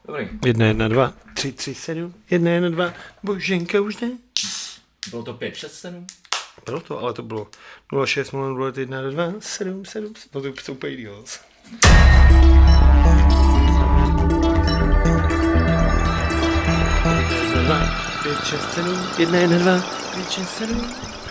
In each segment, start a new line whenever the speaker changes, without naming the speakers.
Dobrý.
1, 1, 2, 3, 3, 7, 1, 1, 2, Boženka už ne.
Bylo to 5, 6, 7?
Bylo to, ale to bylo 0, 6, 0, 0, 1, 2, 7, 7, no to je úplně jiný hlas. Pět, 6, 7, 1, 1, 2, 5, 6, 7.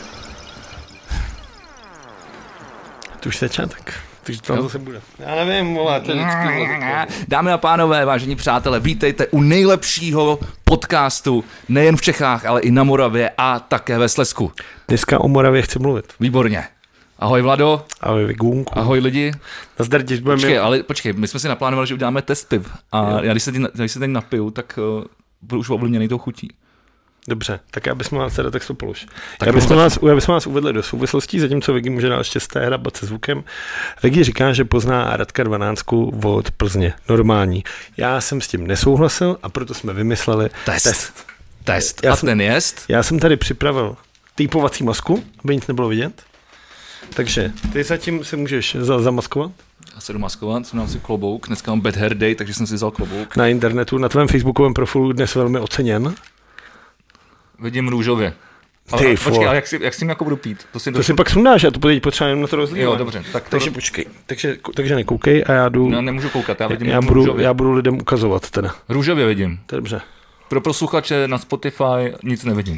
To už začátek. Takže to zase bude. Já nevím, vole, to je vždycky.
Dámy a pánové, vážení přátelé, vítejte u nejlepšího podcastu nejen v Čechách, ale i na Moravě a také ve Slezsku.
Dneska o Moravě chci mluvit.
Výborně. Ahoj Vlado.
Ahoj Vigůnku.
Ahoj lidi.
Nazdar, těž budeme...
Počkej, my jsme si naplánovali, že uděláme test piv. A já když se teď napiju, tak budu už ovlivněný tou chutí.
Dobře, tak já bychom vás teda textu polož. Já bychom vás uvedli do souvislostí, zatímco Vigi může dál štěsté hrabat se zvukem. Vigi říká, že pozná Radka 12 od Plzně. Normální. Já jsem s tím nesouhlasil a proto jsme vymysleli test.
Ten jest?
Já jsem tady připravil týpovací masku, aby nic nebylo vidět. Takže ty zatím se můžeš zamaskovat.
Já se jdu maskovat, jsem dám si klobouk. Dneska mám bad hair day, takže jsem si vzal klobouk.
Na internetu, na tvém facebookovém profilu dnes velmi oceněn.
Vidím růžově. Počkej, ale jak s tím jako budu pít?
To si pak sundáš, já to potřebuji na to rozlívat.
Jo, dobře.
Takže počkej, takže nekoukej a já jdu...
No, nemůžu koukat, já vidím
já budu lidem ukazovat teda.
Růžově vidím.
To je dobře.
Pro posluchače na Spotify nic nevidím.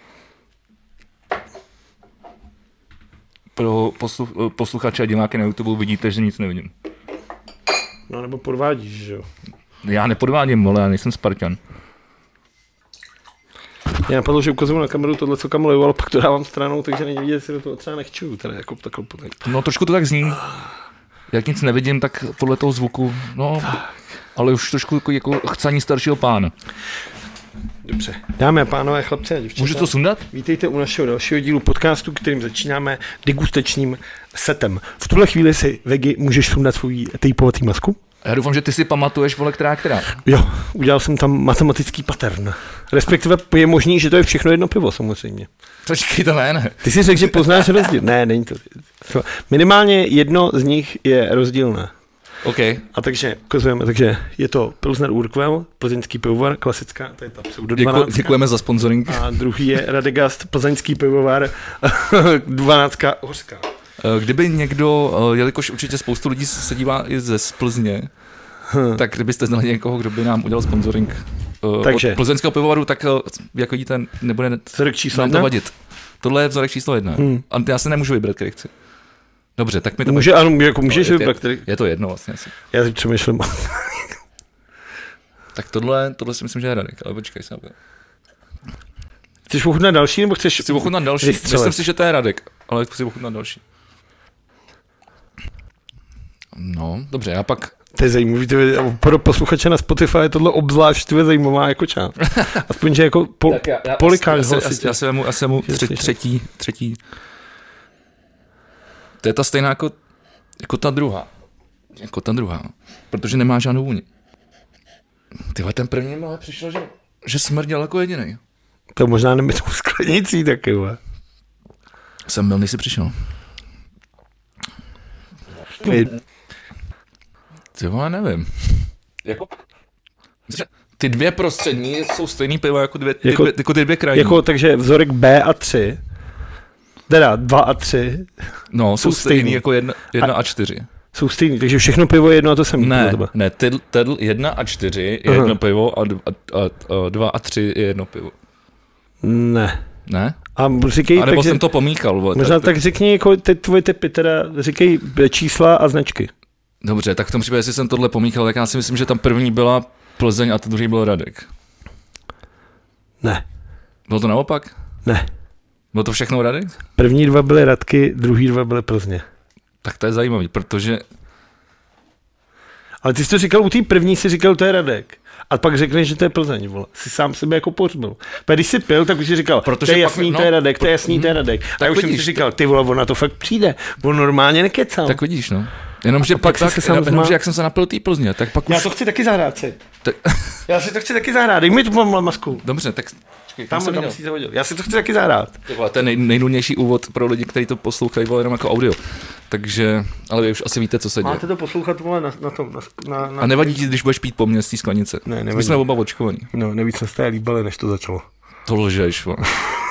Pro posluchače a diváky na YouTube vidíte, že nic nevidím.
No nebo podvádíš, že jo?
Já nepodvádím, vole, já nejsem Spartan.
Já napadlo, že ukazuju na kameru tohle, co kameruju, ale pak to dávám stranou, takže není vidět, jestli do toho třeba nechčuju. Teda jako takhle potom.
No trošku to tak zní. Jak nic nevidím, tak podle toho zvuku, no, ale už trošku jako chcaní staršího pána.
Dobře. Dámy a pánové, chlapci a děvčata.
Můžu to sundat?
Vítejte u našeho dalšího dílu podcastu, kterým začínáme degustačním setem. V tuhle chvíli si, Vegi, můžeš sundat svůj tejpovací masku?
Já doufám, že ty si pamatuješ, vole, která.
Jo, udělal jsem tam matematický pattern. Respektive je možný, že to je všechno jedno pivo, samozřejmě.
Počkej, to ne.
Ty jsi řekl, že poznáš rozdíl. Ne, není to. Minimálně jedno z nich je rozdílné.
OK.
A takže ukazujeme, takže je to Pilsner Urquell, plzeňský pivovar, klasická, to je ta pseudo 12.
Děkujeme za sponsoring.
A druhý je Radegast, plzeňský pivovar, 12 hořská.
Kdyby někdo, jelikož určitě spoustu lidí se dívá i ze Plzně, tak kdybyste znali někoho, kdo by nám udělal sponsoring od plzeňského pivovaru, tak jak vidíte, nebude nám to vadit. Tohle je vzorek číslo 1. A já se nemůžu vybrat, který chci. Dobře, tak mi to...
Můžeš vybrat, který...
Je to jedno vlastně asi.
Já si přemýšlím.
Tak tohle si myslím, že je Radek, ale počkej se.
Chceš ochutnat další, nebo chceš...
Chci ochutnat další. Myslím si, že to je Radek, ale chci ochutnat další. No, dobře, já pak...
To je zajímavý, pro posluchače na Spotify je tohle obzvlášť zajímavá jako část. Aspoň, že jako polikáš hlasitě.
Já se vemu třetí. To je ta stejná jako ta druhá. Protože nemá žádnou vůni. Tyhle, ten první mi přišel, že smrděl jako jedinej.
To možná nemyslím sklenicí taky, vole.
Jsem byl, než jsi přišel. Ty vole, nevím. Ty dvě prostřední jsou stejný pivo jako ty dvě krajní.
Takže vzorek B a 3. Teda 2 a 3.
No, jsou stejný jako 1 a 4.
Jsou stejný, takže všechno pivo je jedno a to samé.
Ne, tedl 1 a 4 je jedno pivo a 2 a 3 je jedno pivo.
Ne?
A nebo jsem to pomíchal.
Možná tak řekni jako tvoje typy, teda říkej čísla a značky.
Dobře, tak v tom případě, jestli jsem tohle pomíchal, tak já si myslím, že tam první byla Plzeň a ta druhý byl Radek.
Ne.
Bylo to naopak?
Ne.
Bylo to všechno Radek?
První 2 byly Radky, druhý 2 byly Plzně.
Tak to je zajímavý, protože...
Ale ty jsi to říkal, u té první si říkal, to je Radek. A pak řekneš, že to je Plzeň, vole. Jsi sám sebe jako pohřbil. Pak když jsi pil, tak už jsi říkal, protože to je jasný, to je Radek, to je jasný, to je Radek. A já už jsem si říkal, ty vole, ona to fakt přijde. On normálně nekecal.
Tak vidíš, no. Jenomže jak jsem se napil tý Plzně, tak pak už...
Já to chci taky zahrát si. Já si to chci taky zahrát, dej mi tu masku.
Dobře, tak...
Tam si to hodil. Já si to chci taky zahrát.
To je nejnudnější úvod pro lidi, kteří to poslouchají jenom jako audio. Takže, ale vy už asi víte, co se děje.
Máte to poslouchat na tom.
A nevadí ti, když budeš pít po mně z té sklenice.
Ne, nevadí.
My jsme oba očkovaní.
No, nevíc jsme se líbali, než to začalo.
To lžeš, vole.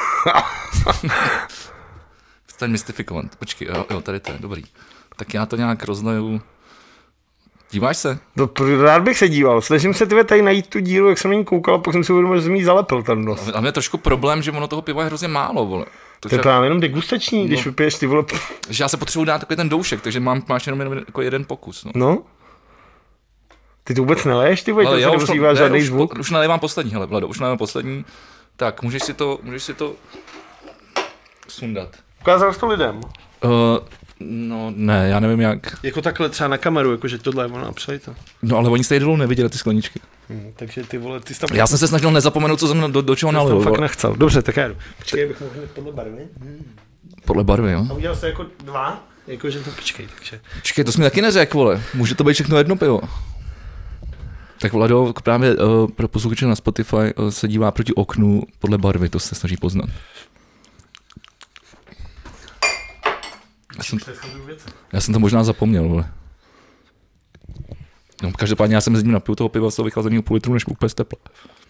Staň mystifikovat. Počkej, jo, tady to je, dobrý. Tak já to nějak rozleju. Díváš se?
No, rád bych se díval. Snažím se tady najít tu díru, jak jsem na ní koukal, a pak jsem si uvědomil, že jsem jí zalepil ten nos.
A mě je trošku problém, že ono toho piva je hrozně málo, vole.
To je právě jenom degustační, když vypiješ ty vole.
Že já se potřebuji dát takový ten doušek, takže máš jenom jako jeden pokus.
No. Ty to vůbec neleješ, ty vole, to se nemusívá žádný zvuk.
Už nalévám poslední, hele, Vlado, už nalévám poslední. Tak, můžeš si to sundat.
Ukázal jsi to lidem?
No ne, já nevím jak.
Jako takhle třeba na kameru, jakože tohle je ono napřeli to.
No ale oni stejně dolů neviděli ty skleničky.
Takže ty vole, ty jsi tam...
Já jsem se snažil nezapomenout, co jsem do čeho nalil.
Fakt nechcel. Dobře, tak já jdu. Počkej, bych mohl hned podle barvy.
Podle barvy, jo.
A udělal jsi jako 2? Jakože to počkej, takže...
Počkej, to jsi mi taky neřekl, vole. Může to být všechno jedno pivo. Tak Vlado právě pro posluchače na Spotify se dívá proti oknu podle barvy, to se snaží poznat. Já jsem to možná zapomněl, vole. No, každopádně já jsem mezi ním napil toho piva z toho vychlazeného půl litru, než úplně tepla.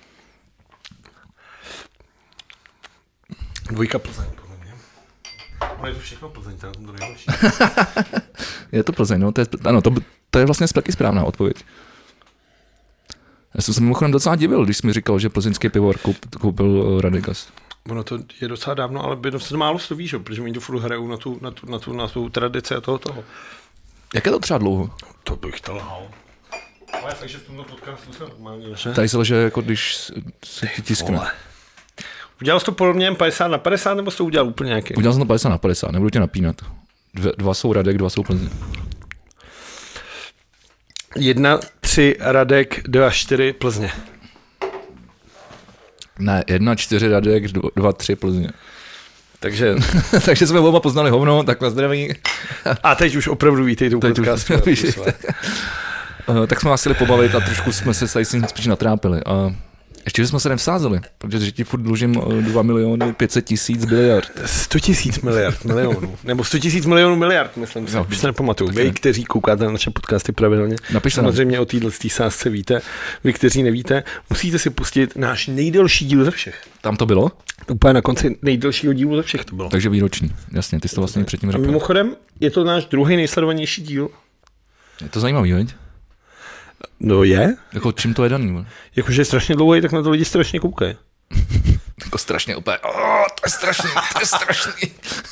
2 Plzeň, podle mě. Ale je to všechno Plzeň, to nejhorší.
Je to Plzeň, no, to je vlastně taky správná odpověď. Já jsem se mimochodem docela divil, když jsi mi říkal, že plzeňský pivovar koupil Radegas.
Ono to je docela dávno, ale by se málo sloví, že? Protože oni to furt hrajou na tu tradici a toho.
Jak je to třeba dlouho?
To bych to lhal. Ale takže v tomto podcastu se normálně leže.
Tady se leže, jako když se ti tiskne.
Udělal jsi to podobně 50/50, nebo jsi to udělal úplně nějaký?
Udělal jsem to 50/50, nebudu tě napínat. 2 jsou Radek, 2 jsou Plzeň.
1-3 Radek, 2-4 Plzně.
Ne, 1-4 Radek, 2-3 Plzně.
Takže
jsme oba poznali hovno, tak na zdraví.
A teď už opravdu vítej tu podcastu.
Tak jsme vás chtěli pobavit a trošku jsme se tady spíš natrápili. A ještě, že jsme se nevsázeli, protože ti furt dlužím 2 500 000 biliard.
100 000 milionů. Nebo 100 000 milionů miliard, myslím si. No, už se nepamatuju. Vy, kteří koukáte na naše podcasty pravidelně, samozřejmě o této sázce víte. Vy, kteří nevíte, musíte si pustit náš nejdelší díl ze všech.
Tam to bylo?
Úplně na konci nejdelšího dílu ze všech to bylo.
Takže výroční, jasně, ty jsi to vlastně předtím řekl.
A mimochodem, je to náš druhý nejsledovanější díl.
Je to zajímavý, veď?
No je.
Jako čím to je daný?
Jakože je strašně dlouhý, tak na to lidi strašně koukají.
Jako strašně úplně, to je strašný.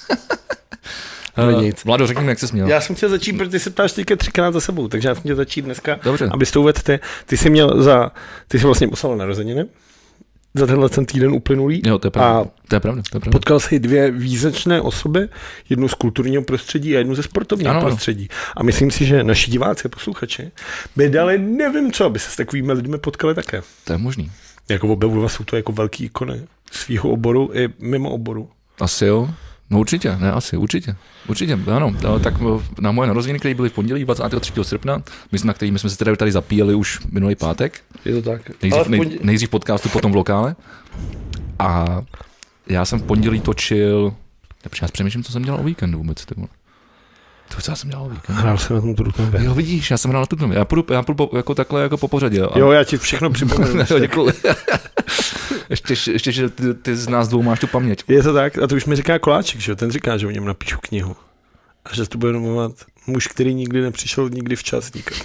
Vlado, řekni mi, jak jsi směl.
Já jsem chtěl začít, protože ty se ptáš teďka 3krát za sebou, takže já jsem chtěl začít dneska,
dobře.
Abys to uvedl ty jsi vlastně poslal narozeniny. Za tenhle týden uplynulý.
Jo, to je pravda.
Potkal jsi 2 význačné osoby, jednu z kulturního prostředí a jednu ze sportovního prostředí. A myslím si, že naši diváci a posluchači by dali nevím co, aby se s takovými lidmi potkali také.
To je možný.
Jako oba jsou to jako velký ikony svýho oboru i mimo oboru.
Asi jo. No určitě, určitě, ano. Tak na moje narozeniny, které byly v pondělí 23. srpna, na kterými jsme se tady zapíjeli už minulý pátek.
Je to tak.
Nejdřív v podcastu, potom v lokále. A já jsem v pondělí točil, já přemýšlím, co jsem dělal o víkendu vůbec. Co já jsem dělal o víkendu?
Hrál jsem na tom Trutnově.
Jo, vidíš, já jsem hrál na Trutnově. Já půjdu jako takhle jako po pořadě.
Jo, já ti všechno připomenu.
Děkuji. Ještě, že ty z nás dvou máš tu paměť.
Je to tak, a to už mi říká Koláček, že ten říká, že o něm napíšu knihu. A že to bude nomovat muž, který nikdy nepřišel nikdy včas nikam.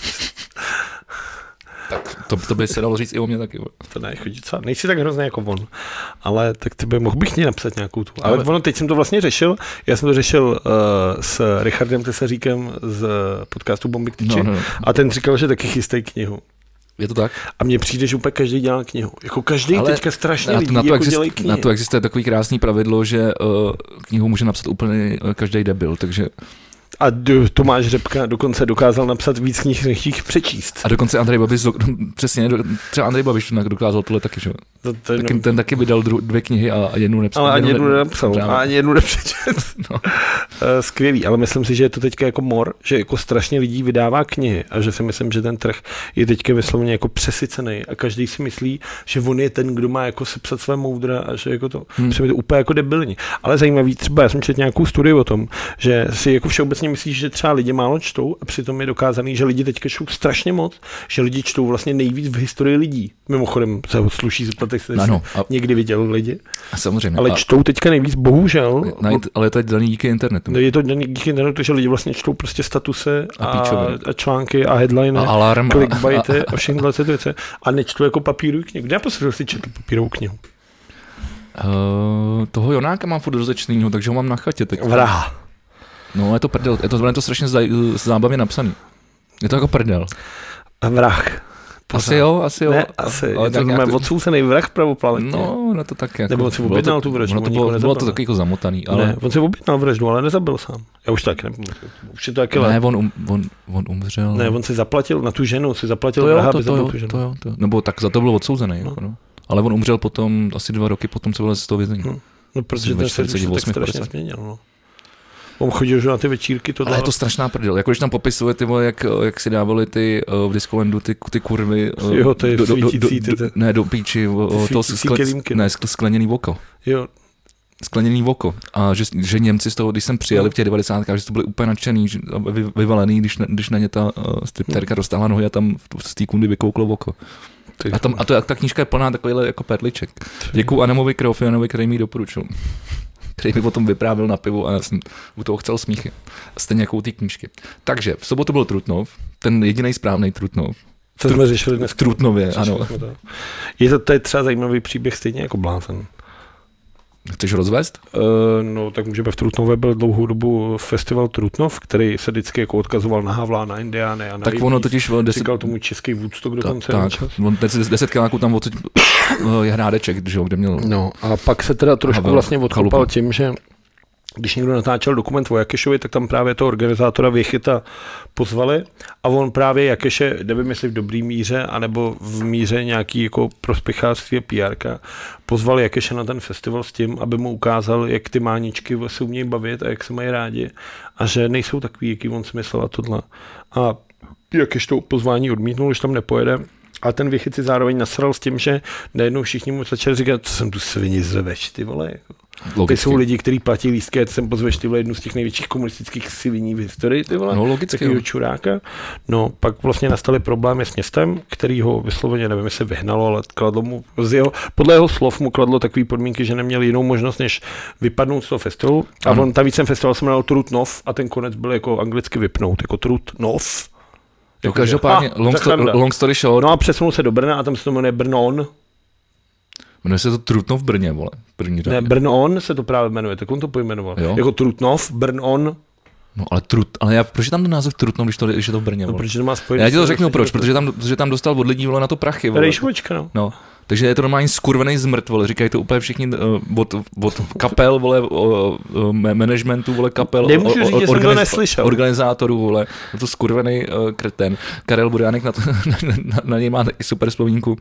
Tak to by se dalo říct i o mě taky.
To ne, chodí co? Nejsi tak hrozný jako on. Ale tak mohl bych ti napsat nějakou tu. Ale ono, teď jsem to vlastně řešil. Já jsem to řešil s Richardem Tesaříkem z podcastu Bomby k tyči. No. A ten říkal, že taky chystají knihu.
Je to tak?
A mně přijde, že úplně každý dělá knihu. Jako každý teďka strašně lidí dělají knihy.
Na to existuje takový krásný pravidlo, že knihu může napsat úplně každý debil, takže...
A Tomáš Řepka dokonce dokázal napsat víc knih, než jich přečíst.
A dokonce Andrej Babiš, přesně, třeba Andrej Babiš dokázal tohle taky, že? Ten taky vydal 2 knihy a jednu nepsal.
Ale ani jednu nepsal. A ani jednu nepřečet. No. Skvělý, ale myslím si, že je to teďka jako mor, že jako strašně lidí vydává knihy a že si myslím, že ten trh je teďka vysloveně jako přesycený a každý si myslí, že on je ten, kdo má jako sepsat své moudra a že jako to, myslím, je to úplně jako debilní. Ale zajímavý, třeba já jsem četl nějakou studii o tom, že si jako všeobecně myslíš, že třeba lidi málo čtou a přitom je dokázaný, že lidi teďka čtou strašně moc, že lidi čtou vlastně nejvíc v historii lidí. Mimochodem se sluší zeptat, jestli někdy viděl lidi.
Samozřejmě.
Ale čtou teďka nejvíc, bohužel.
Ale to je daný díky internetu.
Je to daný díky internetu, že lidi vlastně čtou prostě statuse a články a headliny,
a alarm,
clickbaity a všechny ty věci. A nečtu jako papírovou knihu. Kde já posledně si četl papírovou knihu?
Toho Jonáka mám furt rozečtýho, takže ho mám na chatě teď.
Vraha.
No, je to prdel. Je to strašně zábavně napsaný. Je to jako prdel.
A vrah.
Asi jo.
Ne, asi. Ale to znamená odsouzený vrah pravoplavitně.
No to tak jako.
Nebo on si objednal tu vraždu.
Bylo to taky jako zamotaný. Ale...
Ne, on si objednal vraždu, ale nezabil sám. Já už tak nepamatuji. Už je to taky
Ne, on umřel.
Ne, on si zaplatil na tu ženu, vraha, aby zabil tu ženu.
To. Nebo tak za to byl odsouzený. No. Ale on umřel potom, asi 2 roky potom, co byl z toho vězení.
No, protože ten se tak strašně změnil, no. On chodil na ty večírky.
Ale je to strašná prdel. Jako když tam popisuje ty vole, jak si dávali ty v Discolandu ty kurvy.
Jo, to je svítící.
Ne, do píči. Skleněný oko.
Jo.
Skleněný oko. A že Němci z toho, když jsem přijeli v těch 90. že to byli úplně nadšený, vyvalený, když na ně ta stripterka dostala nohy a tam z té kundy vykouklo oko. A ta knížka je plná takovýhle jako perliček. Děkuju Adamovi Krofjanovi, který mi doporučil. Který mi potom vyprávěl na pivu a já jsem u toho chcel smíchy. Stejně jako u té knížky. Takže v sobotu byl Trutnov, ten jediný správný Trutnov.
Co jsme řešili dnes?
V Trutnově, ano.
To je třeba zajímavý příběh stejně jako Blázen.
Chceš rozvést?
No, tak můžeme v Trutnově byl dlouhou dobu festival Trutnov, který se vždycky jako odkazoval na Havla, na Indiány a na
tak ono totiž
říkal tomu český Woodstock dokonce.
Tak, on 10 kiláků tam odsud je Hrádeček, kde měl...
No, a pak se teda trošku vlastně odkopal tím, že když někdo natáčel dokument o Jakešovi, tak tam právě toho organizátora Věchyta pozvali a on právě Jakeše, nevím jestli v dobrý míře, anebo v míře nějaký jako prospěchářství a PR-ka, pozval Jakeše na ten festival s tím, aby mu ukázal, jak ty máničky se umějí bavit a jak se mají rádi a že nejsou takový, jaký on si myslel a tohle. A Jakeš to pozvání odmítnul, že tam nepojede. A ten Věchyt si zároveň nasral s tím, že najednou všichni mu začali říkat, co jsem tu svini zveš, ty vole. Ty jsou lidi, kteří platí lístky, a ty sem pozveš, ty vole, jednu z těch největších komunistických sviní v historii, ty vole.
No, logicky.
Čuráka. No, pak vlastně nastaly problémy s městem, který ho vysloveně, nevím, jestli vyhnalo, ale kladlo mu, podle jeho slov mu kladlo takové podmínky, že neměl jinou možnost, než vypadnout z toho festivalu. A on, ta vícem festival se jmenoval Trutnov a ten konec byl jako anglicky vypnout, jako Trutnov.
Jo, každopádně, long story short.
No a přesunul se do Brna a tam se to jmenuje Brnon.
Jmenuje se to Trutnov v Brně, vole.
Ne, Brnon se to právě jmenuje, tak on to pojmenoval. Jo? Jako Trutnov, Brnon.
No ale proč je tam ten název Trutnov, když je to v Brně, vole?
No, protože to má spojený.
Já ti to řeknu proč, protože tam dostal od lidí, vole, na to prachy, vole.
Rejšovačka, no.
Takže je to normálně skurvený zmrt, vole, říkají to úplně všichni od kapel, vole, managementu, vole, kapel, organizátorů, vole, to skurvený kreten. Karel Burjánek na něj má taky super vzpomínku,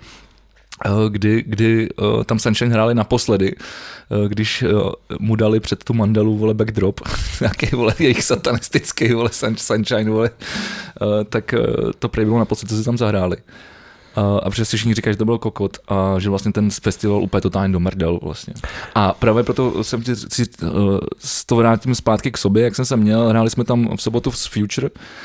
kdy tam Sunshine hráli naposledy, když mu dali před tu Mandelu, vole, backdrop, nějaký, vole, jejich satanistický, vole, Sunshine, vole, tak to prý bylo naposledy, co si tam zahráli. A přesně všichni říkají, že to byl kokot a že vlastně ten festival úplně totálně domrdel vlastně. A právě proto jsem si to vrátím zpátky k sobě, jak jsem se měl, hráli jsme tam v sobotu s Future,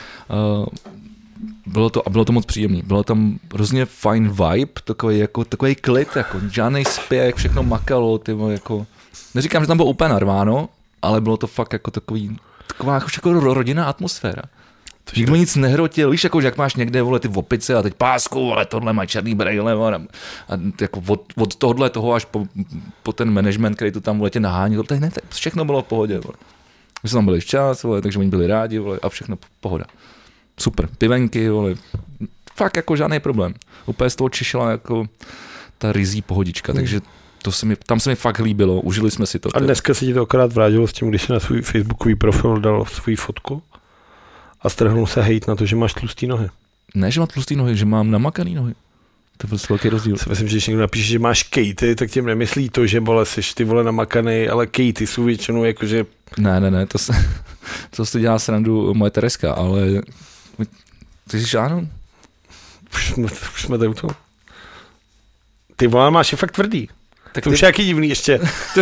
bylo to moc příjemný, bylo tam hrozně fajn vibe, takový klid, jako žádnej spěch, všechno makalo, jako, neříkám, že tam bylo úplně narváno, ale bylo to fakt jako taková jako rodinná atmosféra. Nikdo nic nehrotil, víš, jako, že jak máš někde, vole, ty opice a teď pásku, ale tohle má černý brejle, vole, a jako od tohohle toho až po ten management, který to tam, vole, tě nahání, to ne, všechno bylo v pohodě, vole. My jsme tam byli včas, vole, takže oni byli rádi, vole, a všechno pohoda. Super, pivenky, vole, fakt jako žádný problém. Úplně z toho čišela jako ta rizí pohodička, takže tam se mi fakt líbilo, užili jsme si to.
A dneska se ti to akorát vrátilo s tím, když jsi na svůj facebookový profil dal svou fotku a strhnul se hejt na to, že máš tlustý nohy.
Ne, že mám tlustý nohy, že mám namakaný nohy. To byl velký rozdíl.
Myslím, že když někdo napíše, že máš Katy, tak tím nemyslí to, že vole, seš ty vole namakanej, ale Katy jsou většinou jakože...
Ne, to si dělá srandu moje Tereska, ale... Ty jsi ano?
Už jsme tady u toho. Ty vole, máš je fakt tvrdý. Tak to už je jaký divný ještě.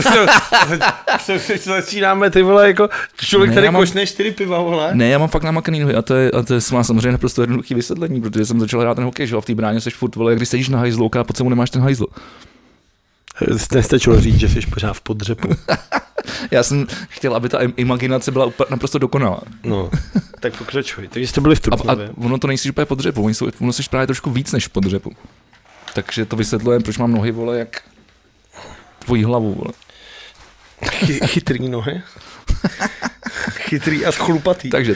Začínáme, ty vole, jako člověk tady košne 4 piva, vole.
Ne, já mám fakt namakaný nohy a to je má samozřejmě naprosto jednoduchý vysvětlení, protože jsem začal hrát ten hokej, že v té bráně seš furt, vole, jak když sedíš na hajzlu, a pod sebou nemáš ten hajzl.
Nestačilo říct, že jsi pořád v podřepu.
Já jsem chtěl, aby ta imaginace byla naprosto dokonalá.
No, tak pokračuj. Takže jste byli v Trutnově.
A ono to nejsi úplně v podřepu, ono jsi právě trošku víc než v podřepu. Takže to vysvětluje, proč mám nohy, vole, jak tvojí hlavu, vole.
Chytrý nohy. Chytrý a schlupatý.
Takže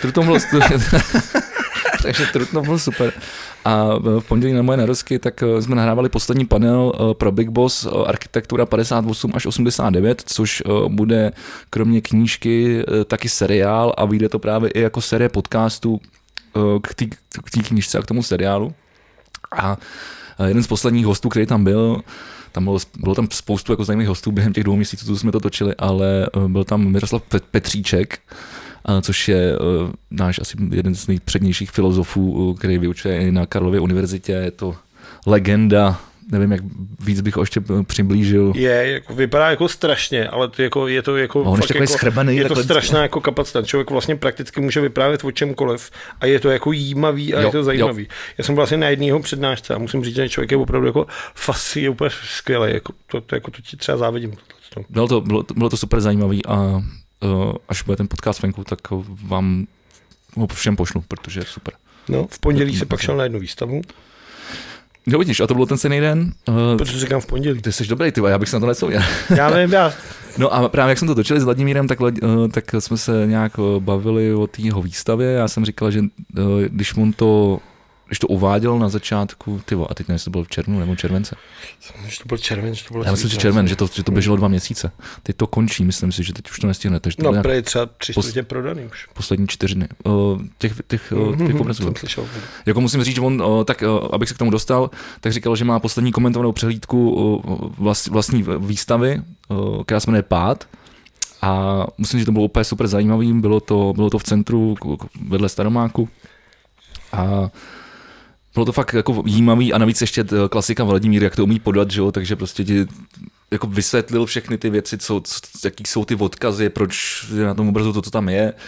Trutnov byl super. A v pondělí na moje narozky tak jsme nahrávali poslední panel pro Big Boss Architektura 58 až 89, což bude kromě knížky taky seriál a vyjde to právě i jako série podcastů k té knížce a k tomu seriálu. A jeden z posledních hostů, který tam byl, bylo tam spoustu jako zajímavých hostů během těch 2 měsíců, co jsme to točili, ale byl tam Miroslav Petříček, což je náš asi jeden z nejpřednějších filozofů, který vyučuje i na Karlově univerzitě. Je to legenda, nevím, jak víc bych ho ještě přiblížil.
Jako, vypadá jako strašně, ale je to strašná jako kapacita. Člověk vlastně prakticky může vyprávět o čemkoliv a je to jako jímavý a je to zajímavý. Jo. Já jsem vlastně na jedného přednášce a musím říct, že člověk je opravdu jako je úplně skvělý. Jako, to ti třeba závidím.
Bylo to super zajímavý a až bude ten podcast venku, tak vám ho všem pošlu, protože je super.
No, v pondělí se pak šel na jednu výstavu.
Jo, vidíš, a to bylo ten stejný den.
Protože říkám v pondělí.
Ty jsi dobrý, já bych se na to nesouvěl.
Já nevím,
No a právě jak jsme to točili s Vladimírem, tak jsme se nějak bavili o té jeho výstavě. Já jsem říkal, že když to uváděl na začátku, a teď nevím, jestli to bylo v červnu nebo července.
Že to byl červen,
já myslím, že červen, že to běželo 2 měsíce. Teď to končí, myslím si, že teď už to nestihnete.
No, prý třeba 3 prodaný už.
Poslední 4 dny. Těch obrazů. Jako musím říct, že on, tak abych se k tomu dostal, tak říkal, že má poslední komentovanou přehlídku vlastní výstavy, která se jmenuje Pád. A musím říct, že to bylo úplně super zajímavý. Bylo to v centru vedle Staromáku. A bylo to fakt jako jímavý a navíc ještě klasika Vladimír, jak to umí podat, že jo, takže prostě ti jako vysvětlil všechny ty věci, jaký jsou ty odkazy, proč je na tom obrazu to, co tam je.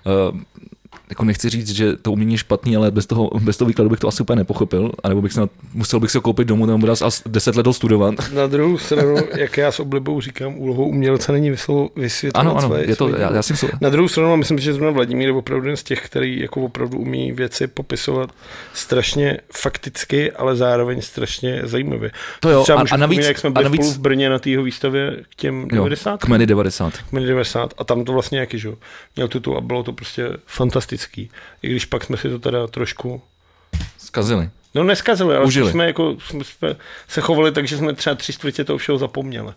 Jako nechci říct, že to umění je špatný, ale bez toho výkladu bych to asi úplně nepochopil, anebo musel bych si ho koupit domů, ten obraz a 10 let studovat.
Na druhou stranu, jak já s oblibou říkám, úlohou umělce není vysvětlovat
ano,
své.
Je to, já si myslím.
Na druhou stranu, myslím, že zrovna Vladimír je opravdu jeden z těch, který jako opravdu umí věci popisovat strašně fakticky, ale zároveň strašně zajímavě.
To jo,
a navíc, jak jsme byli spolu v Brně na té jeho výstavě k těm 90.
Kmeny 90.
A tam to vlastně jaký, že jo, měl titul a bylo to prostě fantastický. I když pak jsme si to teda trošku
zkazili.
No neskazili, ale jsme se chovali tak, že jsme třeba 3/4 toho všeho zapomněli.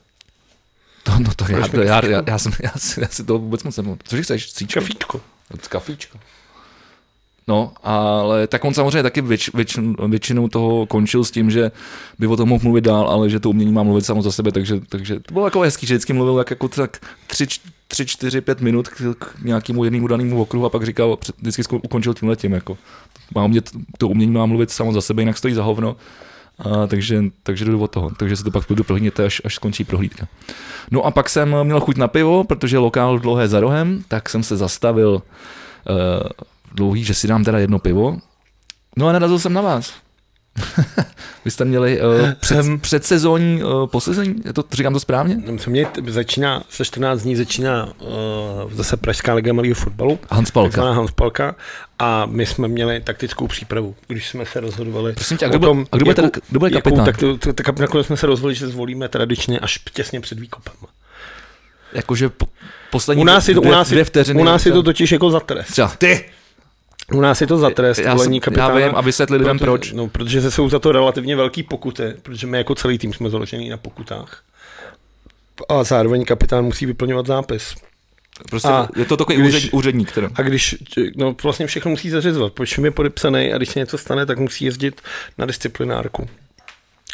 Já si to vůbec moc nemůžu. Cože chceš?
Kafíčko.
Kafíčko. No, ale tak on samozřejmě taky většinou toho končil s tím, že by o tom mohl mluvit dál, ale že to umění má mluvit samo za sebe, takže to bylo jako hezký, že vždycky mluvil jako tak 3, 4, 5 minut k nějakému jednému danému okruhu a pak říkal, vždycky ukončil tímhletím, jako to umění má mluvit samo za sebe, jinak stojí za hovno, takže jdu od toho, takže se to pak budu prohlídněte, až skončí prohlídka. No a pak jsem měl chuť na pivo, protože lokál dlouhé za rohem, tak jsem se zastavil dlouhý, že si dám teda jedno pivo. No a narazil jsem na vás. Vy jste měli předsezónní, posezónní, říkám to správně?
Začíná, za 14 dní začíná zase Pražská liga malého fotbalu.
Hanspalka.
A my jsme měli taktickou přípravu, když jsme se rozhodovali.
Prosím tě, kdo bude kapitán?
Tak nakonec jsme se rozhodli, že zvolíme tradičně až těsně před výkopem.
Jakože poslední
u nás je to totiž jako za trest.
Ty!
U nás je to za trest volení kapitána.
Já vím a vysvětli lidem proč.
No, protože jsou za to relativně velký pokuty, protože my jako celý tým jsme založený na pokutách. A zároveň kapitán musí vyplňovat zápis.
Prostě je to takový úředník. Teda.
A když, vlastně všechno musí zařizovat, počím je podepsaný a když se něco stane, tak musí jezdit na disciplinárku.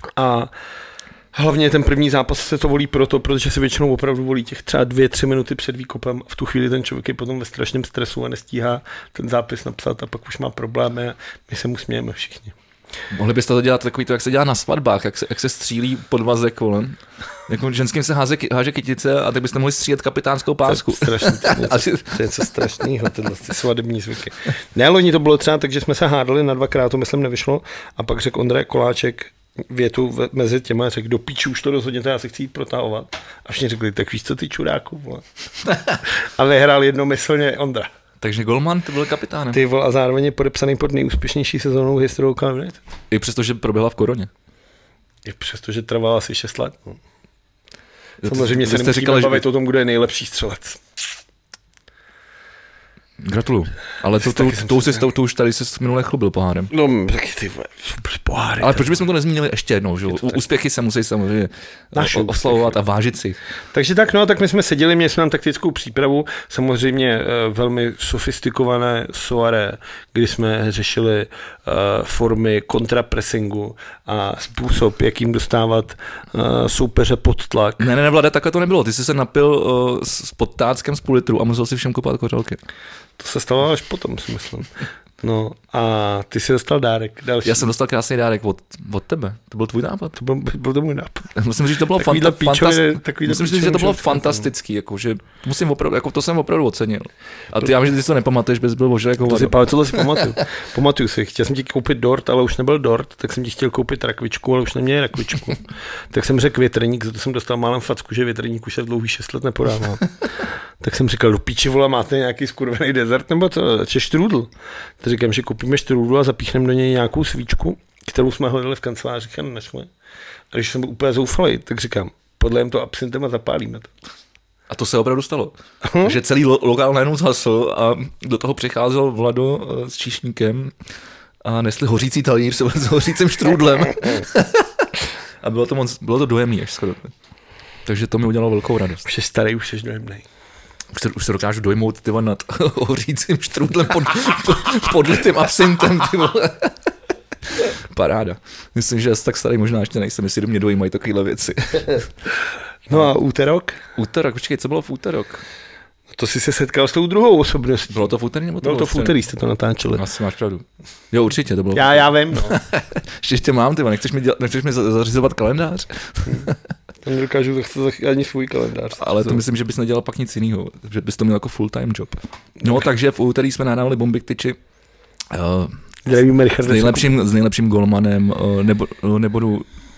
A hlavně ten první zápas se to volí protože se většinou opravdu volí těch třeba 2-3 minuty před výkopem. V tu chvíli ten člověk je potom ve strašném stresu a nestíhá ten zápis napsat a pak už má problémy a my se mu smějeme všichni.
Mohli byste to dělat takový to, jak se dělá na svatbách, jak se střílí podvaze kolem. Jako ženským se háže kytice a tak byste mohli střílet kapitánskou pásku.
To je něco strašného, tyhle svadební zvyky. Ne, loni to bylo třeba tak, že jsme se hádali na 2krát, to myslím nevyšlo a pak řekl Ondra Koláček větu mezi těma, řekl, do píči už to rozhodněte, já se chci jít protahovat. A všichni řekli, tak víš co ty čuráku, vole. A vyhrál jednomyslně Ondra.
Takže golman, to byl kapitánem.
Ty vole, a zároveň je podepsaný pod nejúspěšnější sezónou historii Calvin.
I přesto, že proběhla v koroně.
I přesto, že trvala asi 6 let. No. Samozřejmě se nemusíme bavit o tom, kdo je nejlepší střelec.
Gratuluju. Ale to už tady se minule chlubil pohárem.
No, taky ty poháry.
Ale proč bychom to nezmínili ještě jednou, že? Úspěchy se musí samozřejmě oslavovat a vážit si.
Takže tak, no, tak my jsme seděli, měli jsme tam taktickou přípravu, samozřejmě velmi sofistikované soirée, kdy jsme řešili formy kontrapressingu a způsob, jakým dostávat soupeře pod tlak.
Ne, Vlade, takhle to nebylo. Ty jsi se napil s podtáckem z půl litru a musel si všem kopat kořalky.
To se stalo až potom, si myslím. No a ty jsi dostal dárek. Další.
Já jsem dostal krásný dárek od tebe. To byl tvůj nápad.
To byl můj nápad.
Musím říct, že to bylo fantastický. Jako, že musím opravdu, jako to jsem opravdu ocenil. A ty, já myslím, že ty to nepamatuješ, bys byl bože jako
co si pamatuju. Pamatuju si, chtěl jsem ti koupit dort, ale už nebyl dort, tak jsem ti chtěl koupit rakvičku, ale už neměl rakvičku. Tak jsem řekl větrník, za to jsem dostal málem facku, že větrník už se dlouhý 6 let nepodával. Tak jsem říkal, do píči, vole, máte nějaký skurvený dezert nebo co? Štrůdl. Tak říkám, že koupíme štrůdl a zapíchneme do něj nějakou svíčku, kterou jsme hledali v kanceláři a nenašli. A když jsem byl úplně zoufalý, tak říkám, podlejeme to absintem a zapálíme to.
A to se opravdu stalo. Že celý lokál najednou zhasl a do toho přicházel Vlado s číšníkem a nesli hořící talíř s hořícím štrůdlem. A bylo to dojemný až skoro. Takže to mi udělalo velkou radost.
Už je starý, už jsi dojemnej.
Už se dokážu dojmout nad hořícím štrůdlem podlitým absintem. Paráda. Myslím, že tak starý možná ještě nejsem, jestli do mě dojímají takovéhle věci.
No a úterok?
Počkej, co bylo v úterok?
To jsi se setkal s tou druhou osobností.
Bylo to v úterý nebo to
bylo to v úterý, jste to natáčeli.
Asi máš pravdu. Jo, určitě to bylo.
Já vím, no.
Ještě mám, ty, nechceš mi zařizovat kalendář?
To nedokážu ani svůj kalendář.
Ale to myslím, že bys nedělal pak nic jiného, že bys to měl jako full-time job. No, takže v úterý jsme nahrávali Bomby k tyči. S nejlepším golmanem, nebudu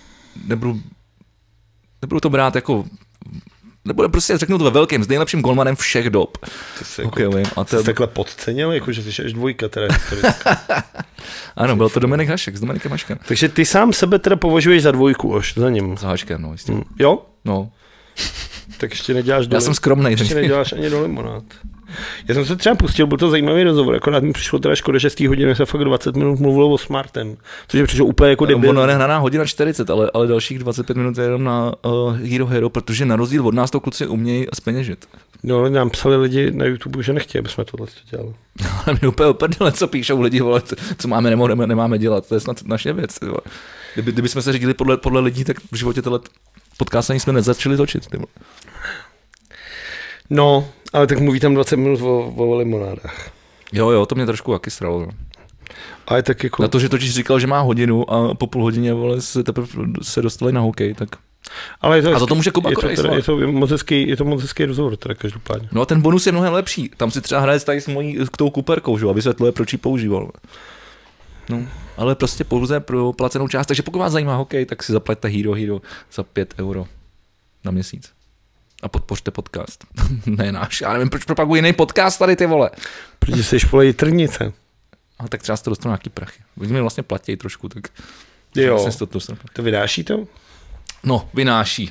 to brát jako, nebudu prostě řeknu to ve velkém, s nejlepším golmanem všech dob.
Jsi takhle podcenil, jako že jsi až dvojka teda.
Ano, byl to Dominik Hašek s Dominikem Haškem.
Takže ty sám sebe teda považuješ za dvojku až za ním.
Za Haškem, no jistě.
Jo?
No.
Tak ještě neděláš
Já jsem skromnej.
Ještě neděláš ani do limonád. Já jsem se třeba pustil, byl to zajímavý rozhovor, akorát mi přišlo teda škoda, že z té hodiny se fakt 20 minut mluvilo o Smartem, což je přišlo úplně jako debil.
Ono je nahraná hodina 40, ale dalších 25 minut je jenom na Hero, protože na rozdíl od nás to kluci umějí zpeněžit.
No, nám psali lidi na YouTube, že nechtějí, aby jsme tohle dělali.
Ale mi úplně oprdele, co píšou lidi, vole, co máme nebo nemáme dělat, to je snad naše věc. Kdybychom se řídili podle lidí, tak v životě tohle podcast ani jsme nezačali točit. Tyvo.
No, ale tak mluví tam 20 minut o limonádách.
Jo, to mě trošku taky stralo. No.
Ale tak jako...
Na to, že totiž říkal, že má hodinu a po půl hodině vole, se dostali na hokej, tak...
Ale
a to může Kuba Korejs.
Je to moc hezký rozhovor, teda každopádně.
No a ten bonus je mnohem lepší. Tam si třeba hraje tady k tou kuperkou, že? A vysvětluje, proč ji používal. No, ale prostě pouze pro placenou část. Takže pokud vás zajímá hokej, tak si zaplaťte Hero za 5 € na měsíc. A podpořte podcast. Ne náš, já nevím, proč propaguji jiný podcast tady, ty vole.
Protože jsi špolej trnice.
A tak třeba to dostanou nějaký prachy. Oni mi vlastně platí trošku, tak...
Jo,
vlastně
to vynáší to?
No, vynáší.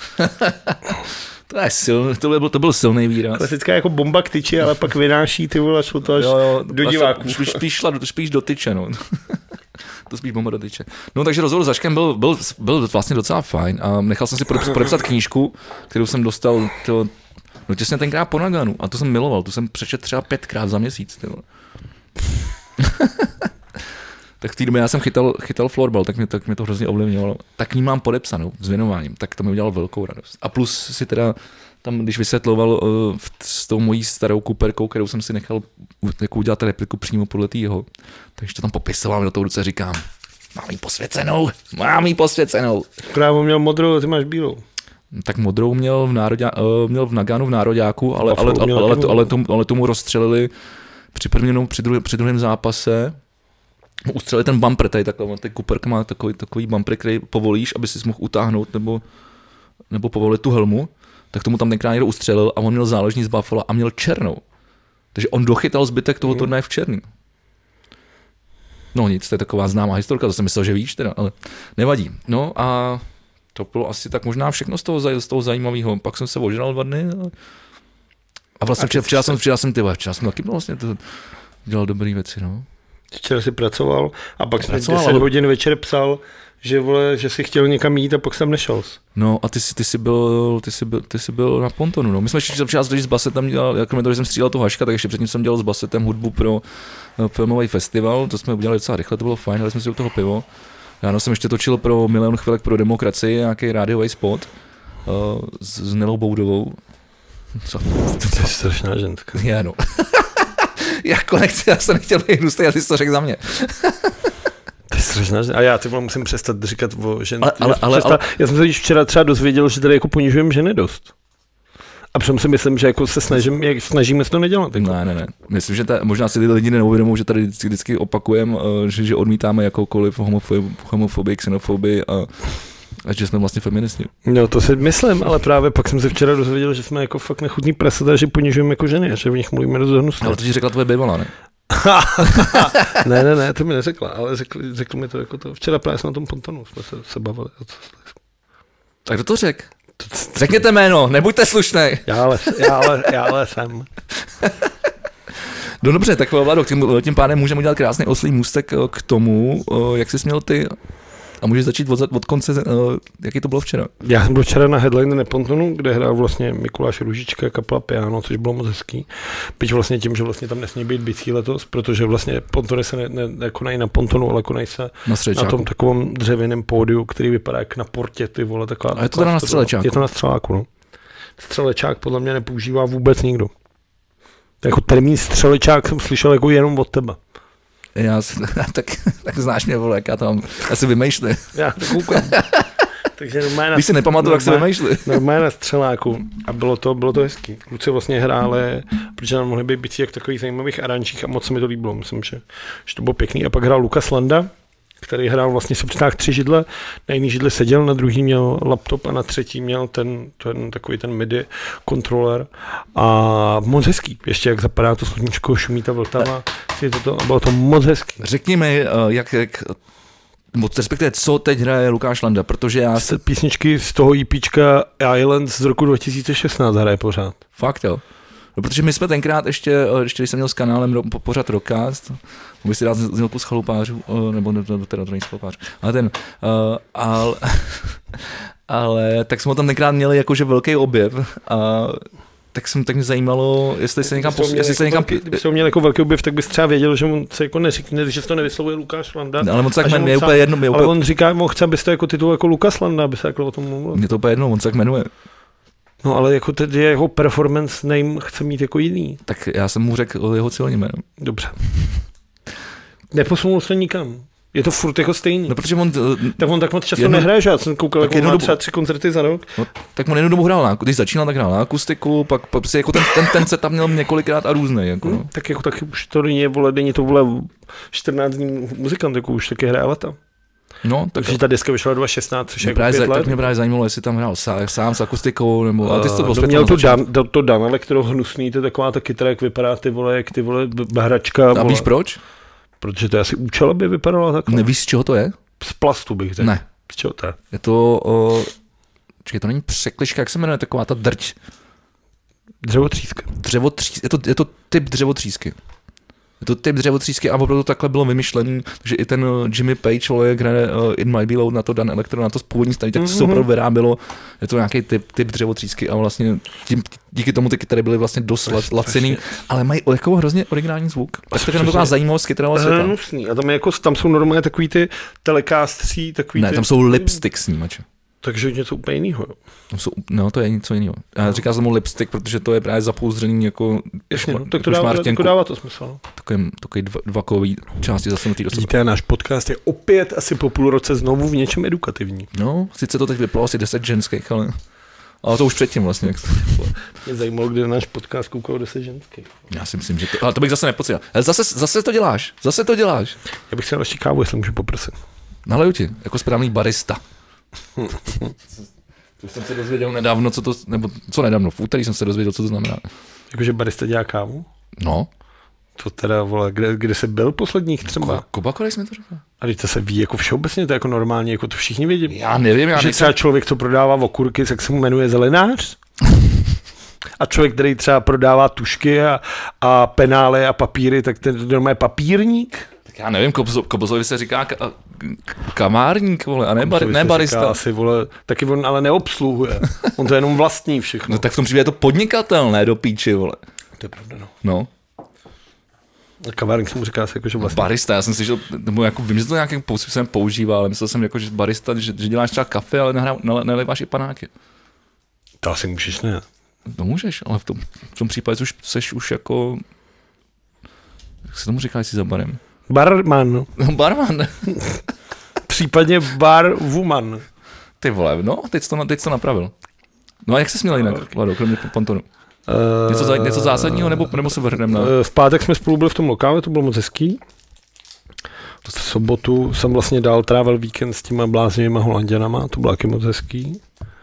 To je silný, to byl silný výraz.
Klasická jako bomba k tyči, ale pak vynáší, ty vole, šlo to až do diváků.
Spíš do tyče, no. To spíš bomba do tyče. No takže rozhovor s Haškem byl vlastně docela fajn a nechal jsem si podepsat knížku, kterou jsem dostal těsně tenkrát po Naganu a to jsem miloval, tu jsem přečet třeba 5krát za měsíc. Tak v té době já jsem chytal florbal, tak mě to hrozně ovlivňovalo. Tak k ní mám podepsanou s věnováním, tak to mi udělalo velkou radost. A plus si teda tam, když vysvětloval s tou mojí starou Cooperkou, kterou jsem si nechal jako udělat repliku přímo podle tého, takže to tam popisoval, do toho ruce říkám, mám jí posvěcenou.
Krávo měl modrou, a ty máš bílou.
Tak modrou měl v Naganu v nároďáku, ale tomu rozstřelili při druhém zápase. Ustřelili ten bumper, tady takhle, ten Cooperka má takový bumper, který povolíš, aby si mohl utáhnout nebo povolit tu helmu, tak tomu tam tenkrát někdo ustřelil a on měl záložní z Buffalo a měl černou. Takže on dochytal zbytek toho turnaje v černým. No nic, to je taková známá historka, to jsem myslel, že víš teda, ale nevadí. No a to bylo asi tak možná všechno z toho zajímavého. Pak jsem se ožral 2 dny a vlastně včera jsem taky vlastně dělal dobrý věci, no.
Včera si pracoval a pak jsem 10 hodin večer psal, že si chtěl někam jít a pak jsem nešel.
No a ty jsi byl na pontonu, no. My jsme včera s Basetem dělal, jako to, že jsem střílel tu Haška, tak ještě předtím jsem dělal s Basetem hudbu pro filmový festival, to jsme udělali docela rychle, to bylo fajn, dali jsme si do toho pivo. Já jsem ještě točil pro Milion chvilek pro demokracii, nějaký rádiový spot s Nelou Boudovou.
Co? To je strašná ženská.
Já no. Jako nechci, já jsem nechtěl být hnusný, a ty jsi to řekl za mě.
To je strašná ženská. A já ty musím přestat říkat o žen. Ale já jsem se již včera třeba dozvěděl, že tady jako ponižujeme ženy dost. A přitom si myslím, že jako se snažíme se to nedělat. Jako.
Ne. Myslím, že možná si ty lidi neuvědomují, že tady vždycky opakujeme, že odmítáme jakoukoliv homofobii, xenofobii a že jsme vlastně feministi.
No to si myslím, ale právě pak jsem se včera dozvěděl, že jsme jako fakt nechutní prasata, že ponižujeme jako ženy a že v nich mluvíme dost hnusně.
Ale to ti řekla tvoje bývalá, ne?
ne, to mi neřekla, ale řekl mi to jako to. Včera právě jsme na tom pontonu jsme se bavili.
Tak kdo to řekl? Řekněte jméno, nebuďte slušnej.
Já ale jsem.
No dobře, tak Vlado, tím pádem můžeme udělat krásný oslý můstek k tomu, jak jsi měl ty. A můžeš začít od konce, jaký to bylo včera?
Já jsem byl včera na Headline Nepontonu, kde hrál vlastně Mikuláš Růžička, kapela Piano, což bylo moc hezký. Byť vlastně tím, že vlastně tam nesmí být bicí letos, protože vlastně pontony se nekonají na pontonu, ale konají se na tom takovém dřevěném pódiu, který vypadá jak na portě, ty vole, taková.
A je to teda na střelečáku?
Je to na střeláku, no. Střelečák podle mě nepoužívá vůbec nikdo. Jako termín střelečák jsem slyšel jako jenom od tebe.
Tak znáš mě, vole, jak já to mám asi vymýšli.
Já to koukám. Takže
když si nepamatuju, jak se vymýšli.
Normálně na střeláku a bylo to hezký. Kluci vlastně hráli, protože tam mohli být bicí jak v takových zajímavých arančích a moc se mi to líbilo. Myslím, že to bylo pěkný. A pak hrál Lukas Landa, který hrál vlastně si přitáhl 3 židle. Na jedné židli seděl, na druhý měl laptop a na třetí měl ten takový ten MIDI kontroler. A moc hezký. Ještě jak zapadá to sluníčko, šumí ta Vltava. A bylo to moc hezký.
Řekni mi, respektive co teď hraje Lukáš Landa, protože já...
Písničky z toho EPčka Islands z roku 2016 hraje pořád.
Fakt jo. No, protože my jsme tenkrát ještě když jsem měl s kanálem pořád Rockcast, můžu si dát znělku z Chalupářů, nebo teda to nejsou Chalupářů, ale tak jsme ho tam tenkrát měli jakože velký objev a tak mě zajímalo, jestli se někam...
Kdyby se měl jako velký objev, tak bys třeba věděl, že on se jako neřekne, že to nevyslovuje Lukáš Landa.
Ale on se tak jmenuje, je úplně jedno.
Ale on říká, on chce, abys to jako titul jako Lukáš Landa, aby se jako o tom mluvil.
Mně to úplně jedno, on se tak jmenuje.
No ale jako tedy jeho performance name chce mít jako jiný.
Tak já jsem mu řekl jeho celý jméno.
Dobře. Neposunul se nikam. Je to furt jako stejný.
No protože on...
Tak on tak moc často nehraje, že já jsem koukal, jako má třeba 3 koncerty za rok.
No, tak on jednu dobu hrál, když začínal, tak hrál na akustiku, pak si jako ten set tam měl několikrát a různej. Jako, no.
Tak jako taky už to není to vole 14 dní muzikant, jako už taky hraje leta.
No,
takže ta deska vyšla 2016, což je jako 5 let.
Tak mě právě zajímalo, jestli tam hrál sám s akustikou, nebo... A ty jsi
to měl to Dan elektrohnusný, to je taková ta kytara, jak vypadá ty vole hračka.
A víš proč?
Protože to je asi účel, aby vypadalo takhle.
Nevíš, z čeho to je?
Z plastu bych řekl.
Ne.
Z čeho to je?
Je to... Čekaj, to není překližka, jak se jmenuje taková ta drť?
Dřevotříska.
Je to typ dřevotřísky. Je to typ dřevotřísky a opravdu takhle bylo vymyšlený, že i ten Jimmy Page, vole, jak hraje In My Below na to Dan Electro, na to původní staní, tak se opravdu vyrábělo. Je to nějaký typ dřevotřísky a vlastně díky tomu ty kytary byly vlastně dost laciný, ale mají jako hrozně originální zvuk. Tak to je taková zajímavost kytarového světa.
A tam jsou normálně takový ty telekástří, takový
ne, tam jsou lipstick snímače.
Takže něco úplně jiného.
No, to je něco jiného. Já říkám tomu lipstick, protože to je právě zapouzdřený jako...
Jasně, tak to dává to smysl.
Takový dva kový části zasunutý do sebe.
Víte, náš podcast je opět asi po půl roce znovu v něčem edukativní.
No, sice to teď vyplo asi 10 ženských, ale to už předtím vlastně.
Mě zajímalo, kde náš podcast koukalo 10 ženských.
Já si myslím, že to... Ale to bych zase nepocítil. Ale zase to děláš.
Já bych si dal ještě kávu, jestli můžu poprosit.
Naleju ti, jako správný barista. To jsem se dozvěděl nedávno, co nedávno, v úterý jsem se dozvěděl, co to znamená.
Jakože barista dělá kávu?
No.
To teda, vole, kde jsi byl posledních třeba?
Kobakorej jsme to řekli.
A teď to se ví jako všeobecně, to je jako normálně, jako to všichni vědí.
Já nevím.
Že třeba člověk, co prodává okurky, tak se mu jmenuje zelenář. A člověk, který třeba prodává tušky a penále a papíry, tak ten normálně papírník.
Tak já nevím, Kobozovi se říká kamárník, vole, a ne barista.
Asi, vole, taky on ale neobsluhuje. On to jenom vlastní všechno.
No tak v tom případě je to podnikatel, ne do píči, vole.
To je pravda, no.
No.
Kavárník se mu říká asi jako, že vlastně.
Barista, já jsem si, že jako vím, že to nějakým způsobem používá, ale myslel jsem jako, že barista, že děláš třeba kafe, ale neliváš i panáky.
To asi můžeš, ne?
No můžeš, ale v tom případě už seš už jako, jak se tomu říká, jestli za barem?
Barman.
No, barman.
Případně barwoman.
Ty vole, no, teď to napravil. No a jak jsi směl jinak, Vlado, kromě pontonu? Něco zásadního, nebo se vrhneme na...
V pátek jsme spolu byli v tom lokále, to bylo moc hezký. V sobotu jsem vlastně dál trávil víkend s těma bláznivýma Holanděnama, to bylo taky moc hezký.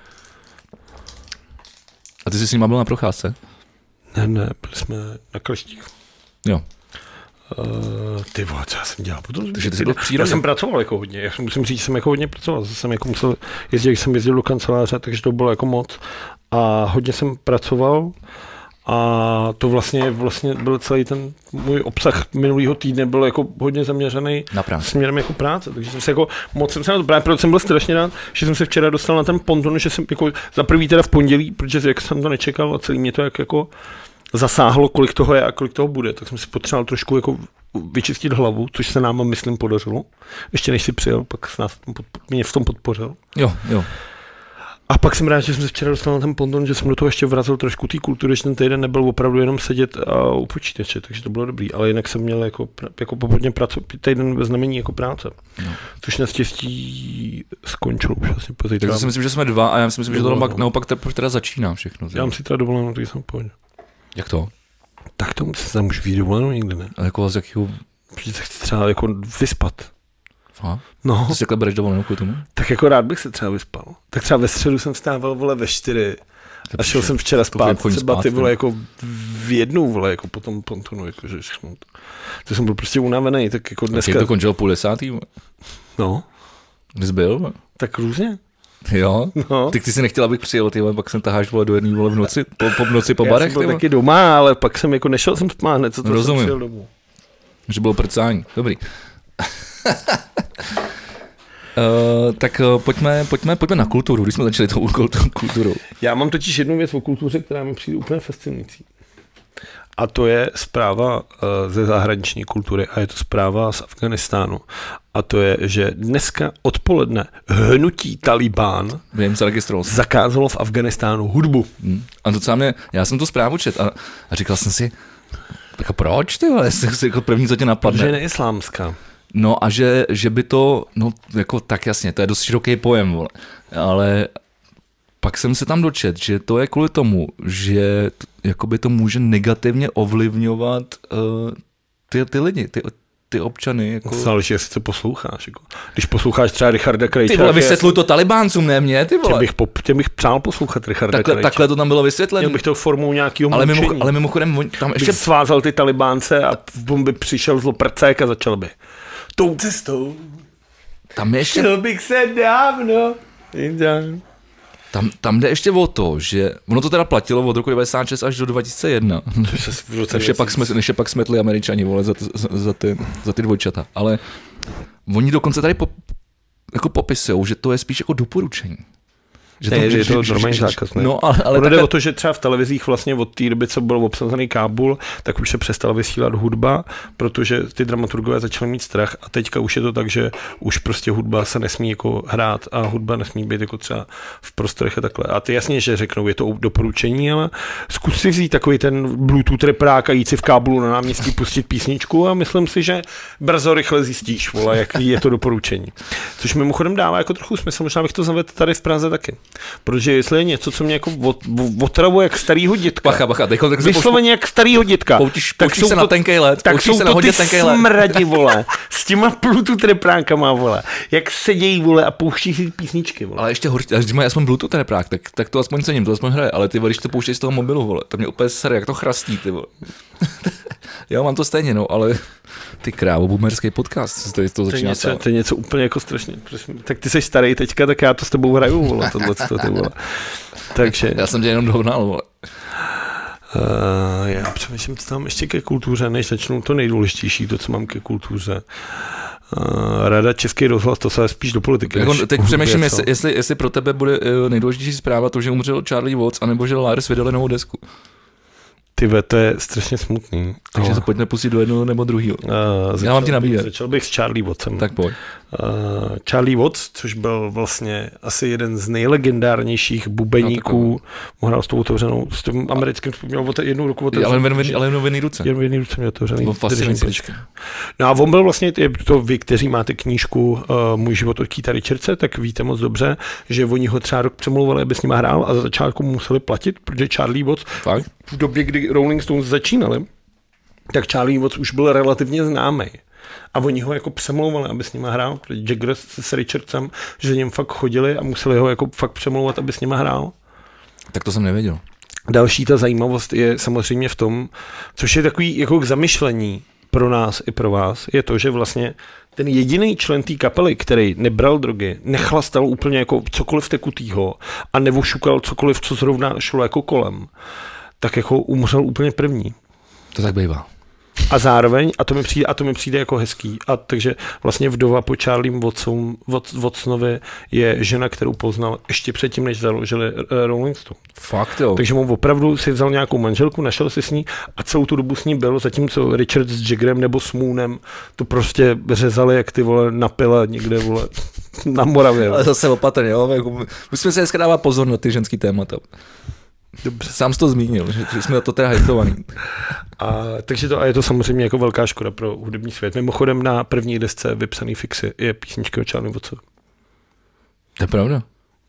A ty jsi s nima byl na procházce?
Ne, byli jsme na Kleštích.
Jo.
Ty vole, co já jsem dělal?
Takže ty jsi byl v přírodě.
Já jsem pracoval jako hodně, já musím říct, že jsem jako hodně pracoval. Jsem jako musel jezdil do kanceláře, takže to bylo jako moc. A hodně jsem pracoval a to vlastně byl celý ten můj obsah minulýho týdne byl jako hodně zaměřený směrem jako práce, takže jsem se jako moc jsem se na to právě, protože jsem byl strašně rád, že jsem se včera dostal na ten ponton, že jsem jako za prvý teda v pondělí, protože jak jsem to nečekal a celý mě to jako zasáhlo, kolik toho je a kolik toho bude, tak jsem si potřeboval trošku jako vyčistit hlavu, což se nám, myslím, podařilo. Ještě než si přijel, pak mě v tom podpořil.
Jo.
A pak jsem rád, že jsem se včera dostal na ten ponton, že jsem do toho ještě vrazil trošku té kultury, že ten týden nebyl opravdu jenom sedět u počítače, takže to bylo dobrý. Ale jinak jsem měl jako pohodně týden ve znamení jako práce. No. Což naštěstí skončilo už asi po
Takže si myslím, že jsme 2 a já si myslím, že to naopak teda začíná všechno.
Já mám si teda dovolenou, takže jsem v pohodě.
Jak to?
Tak to se tam už vyjít dovolenou nikdy, ne?
Ale jako z jakého...
Protože se chci třeba jako vyspat.
Aha.
No.
Ty si takhle bereš dovolenou kvůli tomu?
Tak jako rád bych se třeba vyspal. Tak třeba ve středu jsem vstával, vole, ve 4 a šel jsem včera spát, třeba ty vole jako v 1, vole, jako po tom pontonu, jakože všechno. To jsem byl prostě unavený, tak jako dneska...
Jak to končilo 9:30?
No.
Kdy jsi byl?
Tak různě.
Jo? No. Ty si nechtěl, abych přijel, ty vole, pak jsem taháš, vole, do 1, vole, v noci, po noci po barech,
já jsem byl taky doma, ale pak jsem jako nešel jsem spát hned, co to
rozumím.
Jsem přijel domů.
Že bylo prcání, dobrý. Tak pojďme na kulturu, když jsme začali tou kulturou.
Já mám totiž jednu věc o kultuře, která mi přijde úplně fascinující. A to je zpráva ze zahraniční kultury a je to zpráva z Afghánistánu. A to je, že dneska odpoledne hnutí Talibán zakázalo v Afghánistánu hudbu.
A docela já jsem tu zprávu čet a říkal jsem si, jako proč ty vole, jako první, co tě napadne.
Protože je neislámská.
No a že by to, no jako tak jasně, to je dost široký pojem, vole. Ale pak jsem se tam dočet, že to je kvůli tomu, že jakoby to může negativně ovlivňovat ty lidi, ty občany. Jako...
Záleží, jestli se posloucháš. Jako. Když posloucháš třeba Richarda Krejčáka...
Ty vole, vysvětluj to Talibáncům, ne mě, ty vole.
Těm bych přál poslouchat Richarda Krejčáka.
Takhle to tam bylo vysvětlené.
Měl bych to formou nějakého
mučení. Ale mimochodem, tam ještě...
Bych svázal ty Talibánce a by přišel zloprcák a začal by. Tou cestou.
Tam ještě...
Chtěl bych se dávno.
Tam jde ještě o to, že ono to teda platilo od roku 96 až do 2001. Než je pak smetli Američani, vole, za ty dvojčata. Ale oni dokonce tady jako popisujou, že to je spíš jako doporučení.
Že to normální zákaz, ne?
No, ale
jde o to, že třeba v televizích vlastně od té doby, co byl obsazený Kábul, tak už se přestala vysílat hudba, protože ty dramaturgové začali mít strach a teďka už je to tak, že už prostě hudba se nesmí jako hrát a hudba nesmí být jako třeba v prostorech a takhle. A ty jasně, že řeknou, je to doporučení, ale zkus si vzít takový ten Bluetooth reprák a jít si v Kábulu na náměstí pustit písničku a myslím si, že brzo rychle zjistíš, vole, jaký je to doporučení. Což mimochodem dává jako trochu smysl, možná bych to zavedl tady v Praze taky. Protože jestli je něco, co mě jako otravuje jak starýho dětka,
bacha,
vysloveně jak starýho dětka,
tak jsou se na tenkej let,
tak jsou to ty smradi, vole, s těma Bluetooth reprákama, vole, jak sedějí, vole, a pouští si písničky, vole.
Ale ještě horší, když mají aspoň Bluetooth reprák, tak to aspoň cením, to aspoň hraje, ale ty, když to pouštějí z toho mobilu, vole, to mě úplně sere, jak to chrastí, ty, vole. Já mám to stejně, no, ale ty krávo, boomerský podcast, to začíná
to je něco úplně jako strašně. Tak ty jsi starý teďka, tak já to s tebou hraju, vole, tohleto, ty vole. Takže...
Já jsem tě jenom dohnal, vole.
Já přemýšlím, co tam ještě ke kultuře, než začnu to nejdůležitější, to, co mám ke kultuře. Rada Český rozhlas, to se spíš do politiky.
Jako, teď přemýšlím, jestli pro tebe bude nejdůležitější zpráva to, že umřel Charlie Watts, anebo že Lars vydali novou desku.
Tyve, to je strašně smutný.
Takže se pojďme pustit do jednoho nebo druhého. Já vám ti nabíjet.
Začal bych s Charlie Wattsem.
Tak pojď.
Charlie Watts, což byl vlastně asi jeden z nejlegendárnějších bubeníků, hrál s tou otevřenou, s tím americkým, měl jednu ruku otevřenou.
Ale jenom v jedné ruce.
Jen v jedné ruce měl otevřený.
To fascinující.
No a on byl vlastně, to vy, kteří máte knížku Můj život od Keitha Richardse, tak víte moc dobře, že oni ho třeba rok přemlouvali, aby s nima hrál a za začátku museli platit, protože Charlie Watts v době, kdy Rolling Stones začínali, tak Charlie Watts už byl relativně známý. A oni ho jako přemlouvali, aby s nima hrál, protože Jagger s Richardsem, že za něm fakt chodili a museli ho jako fakt přemlouvat, aby s nima hrál.
Tak to jsem nevěděl.
Další ta zajímavost je samozřejmě v tom, což je takový jako k zamyšlení pro nás i pro vás, je to, že vlastně ten jediný člen té kapely, který nebral drogy, nechlastal úplně jako cokoliv tekutýho a nevošukal cokoliv, co zrovna šlo jako kolem, tak jako umřel úplně první.
To tak bývá.
A zároveň, a to mi přijde jako hezký, a takže vlastně vdova po Charliem Wattsonovi je žena, kterou poznal ještě předtím, než založili Rolling Stone.
Fakt jo.
Takže mu opravdu si vzal nějakou manželku, našel si s ní a celou tu dobu s ní byl, zatímco Richard s Jaggerem nebo s Moonem to prostě řezali, jak ty vole na pile někde, vole, na Moravě.
Ale zase opatrně, jo. Musíme se dneska dávat pozor na ty ženský témata. Dobře. Sám jsi to zmínil, že jsme na to teda hejtovaný.
Takže je to samozřejmě jako velká škoda pro hudební svět. Mimochodem na první desce vypsaný fixy je písnička o Charlie Wattsovi.
To je pravda.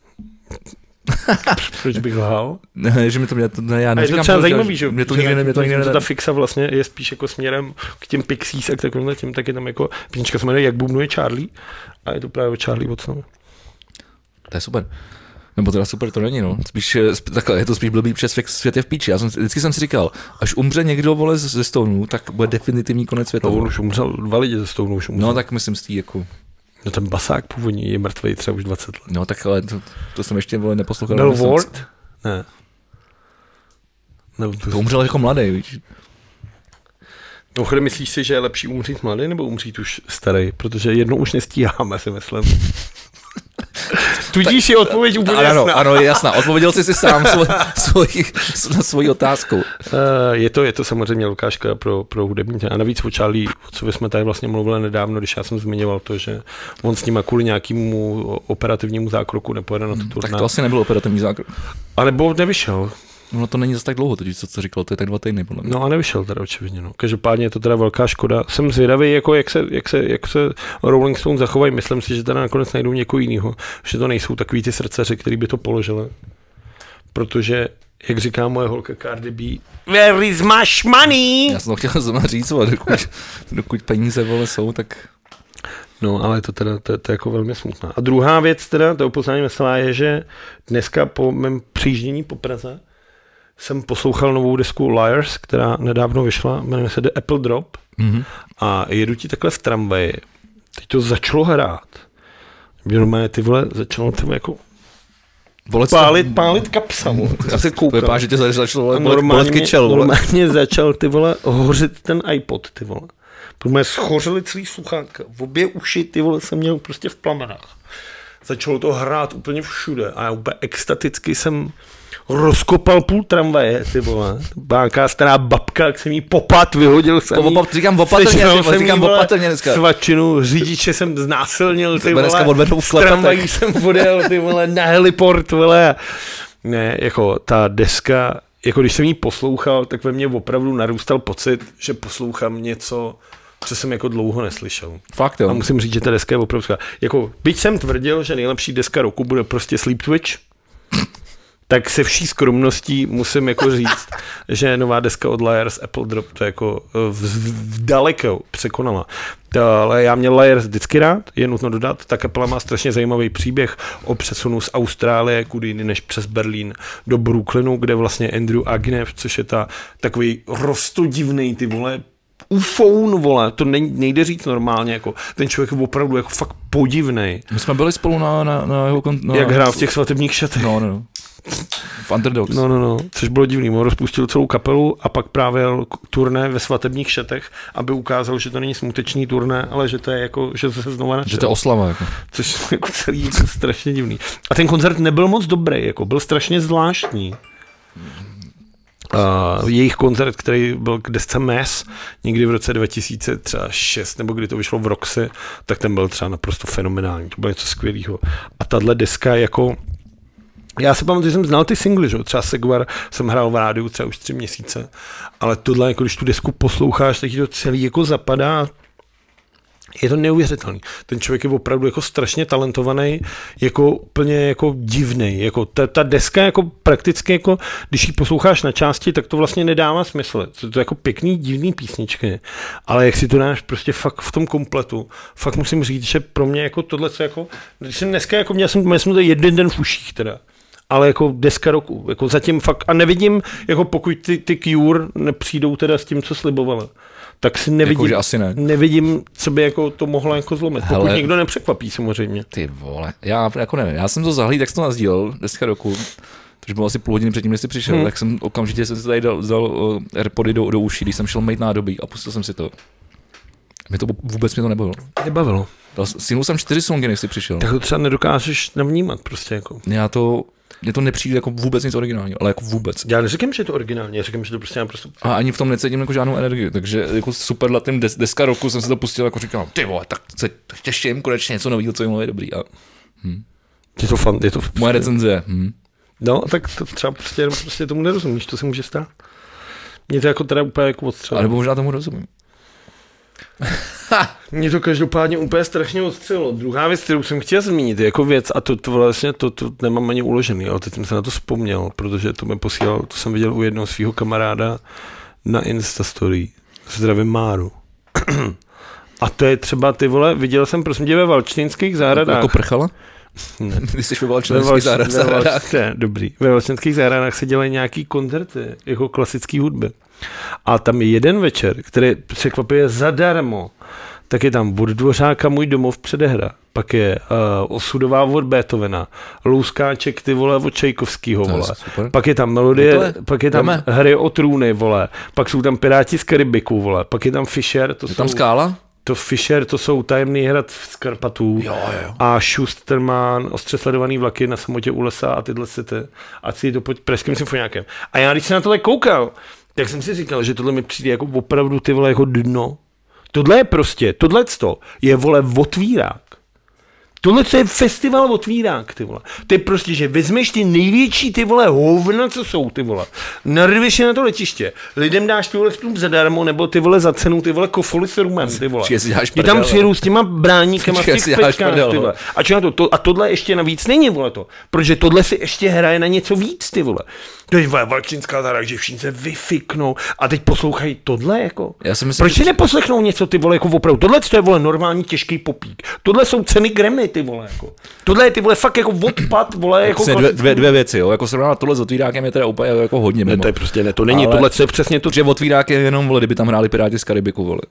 Proč bych lhal?
Ne, že mi to já neříkám.
A je to třeba zajímavý, že
mě to nikdy
ta fixa vlastně je spíš jako směrem k těm Pixies a k takovým tím, tak je tam jako písnička se jmenuje Jak bubnuje Charlie a je to právě o Charlie Wattsovi.
To je super. Nebo teda super to není, no. Spíš, takhle, je to spíš blbý, přes svět je v píči. Vždycky jsem si říkal, až umře někdo, vole, ze Stonů, tak bude definitivní konec světa.
No, už umřel 2 lidi ze Stonů.
No, tak myslím s tí, jako...
No ten basák původní je mrtvej třeba už 20 let.
No, tak ale to jsem ještě, vole, neposlouchal.
Bill Ward? Ne.
To umřel jako mladý, víš.
No, myslíš si, že je lepší umřít mladý nebo umřít už starý? Protože jednou už nestíháme, si myslím. Tudíž je odpověď úplně jasná.
Ano, je jasná. Odpověděl jsi si sám svojí otázkou.
Je to samozřejmě velká škoda pro hudební. A navíc o Charlie, co jsme tady vlastně mluvili nedávno, když já jsem zmiňoval to, že on s nima kvůli nějakému operativnímu zákroku nepojede na tu turné.
Tak to asi nebyl operativní zákrok.
A nebo nevyšel.
No to není zase tak dlouho, totiž co říkal, to je tak 2 týdny, podle mě.
No a nevyšel teda očividně, no. Každopádně je to teda velká škoda. Jsem zvědavý, jako jak se Rolling Stone zachovají. Myslím si, že teda nakonec najdou někoho jiného, že to nejsou takový ty srdcaři, který by to položili. Protože, jak říká moje holka Cardi B, where is my money?
Já jsem to chtěl zrovna říct, dokud peníze, vole, jsou, tak...
No, ale to teda, to je jako velmi smutná. A druhá věc teda, to upoznání veselá je, že dneska po mém přijíždění po Praze jsem poslouchal novou desku Liars, která nedávno vyšla, jmenuje se The Apple Drop, a jedu ti takhle v tramvaji. Teď to začalo hrát. Normálně ty vole, začalo to jako pálit kapsa, já se koukal.
Vypadá, že tě začalo bolet kyčel,
normálně začal, ty vole, hořit ten iPod, ty vole. Protože schořely celý sluchátka, v obě uši, ty vole, jsem měl prostě v plamenách. Začalo to hrát úplně všude a já úplně extaticky jsem rozkopal půl tramvaje, ty vole. Bánka stará babka, jak jsem jí popat, vyhodil jsem jí.
Říkám opatrně dneska.
Svačinu, řidiče jsem znásilnil, ty vole.
Dneska odvedou v
tramvají jsem odjel, ty vole, na heliport, vole. Ne, jako ta deska, jako když jsem jí poslouchal, tak ve mně opravdu narůstal pocit, že poslouchám něco, co jsem jako dlouho neslyšel.
Fakt jo.
A musím říct, že ta deska je opravdu skvělá. Jako, byť jsem tvrdil, že nejlepší deska roku bude prostě Sleep Twitch, tak se vší skromností musím jako říct, že nová deska od Liars Apple Drop to jako daleko překonala. Ale já měl Liars vždycky rád, je nutno dodat, ta kapela má strašně zajímavý příběh o přesunu z Austrálie kudy jiný než přes Berlín do Brooklynu, kde vlastně Andrew Agnew, což je takový rostodivnej, ty vole, ufoun, vole, to nejde říct normálně, jako ten člověk je opravdu jako fakt podivnej.
My jsme byli spolu na jeho
jak hrál v těch svatebních šatech.
No. V Underdogs.
No, což bylo divný. On rozpustil celou kapelu a pak právě turné ve svatebních šatech, aby ukázal, že to není smutečný turné, ale že to je jako, že to se znova načal.
Že to je oslava. Jako.
Což jako celý jako strašně divný. A ten koncert nebyl moc dobrý, jako byl strašně zvláštní. Jejich koncert, který byl k desce Mess někdy v roce 2006, nebo kdy to vyšlo v Roxy, tak ten byl třeba naprosto fenomenální. To bylo něco skvělého. A tahle deska jako já si pamatuju, že jsem znal ty singly, že? Třeba Seguar jsem hrál v rádiu třeba už 3 měsíce, ale tohle, jako když tu desku posloucháš, tak ti to celý jako zapadá. Je to neuvěřitelný. Ten člověk je opravdu jako strašně talentovaný, jako úplně jako divnej. Jako ta deska jako prakticky, jako, když ji posloucháš na části, tak to vlastně nedává smysl. To je jako pěkný, divný písničky, ale jak si to dáš prostě fakt v tom kompletu, fakt musím říct, že pro mě jako tohle, co jako, když jsem dneska, jako měl jsem to jeden den v uších teda, ale jako deska roku, jako zatím fakt, a nevidím, jako pokud ty Cure nepřijdou teda s tím, co slibovali, tak si nevidím,
jako, asi ne.
Nevidím, co by jako to mohlo jako zlomit. Pokud někdo nepřekvapí samozřejmě.
Ty vole, já jako nevím, já jsem to zahlíd, jak jsem to nazdílel deska roku, což bylo asi půl hodiny předtím, než jsi přišel, tak jsem okamžitě jsem si tady dal AirPody do uší, když jsem šel mít nádobí a pustil jsem si to. Mě to vůbec nebavilo.
Nebavilo.
Sinul jsem 4 songy, než jsi přišel.
Tak to třeba nedokážeš navnímat prostě jako.
Mně to nepřijde jako vůbec nic originálního, ale jako vůbec.
Já neříkám, že je to originální, já říkám, že to prostě naprosto...
A ani v tom necítím jako žádnou energii, takže jako superlativní deska roku jsem se to pustil, jako říkal, ty vole, tak se těším konečně něco nového, co jim je dobrý. A,
Je to fan, je to...
Moje recenze.
No, tak to třeba prostě tomu nerozumíš, to se může stát. Mě to jako teda úplně jako odstřelilo.
A nebo možná tomu rozumím.
Mě to každopádně úplně strašně odstřelilo. Druhá věc, kterou jsem chtěl zmínit, je jako věc, a to vlastně to nemám ani uložený, ale teď jsem se na to vzpomněl, protože to mi posílal, to jsem viděl u jednoho svého kamaráda na Instastory. Zdravím Máru. A to je třeba, ty vole, viděl jsem prosím tě ve Valčtinských zahradách.
Jako prchala?
Ne.
Když jsi ve Valčtinských zahradách.
Dobrý. Ve Valčtinských zahradách se dělají nějaký koncerty, jako klasický hudby. A tam je jeden večer, který překvapuje zadarmo. Tak je tam od Dvořáka Můj domov předehra, pak je Osudová od Beethovena, Louskáček ty vole od Čajkovskýho, vole. Pak je tam melodie, pak je tam Hry o trůny, vole. Pak jsou tam Piráti z Karibiku, vole. Pak je tam Fischer,
je tam Skála?
To Fischer, to jsou Tajemný hrad z Karpatů.
Jo.
A Schusterman, Ostře sledovaný vlaky na samotě u lesa a tyhle sety. A si to pod Pražským symfoniákem. A já když jsem na tohle koukal, tak jsem si říkal, že tohle mi přijde jako opravdu ty vole jako dno. Tohle je prostě, tohleto je vole otvírák. Tohle je festival otvírák, ty vole. To je prostě, že vezmeš ty největší ty vole hovna, co jsou ty vole. Narveš je na to letiště. Lidem dáš ty vole vstup zadarmo, nebo ty vole za cenu ty vole kofoli s rumem, ty vole. Ty tam přijedou s těma bráníkama v těch pečkách, ty vole. A tohle ještě navíc není, vole to. Protože tohle si ještě hraje na něco víc, ty vole. To je Valčinská zahrada, že všichni se vyfiknou a teď poslouchají tohle jako. Proč si neposlechnou něco ty vole jako opravdu? Tohle je vole normální těžký popík. Tohle jsou ceny Grammy ty vole jako. Tohle je ty vole fakt jako odpad vole jako.
Dvě věci, jo. Jako srovnat tohle s Otvírákem je teda úplně jako hodně mimo.
Ne, to je prostě ne, to není, tohle je přesně to.
Že Otvírák je jenom vole, kdyby tam hráli Piráti z Karibiku, vole.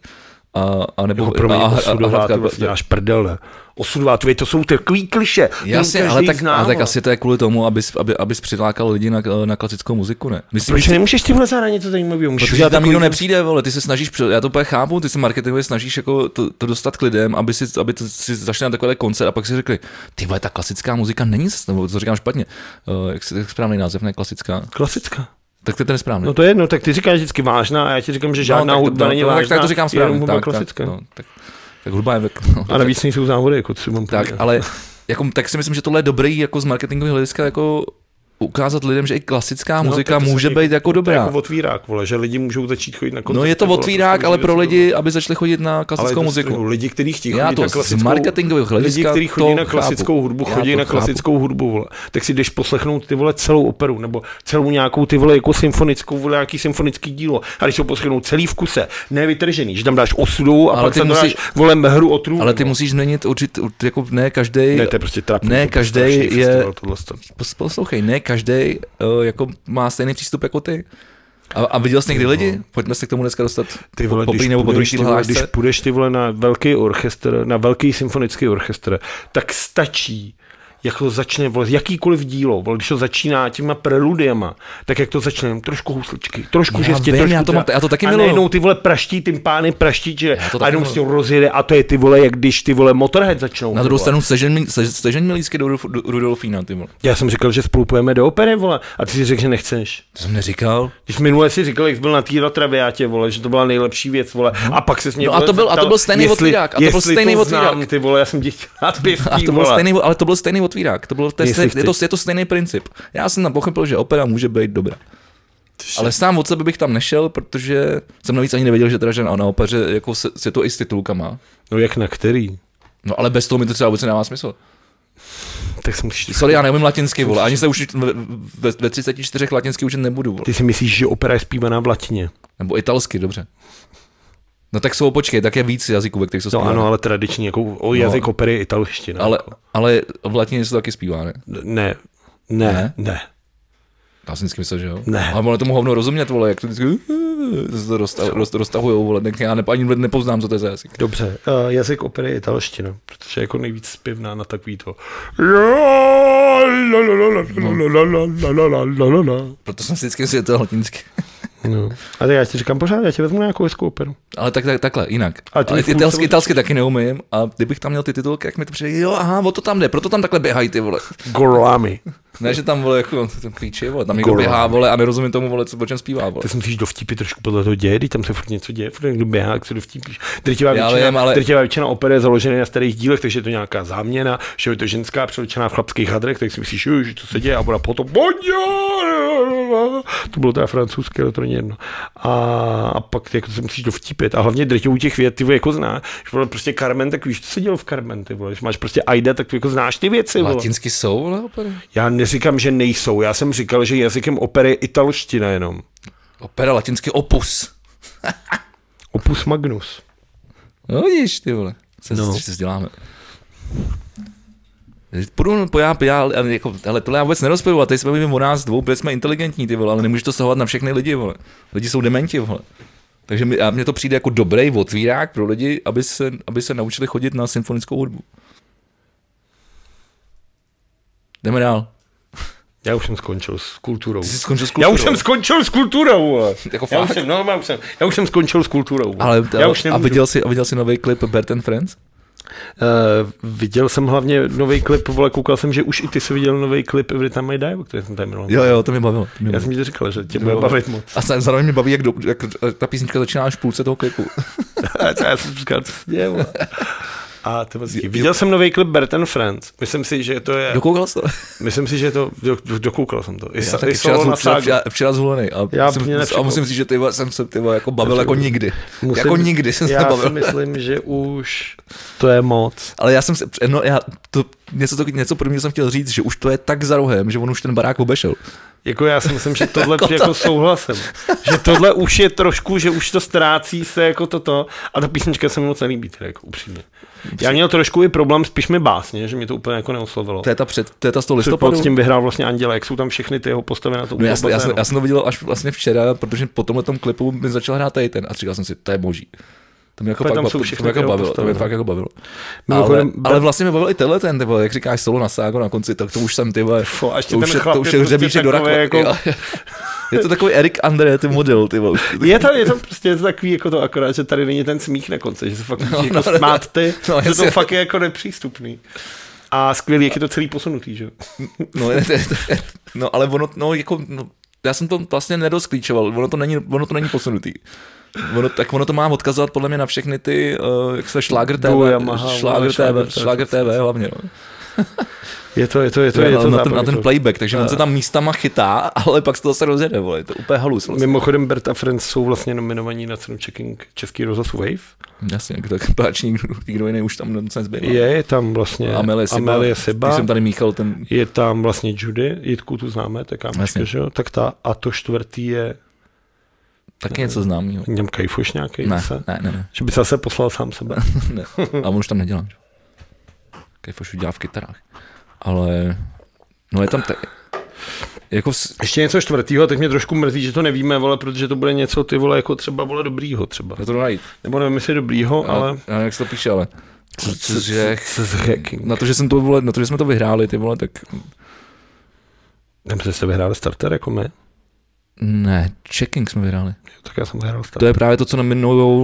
a nebo
jako promiň, osudová, ty vlastně děláš prdel, ne? Osudová, to jsou takový kliše.
Jasně, ale tak asi to je kvůli tomu, abys přilákal lidi na klasickou muziku, ne?
Myslím, proč nemůžeš ty vole zahrát něco zajímavého?
Protože tam nikdo nepřijde, vole, ty se snažíš, já to úplně chápu, ty se marketingově snažíš jako to dostat k lidem, aby si zašli na takovýhle koncert a pak si řekli, ty vole, ta klasická muzika není, to říkám špatně, jak správný název, ne klasická?
Klasická.
Tak to je ten správný.
No to je jedno, tak ty říkáš vždycky vážná a já ti říkám, že žádná hudba není vážná.
Tak to říkám správně,
klasická.
Tak hudba je
a navíc nejsou závody, jako co mám
tak, ale tak si myslím, že tohle je dobrý jako z marketingového hlediska jako ukázat lidem, že i klasická muzika může být jako dobrá.
Jako otvírák, vole, že lidi můžou začít chodit na koncert.
No je to otvírák, ale pro lidi, aby začali chodit na klasickou muziku.
Lidi, kteří chtějí chodit na klasickou,
z marketingového hlediska,
lidi, kteří chodí na klasickou hudbu, chodí na klasickou hudbu, vole. Tak si jdeš poslechnout ty vole celou operu nebo celou nějakou ty vole jako symfonickou, vole nějaký symfonický dílo. A když ho poslechnout celý v kuse, nevytržený, že tam dáš osudu a pak tam dáš vole hru o trůn.
Ale ty musíš změnit jako ne každý.
Ne, to je prostě trapný.
Ne každý je. Poslouchej, ne každý jako má stejný přístup jako ty. A viděl jsi někdy lidi? Pojďme se k tomu dneska dostat
ty vole, když půjdeš ty vole na velký orchestr, na velký symfonický orchestr, tak stačí, jak to začne, vole, jakýkoliv dílo, vole, když to začíná těma preludiama, tak jak to začne, trošku husličky, trošku žestě,
já to taky miluju.
A najednou ty vole praští, tympány praští, a jenom s tím rozjede a to je ty vole, jak když ty vole Motorhead začnou.
Na druhou stranu Stežen mi lístky do Rudolfína, ty vole.
Já jsem říkal, že spolupujeme do opery, vole, a ty si řekl, že nechceš.
To jsem neříkal.
Když minule si říkal, jak byl na té Traviátě, vole, že to byla nejlepší věc, vole, a pak se mě
no, a to byl stejný otvírák,
ty vole, já jsem ti chtěl pěstí,
ale to byl stejný otvírák, je to stejný princip. Já jsem pochopil, že opera může být dobrá. Ale sám od sebe bych tam nešel, protože jsem navíc ani nevěděl, že teda že na opeře jako se to i s titulkama.
No jak na který?
No ale bez toho mi to třeba vůbec nemá smysl.
Tak se musíš...
Sorry, já neumím latinsky, vole, ani se už ve 34 latinsky učit nebudu, vole.
Ty si myslíš, že opera je zpívaná v latině?
Nebo italsky, dobře. No tak počkej, tak je víc jazyků, ve kterých se zpívá.
No ano, ale tradiční, jako jazyk opery je italština.
Ale v latině se to taky zpívá, ne?
Ne.
Já jsem vždycky myslel, že jo?
Ne.
Ale tomu hovno rozumět, vole, jak to vždycky roztahujou, vole, já ani nepoznám, co to je za jazyk.
Dobře, jazyk opery je italština, protože je jako nejvíc zpěvná na takový to.
Proto jsem si vždycky myslel, že to je latinsky.
No. A tak já ti říkám pořád, já ti vezmu nějakou hezkou operu.
Ale takhle, jinak. Ale italsky taky neumím a kdybych tam měl ty titulky, jak mi to přijde, jo, aha, o to tam jde, proto tam takhle běhají ty vole.
Gorlami.
Ne, že tam vole, jako ten klíči, vole, tam někdo běhá, vole, a nerozumím tomu, vole, o čem zpívá, vole.
Ty si musíš dovtípit trošku podle toho děje, když tam se furt něco děje, furt někdo běhá, jak se dovtípíš. Drtivá většina opery je založená na starých dílech, takže je to nějaká záměna, že je to ženská převlečená v chlapských hadrech, tak si myslíš, že to se děje a bude potom to bylo teda francouzské, ale to není jedno. A pak jako se musíš dovtípit. A hlavně drtivou těch vět, ty jako znáš. Že prostě Carmen, tak víš, co se dělo v Carmen, ty vole. Když máš prostě Aida, tak ty jako znáš ty věci.
Latinsky jsou, ale opery?
Já neříkám, že nejsou. Já jsem říkal, že jazykem opery je italština jenom.
Opera latinsky opus.
Opus magnus.
No vidíš, ty vole. Se vzděláme. Tohle já vůbec nerozpěvu a tady jsme mluvím o nás dvou, protože jsme inteligentní, ty vole, ale nemůžeš to stahovat na všechny lidi, vole. Lidi jsou dementi, vole. Takže mně to přijde jako dobrý otvírák pro lidi, aby se naučili chodit na symfonickou hudbu. Jdeme dál.
Já už jsem skončil s kulturou.
Ty jsi skončil s kulturou?
Já už jsem skončil s kulturou, vole.
Jako
já už jsem skončil s kulturou.
Ale a viděl jsi nový klip Bert and Friends?
Viděl jsem hlavně nový klip, vole, koukal jsem, že už i ty jsi viděl nový klip Every Time I Die, o který jsem tady minul.
Jo, to mě bavilo.
Já jsem ti říkal, že tě bude bavit moc.
A zároveň mě baví, jak ta písnička začíná až v půlce toho klipu.
Já jsem říkal, co se děje, vole. A viděl jsem nový klip Bert and Friends. Myslím si, že to je...
Dokoukal jsi to?
Myslím si, že to... Dokoukal jsem to.
Včera zvolený. A musím říct, že jsem se jako bavil jako nikdy. Jako nikdy jsem se bavil.
Já si myslím, že už to je moc.
Ale já jsem se... Něco pro mě jsem chtěl říct, že už to je tak za rohem, že on už ten barák obešel.
Jako já si myslím, že tohle jako souhlasím. Že tohle už je trošku, že už to ztrácí se jako toto. A ta písnička se mi moc nelíbí, teda jako upřímně. Já měl trošku i problém spíš mi básně, že mě to úplně jako neoslovilo.
To je ta z toho listopadu?
S tím vyhrál vlastně Anděla, jak jsou tam všechny ty jeho postavy na to.
No já jsem to viděl až vlastně včera, protože po tomhletom klipu mi začal hrát tady ten a říkal jsem si, to je boží. To mě fakt bavilo. Ale vlastně mě bavil i tenhle ten, tyvo, jak říkáš solo na Ságo na konci, tak to už jsem, tyvo, to už je hřebíček do rakve. Jako... Je to takový Erik André, ty model, tyvo.
Je to prostě takový jako to akorát, že tady není ten smích na konci, že se fakt může jako smát ty, že to fakt je jako nepřístupný. A skvělý, jak je to celý posunutý, že?
No ale ono, jako, já jsem to vlastně nedosklíčoval, ono to není posunutý. Ono to má odkazovat podle mě na všechny ty, jak se Schlager TV hlavně, no.
Je to
na ten playback, takže on se tam místama chytá, ale pak z toho se rozjede, vole, je to úplně halus. Vlastně.
Mimochodem Bert a Friends jsou vlastně nominovaní na cenu Checking Český rozhlasu Wave.
Jasně, tak páč nikdo jiný už tam docela zbývá.
Je tam vlastně Amelie Siba.
Když jsem tady míchal ten...
Je tam vlastně Judy, Jitku tu známe, tak kámoška, že jo? Tak ta a to čtvrtý je...
Taky něco známýho.
Něm Kajfuš nějaký?
Ne.
Že by se zase poslal sám sebe.
Ne, a on už tam nedělá. Kajfuš dělá v kytarách. Ale, no je tam jako
ještě něco čtvrtýho, teď mě trošku mrzí, že to nevíme, vole, protože to bude něco, ty vole, jako třeba, vole, dobrýho třeba.
Já to najít.
Nebo nevím, jestli dobrýho, ale...
Já jak se to píše, ale... Na to, že jsem to, vole, na to, že jsme to vyhráli, ty vole, tak...
Jste vyhráli starter, jako my?
Ne, Checking jsme vyhráli.
Tak já jsem vyhrál starter.
To je právě to, co nominujou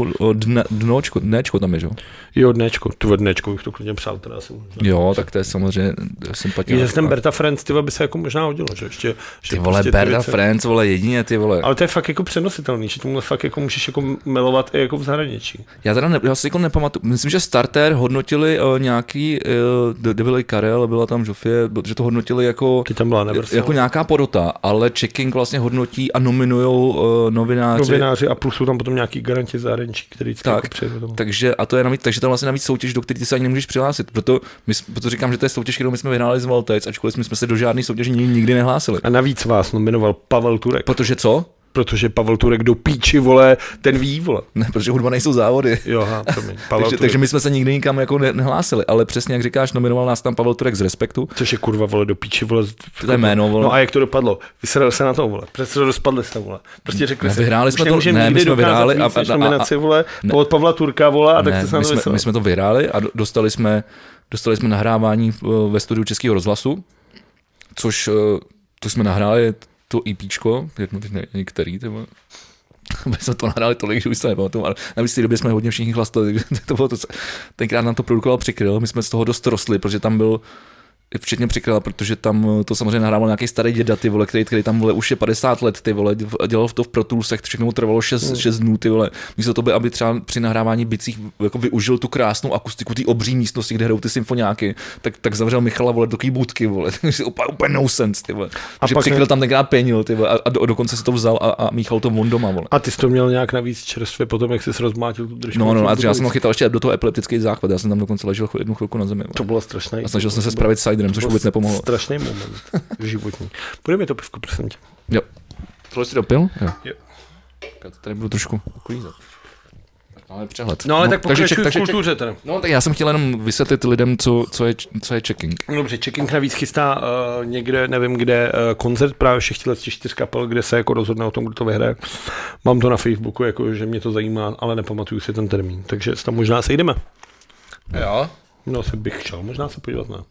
dnečko tam je, že?
Jo, dnečko, dnečko bych to klidně přál, teda asi možná.
Jo, tak to je samozřejmě sympatické.
Je ten Berta Friends, ty by se jako možná hodilo, že ještě...
Ty vole, prostě Berta Friends, vole, jedině, ty vole.
Ale to je fakt jako přenositelný, že tomu fakt jako můžeš jako milovat i jako v zahraničí.
Já si jako nepamatuju, myslím, že starter hodnotili nějaký, kde byl i Karel, byla tam Žofie, že to hodnotili jako...
Ty tam byla
jako nějaká porota, ale Checking vlastně hodnotí a nominujou
novináři a plus jsou tam potom nějaký garanti zahraničí, který
tak, jako takže a to je navíc, takže to je vlastně navíc soutěž, do které ty se ani nemůžeš přihlásit. Proto říkám, že to je soutěž, kterou my jsme vyhráli z Valtec, ačkoliv jsme se do žádné soutěže nikdy nehlásili.
A navíc vás nominoval Pavel Turek.
Protože co?
Protože Pavel Turek do píči, vole, ten ví, vole.
Ne, protože hudba nejsou závody.
Jo, promiň.
takže my jsme se nikdy nikam jako nehlásili, ale přesně jak říkáš, nominoval nás tam Pavel Turek z Respektu.
Což je kurva, vole, do píči, vole.
To je jméno, vole.
No a jak to dopadlo? Vysrali se na to, vole. Přesně rozpadli se, vole. Prostě řekli se.
Vyhráli jsme to, ne, my jsme vyhráli
a nominaci, vole, od Pavla Turka, vole, a tak se na to
my jsme to vyhráli a dostali jsme nahrávání ve studiu Českého rozhlasu, což to jsme nahráli to EPčko, některý, my jsme to nahráli tolik, že už se nepamatuju, ale navíc v té době jsme hodně všichni chlastali, takže to bylo to, tenkrát nám to produkoval Přikryl, my jsme z toho dost rostli, protože tam byl, včetně Přikryla, protože tam to samozřejmě nahrával nějaký starý děda, ty vole, který tam, vole, už je 50 let, ty vole, dělal to v Pro Toolsech, všechno mu trvalo 6 dnů, ty vole, místo toho by, aby třeba při nahrávání bicích jako využil tu krásnou akustiku té obří místnosti, kde hrajou ty symfoniáky, tak zavřel Michala, vole, do budky, vole, takže úplně no sense, ty vole. Takže Přikryl tam tenkrát penil, ty vole, a dokonce si to vzal a míchal to von doma, vole.
A ty jsi to měl nějak navíc čerstvě potom, jak jsi se rozmátil tu držku.
No, a já jsem ho chytal ještě do toho epileptický záchvat, já jsem tam dokonce ležel jednu chvilku na zemi.
To bylo strašné.
A snažil jsem se spravit siderem, což vůbec nepomohlo.
Strašný moment životní. Půjdeme to pivko, prosím tě.
Jo. Tohle jsi dopil?
Jo.
Tady budu trošku uklízet. Máme přehled.
No ale tak pokračuj v kultuře teda.
No tak já jsem chtěl jenom vysvětlit lidem, co je Checking.
Dobře, Checking navíc chystá někde, nevím kde, koncert právě všech 4 kapel, kde se jako rozhodne o tom, kdo to vyhraje. Mám to na Facebooku, jako, že mě to zajímá, ale nepamatuju si ten termín, takže tam možná sejdeme.
Jo?
No se bych chtěl možná se podívat na.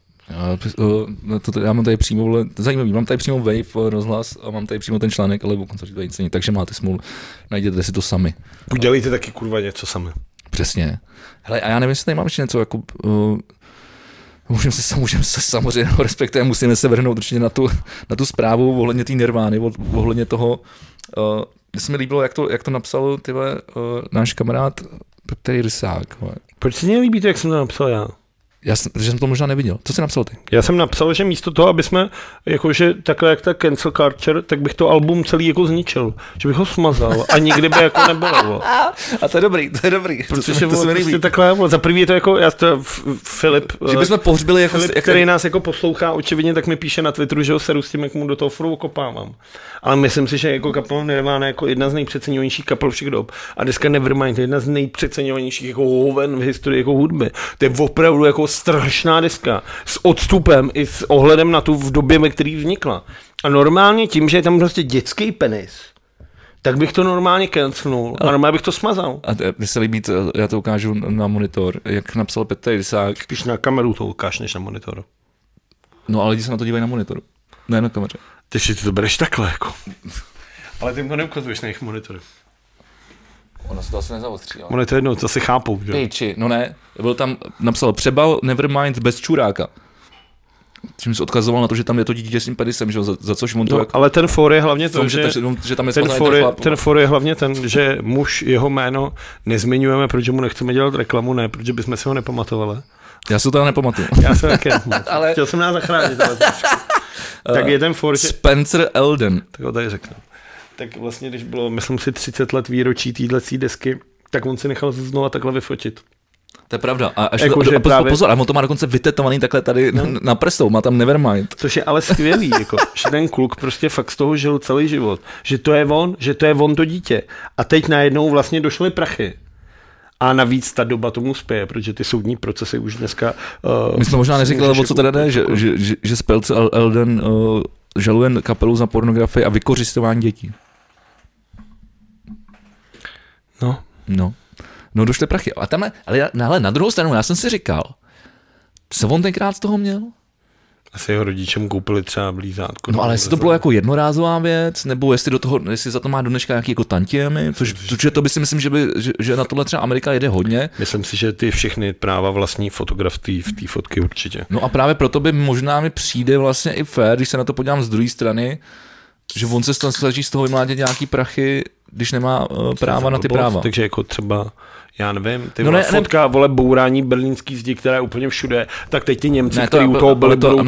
Já mám tady přímo, zajímavý, mám tady přímo Wave rozhlas a mám tady přímo ten článek, ale o koncertu nic není, takže máte smůlu, najděte si to sami.
Udělejte taky kurva něco sami.
Přesně. Hele, a já nevím, jestli tady mám ještě něco jako... Můžeme se samozřejmě, respektive musíme se vrhnout určitě na tu zprávu ohledně té Nirvány, ohledně toho, kde se mi líbilo, jak to napsal náš kamarád Petr Rysák.
Proč si nelíbí to, jak jsem to napsal já?
Protože jsem to možná neviděl. Co jsi napsal ty?
Já jsem napsal, že místo toho, aby jsme, jakože takhle jak ta cancel culture, tak bych to album celý jako zničil. Že bych ho smazal a nikdy by jako nebylo.
A to je dobrý.
Protože to se mi líbí. Takhle, za první je to jako, Filip,
že bychom pohřbili jako...
Filip, který nás jako poslouchá očividně, tak mi píše na Twitteru, že ho seru s tím, jak mu do toho furt kopávám. Ale myslím si, že jako kapela Nirvana jako jedna z nejpřeceňovanějších kapel všech dob. A dneska Nevermind je jedna z nejpřeceňovanějších jako hoven v historii jako hudby. To je opravdu jako strašná deska s odstupem i s ohledem na tu v době, ve který vznikla. A normálně tím, že je tam prostě dětský penis, tak bych to normálně cancelnul. A normálně bych to smazal.
A mně se líbí, já to ukážu na monitor, jak napsal Petr Rysák.
Spíš na kameru to ukáž, než na monitoru.
No ale lidi se na to dívají na monitoru, ne na kameře.
Ty si to bereš takhle, jako. Ale ty to neukazuješ na jejich monitory.
Ono se to asi nezaostří, ale...
Ono je to jedno, to si chápou, že?
Pejči, no ne, byl tam, napsal přebal Nevermind bez čuráka. Čím se odkazoval na to, že tam je to dítě s tím pedisem, že za což on to...
No, ale ten for je hlavně to,
že tam je
ten for je hlavně ten, že muž, jeho jméno nezmiňujeme, protože mu nechceme dělat reklamu, ne, protože bychom si ho nepamatovali.
Já si to teda nepamatuju.
Já se taky ale... Chtěl jsem nás zachránit. Tak je ten for, že...
Spencer Elden.
Tak ho tady řeknu. Tak vlastně, když bylo, myslím si, 30 let výročí téhlecí desky, tak on si nechal znova takhle vyfotit.
To je pravda. A pozor, a on to má dokonce vytetovaný takhle tady na prstou, má tam Nevermind.
Což je ale skvělý, jako, že ten kluk prostě fakt z toho žil celý život. Že to je on to dítě. A teď najednou vlastně došly prachy. A navíc ta doba tomu spěje, protože ty soudní procesy už dneska...
My jsme možná neřekli, o co teda jde, že Spencer Elden žaluje kapelu za pornografii a vykořisťování dětí. No došly prachy. Ale na druhou stranu, já jsem si říkal, co on tenkrát z toho měl?
Asi jeho rodiče mu koupili třeba blízátko.
No ale jestli to bylo jako jednorázová věc, nebo jestli za to má do dneška nějaký jako tantiemy, protože to by si myslím, že na tohle třeba Amerika jede hodně.
Myslím si, že ty všechny práva vlastní fotograf v té fotky určitě.
No a právě proto by možná mi přijde vlastně i fér, když se na to podívám z druhé strany, že on se snaží z toho vymlátit nějaký prachy, když nemá práva na ty práva.
Takže jako třeba, já nevím, fotka, vole, bourání berlínský zdi, která je úplně všude, tak teď ty Němci, kteří u toho byli,
to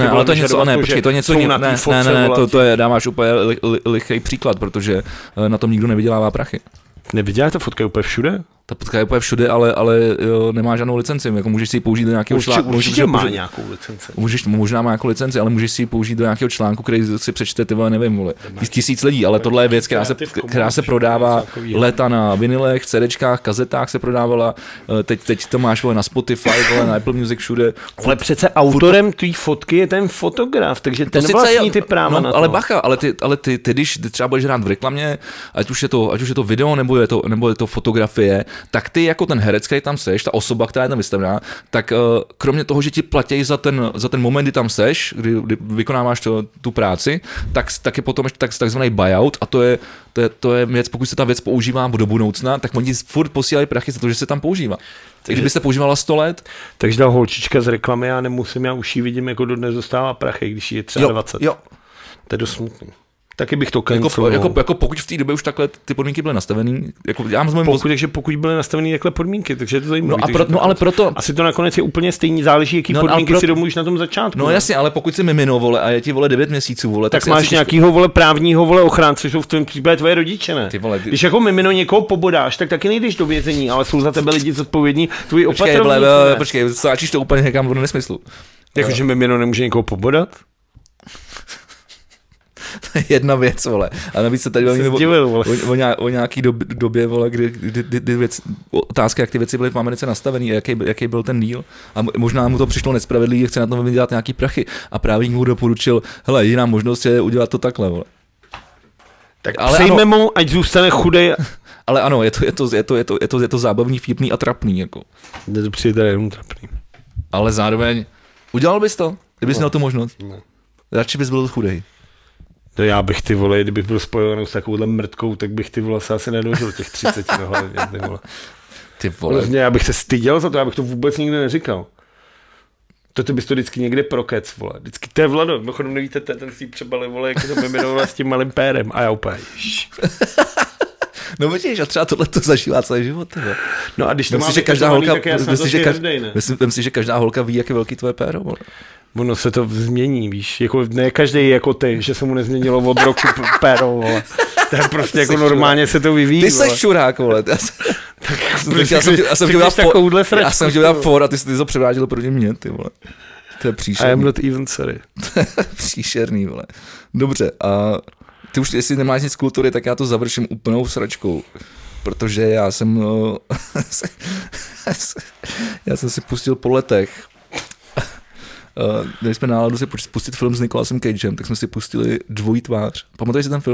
je něco jiného. Ne, to je, dáváš úplně lichý příklad, protože na tom nikdo nevydělává prachy.
Neviděla, ta fotka je úplně všude?
Ta fotka je úplně všude, ale jo, nemá žádnou licenci. Jako můžeš si ji použít do nějakého článku.
Určitě má nějakou licenci.
Možná má nějakou licenci, ale můžeš si ji použít do nějakého článku, který si přečte, ty vole, nevím, vole. 1000 lidí, ale tohle je věc, která se prodává léta na vinilech, CDčkách, kazetách se prodávala. Teď to máš, vole, na Spotify, vole, na Apple Music, všude.
Ale přece autorem tvý fotky je ten fotograf, takže ten vlastní ty práva na to.
Ale bacha, ale ty když třeba budeš hrát v reklamě, ať už je to video nebo je to fotografie, tak ty jako ten herec, který tam seš, ta osoba, která je tam vystavená, tak kromě toho, že ti platí za ten moment, kdy tam seš, kdy vykonáváš tu práci, tak je potom takzvaný buyout a to je věc, pokud se ta věc používá do budoucna, tak oni ti furt posílají prachy za to, že se tam používá. Kdyby se používala 100 let.
Takže ta holčička z reklamy, já už ji vidím, jako dodnes dostává prachy, když je třeba 20.
Jo.
To je dost smutný. Taky bych to canceloval.
Jako pokud v té době už takhle ty podmínky byly nastavený, jako
pokud byly nastavený takhle podmínky, takže je to zajímavé.
Ale proto
asi to nakonec je úplně stejný, záleží, jaký podmínky si domluvíš na tom začátku.
No jasně, ale pokud si mimino, vole, a je ti, vole, 9 měsíců, vole,
tak máš nějakýho, vole, právního, vole, ochránce, jsou v tom případě tvoje rodiče, ne? Když jako mimino někoho pobodáš, tak taky nejdeš do vězení, ale jsou za tebe lidi zodpovědní, tvoji opatrovníci.
Počkej, sáčíš to úplně někam do nesmyslu.
Jakože mimino nemůže někoho pobodat?
To je jedna věc, vole. A navíc se tady bavíme o nějaký době, vole, kdy otázka, jak ty věci byly v Americe nastavený, jaký byl ten díl. A možná mu to přišlo nespravedlivý, chce na tom vydělat nějaký prachy. A právě mu doporučil, hele, jiná možnost je udělat to takhle, vole.
Tak přejme mu, ať zůstane chudej.
Ale ano, je to zábavný, vtipný a trapný, jako.
Je to přijde jenom trapný.
Ale zároveň, udělal bys to, kdybys měl tu možnost? Ne. Radši bys byl chudej.
To já bych, ty vole, kdybych byl spojený s takovouhle mrtkou, tak bych, ty vole, se asi nedožil těch 30 na hlavě, ty vole.
Ty vole.
Rozně, já bych se styděl za to, já bych to vůbec nikdy neříkal. To ty bys to vždycky někde prokec, vole. Vždycky, to je Vlado, mimochodem nevíte, ten si přebali, vole, jak to miminovala s tím malým pérem. A já úplně,
No vidíš, a třeba tohle to zažívá celý život, tyhle.
No a když to
myslím, že každá holka, myslím, že každá holka ví, jak je velký tvoje péro, vole.
Ono se to změní, víš, jako ne každý jako ty, že se mu nezměnilo od roku péro, vole. To je prostě jako normálně se to vyvíjí.
Ty seš čurák, vole. Já jsem chtěl dělat for a ty to převrátil proti mě, ty vole. To je příšerný.
I am not even sorry.
Příšerný, vole. Dobře, a ty už, jestli nemáš nic z kultury, tak já to završím úplnou sračkou. Protože já jsem si pustil po letech. Když jsme náladu si pustit film s Nicolasem Cagem, tak jsme si pustili Dvojí tvář. Pamatuješ si ten film?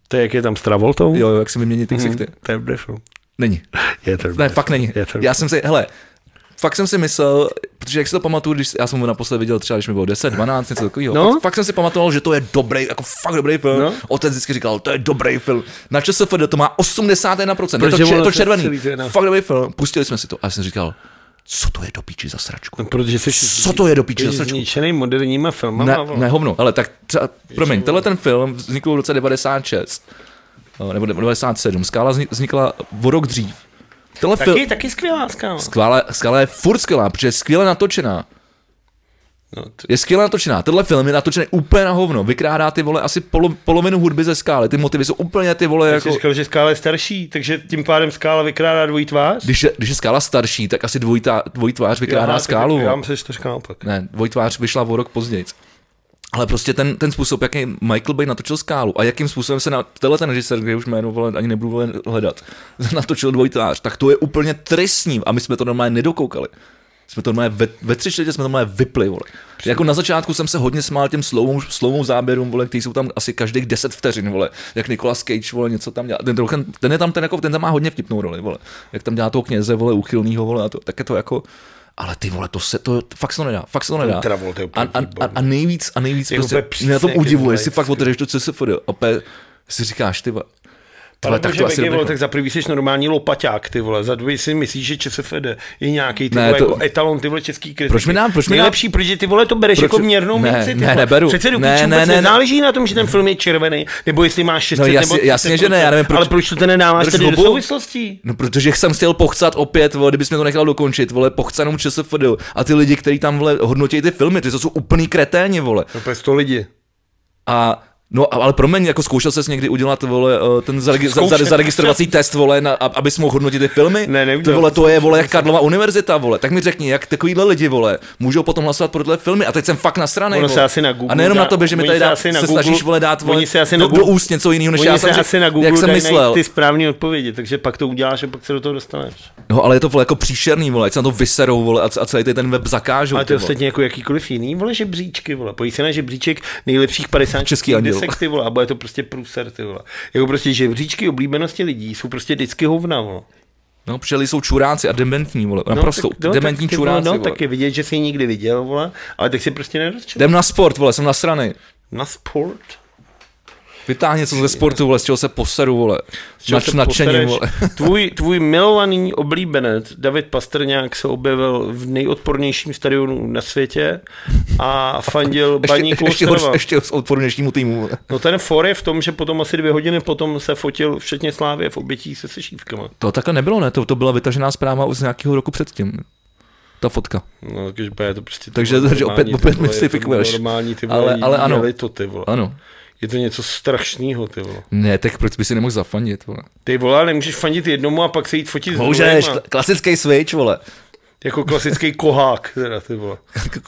To je, jak je tam s Travoltou?
Jo, jak se vymění ty ksichty.
To je dobrý film.
Není.
Je to
ne, fakt není. Já jsem si, fakt jsem si myslel, protože jak si to pamatuju, když já jsem ho naposled viděl třeba, když mi bylo 10, 12, něco takového. No? Fakt jsem si pamatoval, že to je dobrý, jako fakt dobrý film. No? Otec vždycky říkal, to je dobrý film. Na ČSFD to má 81%. Je to červený. Fakt dobrý film. Pustili jsme si to. A já jsem říkal, co to je do píči za sračku?
No, protože
co to je do píči za sračku?
Zničený moderníma filmama.
Ne, hovno. Ale tak třeba, promiň, tenhle ten film vznikl v roce 96. Nebo 97. Skála vznikla o rok dřív.
Taky skvělá Skála.
Skála je furt skvělá, protože je skvěle natočená. No, je skvěle natočená. Tenhle film je natočený úplně na hovno. Vykrádá ty vole asi polovinu hudby ze Skály. Ty motivy jsou úplně ty vole jako...
Jsi říkal, že Skála je starší, takže tím pádem Skála vykrádá dvojí tvář?
Když je Skála starší, tak asi dvojí tvář vykrádá Skálu.
Já myslím, že to říkám naopak.
Ne, dvojí tvář vyšla o rok později. Ale prostě ten způsob, jaký Michael Bay natočil Skálu a jakým způsobem se na ten režisér, kde už jméno vole, ani nebudu hledat, natočil dvojí tvář, tak to je úplně tristní a my jsme to normálně nedokoukali. Jsme to normálně ve 3 čtvrtě jsme to normálně vypli, vole. Jako na začátku jsem se hodně smál těm slow záběrům, vole, který jsou tam asi každých 10 vteřin, vole. Jak Nicolas Cage, vole, něco tam dělá. Ten tam má hodně vtipnou roli, vole. Jak tam dělá toho kněze, vole, uchylnýho, vole, a to, tak je to jako... Ale ty vole, to fakt se to nedá. A nejvíc prostě, mě na tom udivuje, jestli fakt otevřeš to CSFD a si říkáš, ty vole.
Ale tak to asi vole, tak za prvý jsi normální lopaťák, ty vole, za druhý si myslíš, že ČSFD je nějaký ty vole, jako etalon, ty vole, český kritiky. Proč nejlepší, protože ty vole to bereš jako měrnou minci, ty vole.
Neberu.
Přece do píči vůbec nezáleží na tom, že ten film je červený, nebo jestli máš 600 nebo 30%.
Jasně, že ne, já nevím,
ale proč to ten nedáváš tady do souvislostí?
No protože jsem chtěl pochcat opět, vole, kdybys mě to nechal dokončit, vole, pochcanou ČSFD a ty lidi, kteří tam vole hodnotí ty filmy, ty jsou úplný kreténi, vole.
To je 100 lidí.
No, ale promiň, jako zkoušel ses někdy udělat, vole, ten zaregistrovací test, vole, abys mohl hodnotit ty filmy?
Ne,
vole, to je, vole, jak Karlova univerzita, vole. Tak mi řekni, jak takovýhle lidi, vole, můžou potom hlasovat pro tyhle filmy a teď jsem fakt nasranej,
vole. Asi na Google,
a nejenom na tobě, že mi tady se snažíš, vole, dát, vole, do úst něco jiného, než já jsem, jak jsem myslel.
Ty správné odpovědi, takže pak to uděláš a pak se do toho dostaneš.
No, ale je to, vole, jako příšerný, vole, ať se na to vyserou, vole, a celý ten web zakážou.
Ale to je ostatně jako jakýkoliv jiný, vole, žebříčky, vole. Pojď se na žebříček nejlepších 50 českých desek, ty vole, a bude to prostě průser, ty vole. Jako prostě žebříčky oblíbenosti lidí jsou prostě vždycky hovna, vole.
No, protože jsou čuráci a dementní, vole. Naprosto dementní čuráci,
vole. No, tak je vidět, že jsi ji nikdy viděl, vole, ale tak si prostě nerozčil.
Jdem na sport, vole, jsem nasranej.
Na sport?
Vytáhni něco ze sportu, vole, z čeho se poseru, vole. Nadšením, vole.
Tvůj milovaný oblíbenec David Pastrňák se objevil v nejodpornějším stadionu na světě a fandil Baníku Ostrava.
Ještě s odpornějšímu týmu. Vole.
No ten for je v tom, že potom asi 2 hodiny potom se fotil včetně Slávie v obětí se sešívkama.
To takhle nebylo, ne? To byla vytažená zpráva už z nějakého roku předtím. Ta fotka.
No, takže je to prostě...
Takže opět mystifikuješ.
Normální, ty vole,
ale ano.
To, ty vole.
Ano.
Je to něco strašného, ty vole.
Ne, tak proč by si nemohl zafandit, vole?
Ty vole, nemůžeš fandit jednomu a pak se jít fotit s druhým.
Můžeš, klasický switch, vole.
Jako klasický kohák, teda, ty vole.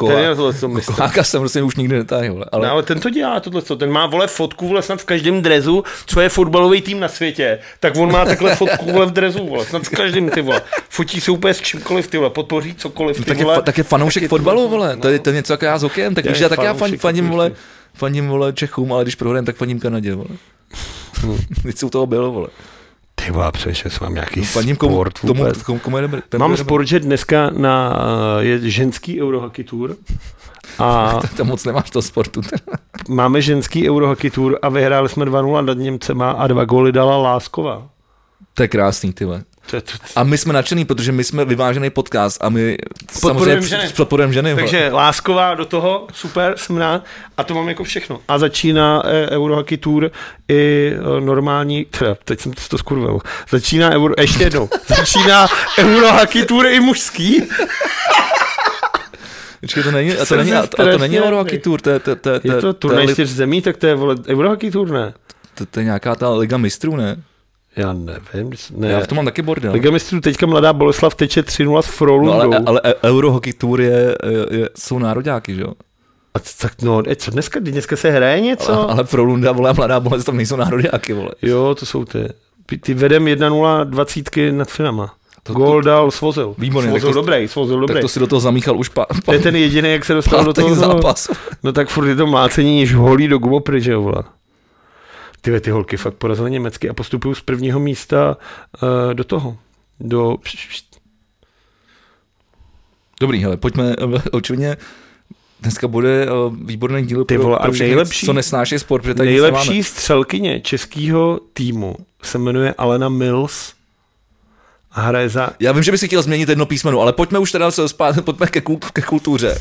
Koháka jsem prostě už nikdy netáhl, vole.
Ale... No, ale ten to dělá tohleto, ten má, vole, fotku, vole, snad v každém drezu, co je fotbalový tým na světě, tak on má takhle fotku, vole, v drezu, vole, snad s každým, ty vole. Fotí se úplně s čímkoliv, ty vole, podpoří cokoliv, ty vole.
Tak je fanoušek fotbalu, vole, to je něco jako já s hokejem, tak víš, já tak já fandím, vole, Čechům, ale když prohrám, tak fandím Kanadě, vole. Víc se u toho bylo, vole.
Ty vole, přešel jsem mám nějaký sport vůbec. Mám sport, že dneska je ženský Eurohockey Tour. A
to moc nemáš toho sportu.
Máme ženský Eurohockey Tour a vyhráli jsme 2-0 nad Němcema a 2 góly dala Lásková.
To je krásný, ty vole. A my jsme nadšený, protože my jsme vyvážený podcast a my podporujeme ženy.
Takže Lásková do toho, super, jsem rád. A to mám jako všechno. A začíná Eurohockey Tour i normální, teď jsem to skurvil. Začíná Eurohockey Tour i mužský.
Počkej, to není Eurohockey Tour,
je to turnaj 4 zemí, tak to je Eurohockey Tour, ne?
To je nějaká ta Liga mistrů, ne?
Já nevím. Ne.
Já v tom mám taky bordel.
Liga mistrů teďka mladá Boleslav teče 3-0 s Frolundou.
No, ale Eurohockey Tour jsou nároďáky, že jo?
A tak no, co dneska se hraje něco?
Ale Frolunda, vole, mladá Boleslav nejsou nároďáky, vole.
Jo, to jsou ty vedem 1-0 20 nad Finama. Gól dal Svozil.
Výborný.
Svozil dobrý.
Tak to si do toho zamíchal už
To je ten jediný, jak se dostal do toho
zápasu.
No tak furt je to mlácení, než holí do gumopry, že jo, vole. Ty holky fakt porazily německy a postupují z prvního místa do toho.
Dobrý, hele, pojďme očividně. Dneska bude výborný díl
pro
všechny, co nesnáší sport.
Nejlepší střelkyně českého týmu se jmenuje Alena Mills a hraje za...
Já vím, že by si chtěl změnit jedno písmeno, ale pojďme už teda pojďme ke kultuře.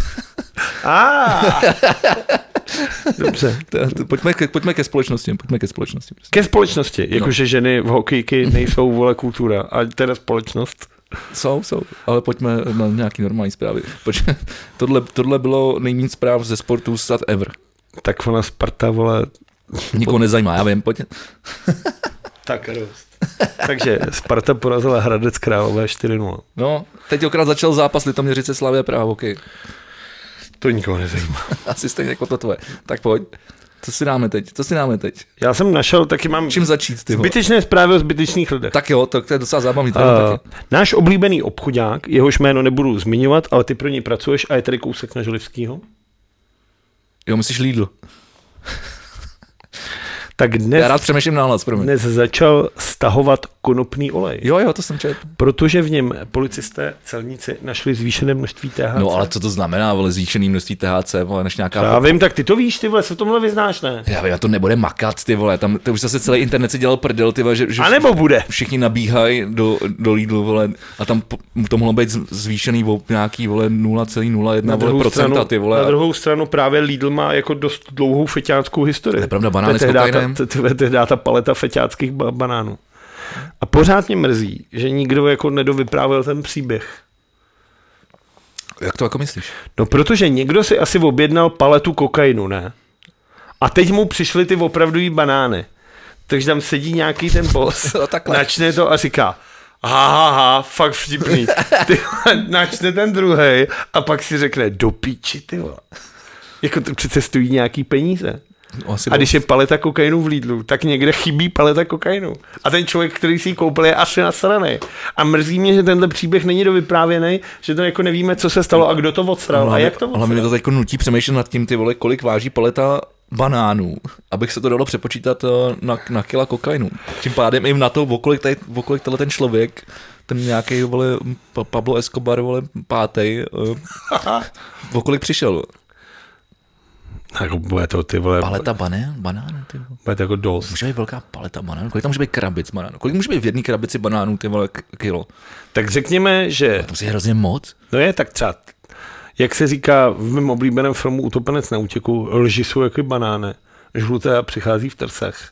Dobře.
Pojďme ke společnosti.
Ke společnosti, jakože ženy v hokejky nejsou, vole, kultura, a teda společnost.
Jsou, ale pojďme na nějaký normální zprávy. Tohle bylo nejméně zpráv ze sportu snad ever.
Tak ona Sparta, vole...
Nikoho nezajímá, já vím, pojď.
Tak dost. Takže Sparta porazila Hradec Králové 4-0.
No, teď okrát začal zápas Litoměřice Slavie Praha, hokej.
To nikoho nezajímá.
Asi stejně jako to tvoje. Tak pojď. Co si dáme teď?
Já jsem našel, taky mám...
Čím začít, ty
zbytečné zprávy o zbytečných lidech.
Tak jo, to je docela zábavný.
Náš oblíbený obchodák, jehož jméno nebudu zmiňovat, ale ty pro něj pracuješ a je tady kousek na Želivskýho.
Jo, myslíš Lidl.
Tak dnes,
já rád přemýšlím nahlas,
dnes začal stahovat konopný olej.
Jo, to jsem četl.
Protože v něm policisté, celníci našli zvýšené množství THC.
No ale co to znamená, vole, zvýšené množství THC, vole, než nějaká...
Já vím, tak ty to víš, ty vole, se v tomhle vyznáš, ne?
Já vím, to nebude makat, ty vole, tam to už zase celý internet si dělal prdel, ty vole, že
a nebo bude.
Všichni nabíhají do Lidlu, vole, a tam to mohlo být zvýšený o nějaký, vole, 0,01 procenta, ty vole.
Na druhou stranu právě Lidl má jako dost dlouhou feťáckou historii.
To je pravda, banány s kokainem.
Tehdy ta paleta feťáckých banánů. A pořád mě mrzí, že nikdo jako nedovyprávěl ten příběh.
Jak to jako myslíš?
No, protože někdo si asi objednal paletu kokainu, ne? A teď mu přišly ty opravdový banány. Takže tam sedí nějaký ten boss, načne to a říká, aha, fakt vtipný. Načne ten druhej a pak si řekne, do píči, ty vole. Jako to přece stojí nějaký peníze. A když je paleta kokainu v Lidlu, tak někde chybí paleta kokainu. A ten člověk, který si ji koupil, je asi nasranej. A mrzí mě, že tenhle příběh není dovyprávěný, že to jako nevíme, co se stalo a kdo to odstral a jak to odstral.
Ale mě to teď nutí přemýšlet nad tím, ty vole, kolik váží paleta banánů, abych se to dalo přepočítat na kila kokainu. Tím pádem i na to, okolik ten člověk, ten nějaký, vole, Pablo Escobar, vole, pátej, okolik přišel.
Jako bude to, ty vole...
Paleta banánů, ty vole.
Bude to jako dost.
Může být velká paleta banánů. Kolik tam může být krabic banánů? Kolik může být v jedné krabici banánů, ty vole, kilo?
Tak řekněme, že...
To je hrozně moc.
No je tak třeba, jak se říká v mém oblíbeném filmu Utopenec na útěku, lži jsou jako banány. Žluté a přichází v trsech.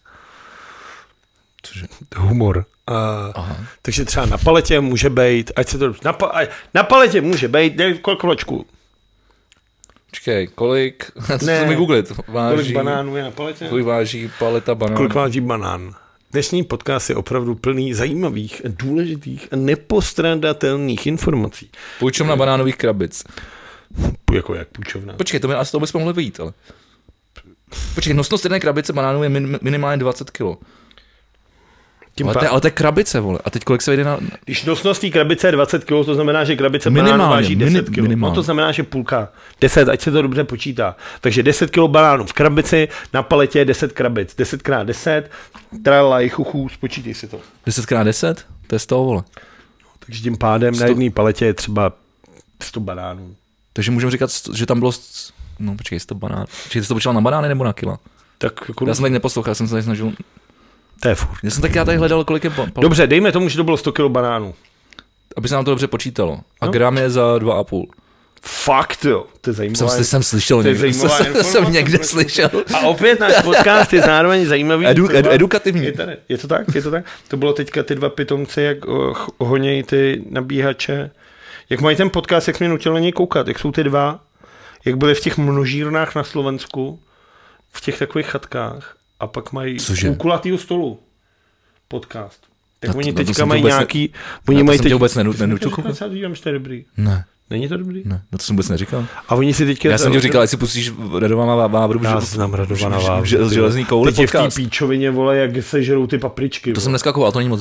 Cože?
Humor. Takže třeba na paletě může být, na paletě může být, kolečku.
Počkej, kolik? Co mi googlit?
Kolik banánů je na paletě?
Kolik váží paleta banánů?
Kolik váží banán? Dnešní podcast je opravdu plný zajímavých, důležitých a nepostradatelných informací.
Půjčovna banánových krabic.
Jako jak půjčovna?
Počkej, to bychom mohli vyjít, ale. Počkej, nosnost jedné krabice banánů je minimálně 20 kg. Ale to je krabice, vole. A teď kolik se vejde na...
Když nosnost té krabice je 20 kg, to znamená, že krabice banánů váží 10 kg. No to znamená, že půlka. 10, ať se to dobře počítá. Takže 10 kg banánů v krabici, na paletě 10 krabic. 10x10, tralala chuchů, spočítej si to.
10x10? To je 100, vole.
Takže tím pádem 100... na jedné paletě je třeba 100 banánů.
Takže můžeme říkat, že tam bylo... No počkej, 100 banánů. Čiže jsi to počítal na banány nebo na kila?
Tak jako...
Já jsem tady neposlouchal, já jsem se tady snažil...
To je furt.
Já jsem taky tady hledal, kolik je...
Dobře, dejme tomu, že to bylo 100 kg banánů.
Aby se nám to dobře počítalo. A gram je za 2,5.
Fakt jo, to je zajímavé.
Jsem slyšel někde. Jsem někde slyšel.
A opět náš podcast je zároveň zajímavý.
Edukativní.
Je to tak. To bylo teďka ty dva pitomci, jak honějí ty nabíhače. Jak mají ten podcast, jak mě nutil na něj koukat. Jak jsou ty dva, jak byli v těch množírnách na Slovensku, v těch takových chatkách. A pak mají u kulatýho stolu podcast. Tak oni teďka mají nějaký... Oni mají teď...
vůbec nenutil koukat?
Já říkám, že to je dobrý.
Ne.
Není to dobrý?
Ne, to jsem vůbec neříkal.
A oni si teďka...
Já jsem ti říkal, jestli pustíš Radovana Vávru...
Já znám Radovana Vávru.
Železný kouli
podcast. Teď je v té píčovině, vole, jak se žerou ty papričky.
To jsem dneska koukal, to není moc dobrý.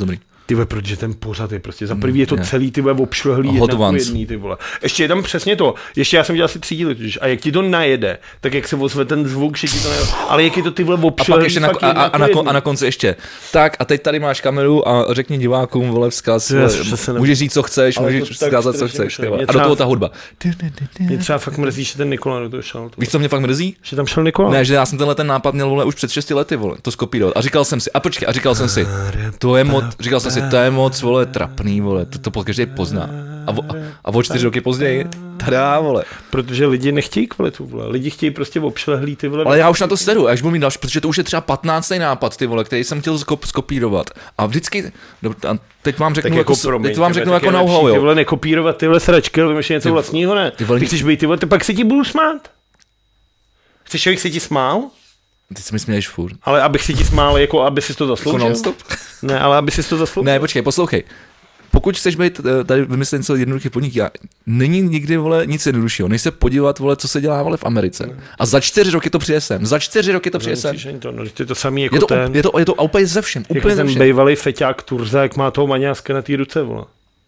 Ty vole, protože ten pořad je prostě, za prvý je to celý, ty vole, obšlehlý jedný, ty vole. Ještě je tam přesně to, ještě já jsem dělal asi 3 díly, a jak ti to najede, tak jak se ozve ten zvuk, že ti to najede, ale jak je to ty vole obšlehlý,
a na konci ještě, tak a teď tady máš kameru a řekni divákům, vole, vzkaz, můžeš říct, co chceš, můžeš vzkázat, co chceš, a do toho ta hudba.
Mě třeba fakt mrzí, že ten Nikola do toho šel.
Víš, co mě fakt mrzí?
Že tam šel Nikola.
Ne, že já jsem tenhle ten nápad měl, vole, už před 6 lety, vole, to skopírovat. A říkal jsem si, to je moc, říkal jsem si, to je moc, vole, trapný, vole, to každý pozná. A o 4 roky později, tada, vole.
Protože lidi nechtějí kvalitu, vole, lidi chtějí prostě obšlehlý, ty vole.
Ale já už na to sedu, až budu mít další, protože to už je třeba 15. nápad, ty vole, který jsem chtěl skopírovat. A vždycky, teď vám řeknu jako know-how, jo.
Ty vole, nekopírovat tyhle sračky, ale vymýšlej něco vlastního, ne? Ty chceš být, ty vole, pak se ti budu smát. Chceš, abych se ti smál?
Ty se mi směješ furt.
Ale abych si ti smál, jako aby si to zasloužil.
Non-stop?
Ne, ale aby si to zasloužil.
Ne, počkej, poslouchej. Pokud chceš být tady vymyslet něco jednoduchý podnik, není nikdy, vole, nic jednoduššího. Než se podívat, vole, co se dělá, vole, v Americe. A za 4 roky to přijde sem. Za 4 roky to přijde sem.
Je to samý jako ten.
Je to úplně ze všem.
Úplně jako ten bývalý feťák Turza, jak má toho maňáska na té ruce, vole.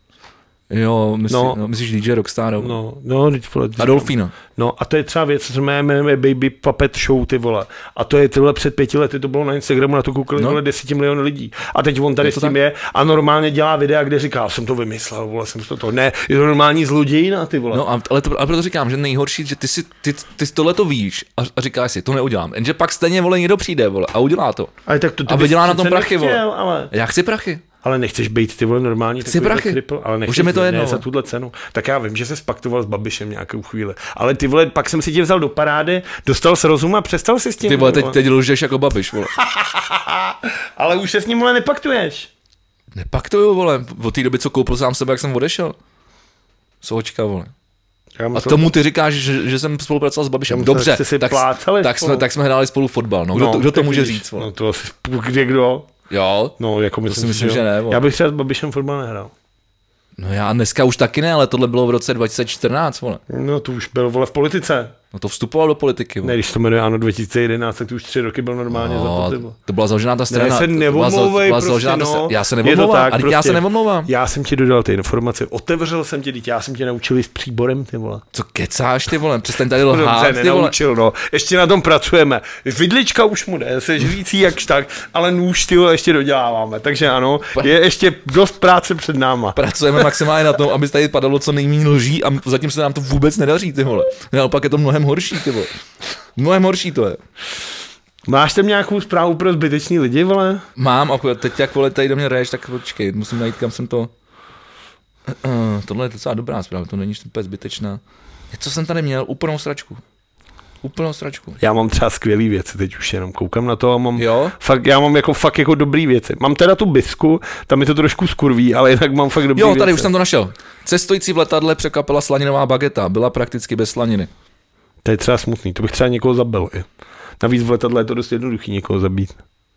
Jo, myslíš DJ Rockstar. Adolfino.
No a to je třeba věc, co se jmenuje Baby Puppet Show, ty vole. A to je tyhle před 5 lety, to bylo na Instagramu, na to koukali vole 10 milionů lidí. A teď on tady s tím je a normálně dělá videa, kde říká, jsem to vymyslel, vole, jsem to. Ne, je to normální zlodějina, ty vole.
No ale proto říkám, že nejhorší, že ty tohle to víš a říkáš si, to neudělám. Jenže pak stejně, vole, někdo přijde, vole, a udělá to.
Ale tak to
a vydělá na tom prachy, vole.
Ale...
Já chci prachy.
Ale nechceš být ty vole normální,
chci prachy.
Triple, ale nechceš,
už je mi to jedno,
ne, za tuhle cenu. Tak já vím, že se spaktoval s Babišem nějakou chvíli. Ale ty vole, pak jsem si tě vzal do parády, dostal se rozum a přestal si s tím.
Ty vole, teď lžeš jako Babiš, vole.
Ale už se s ním, vole, nepaktuješ.
Nepaktuju, vole, od té doby, co koupil sám sebe, jak jsem odešel. Sohočka, vole. A tomu ty říkáš, že jsem spolupracoval s Babišem. Dobře, tak jsme hráli spolu fotbal. No, kdo to může říct, vole?
No to asi, kdo?
Jo,
no, jako myslím, že ne. Já bych třeba s Babišem fotbal nehrál.
No já dneska už taky ne, ale tohle bylo v roce 2014, vole.
No to už byl, vole, v politice.
No to vstupoval do politiky, vole.
Ne, když to jmenuje ANO 2011, tak to už 3 roky byl normálně za to, ty vole.
To byla založená ta strana.
Ne, se nevomlouvej, prostě, no.
Já se nevomlouvám,
prostě,
já se nevomlouvám.
Já jsem ti dodal ty informace, otevřel jsem ti, já jsem tě naučil s příborem, ty vole.
Co kecáš, ty vole, přestaň tady lhát, ty vole.
No. Ještě na tom pracujeme. Vidlička už mu jde, se žvící jakž tak, ale nůž, ty vole, ještě doděláváme. Takže ano, je ještě dost práce před náma.
Pracujeme maximálně na tom, aby tady padalo co nejméně lží a zatím se nám to vůbec nedaří, ty vole. Naopak je to mnohem horší, ty vole. Mnohem horší to je.
Máš tam nějakou zprávu pro zbytečný lidi, vole?
Mám, a teď jak, vole, tady do mě reješ, tak počkej, musím najít, kam jsem to... Tohle je docela dobrá zpráva, to není úplně zbytečná. Co jsem tady měl? Úplnou sračku. Já
mám třeba skvělý věci, teď už jenom koukám na to a mám...
Jo?
Já mám fakt jako dobrý věci. Mám teda tu bisku, tam mi to trošku skurví, ale jinak mám fakt dobrý věci.
Jo, tady už jsem to našel. Cestující v letadle překvapila slaninová bageta, byla prakticky bez slaniny.
To je třeba smutný, to bych třeba někoho zabil. Navíc v letadle je to dost jednoduchý někoho zabít.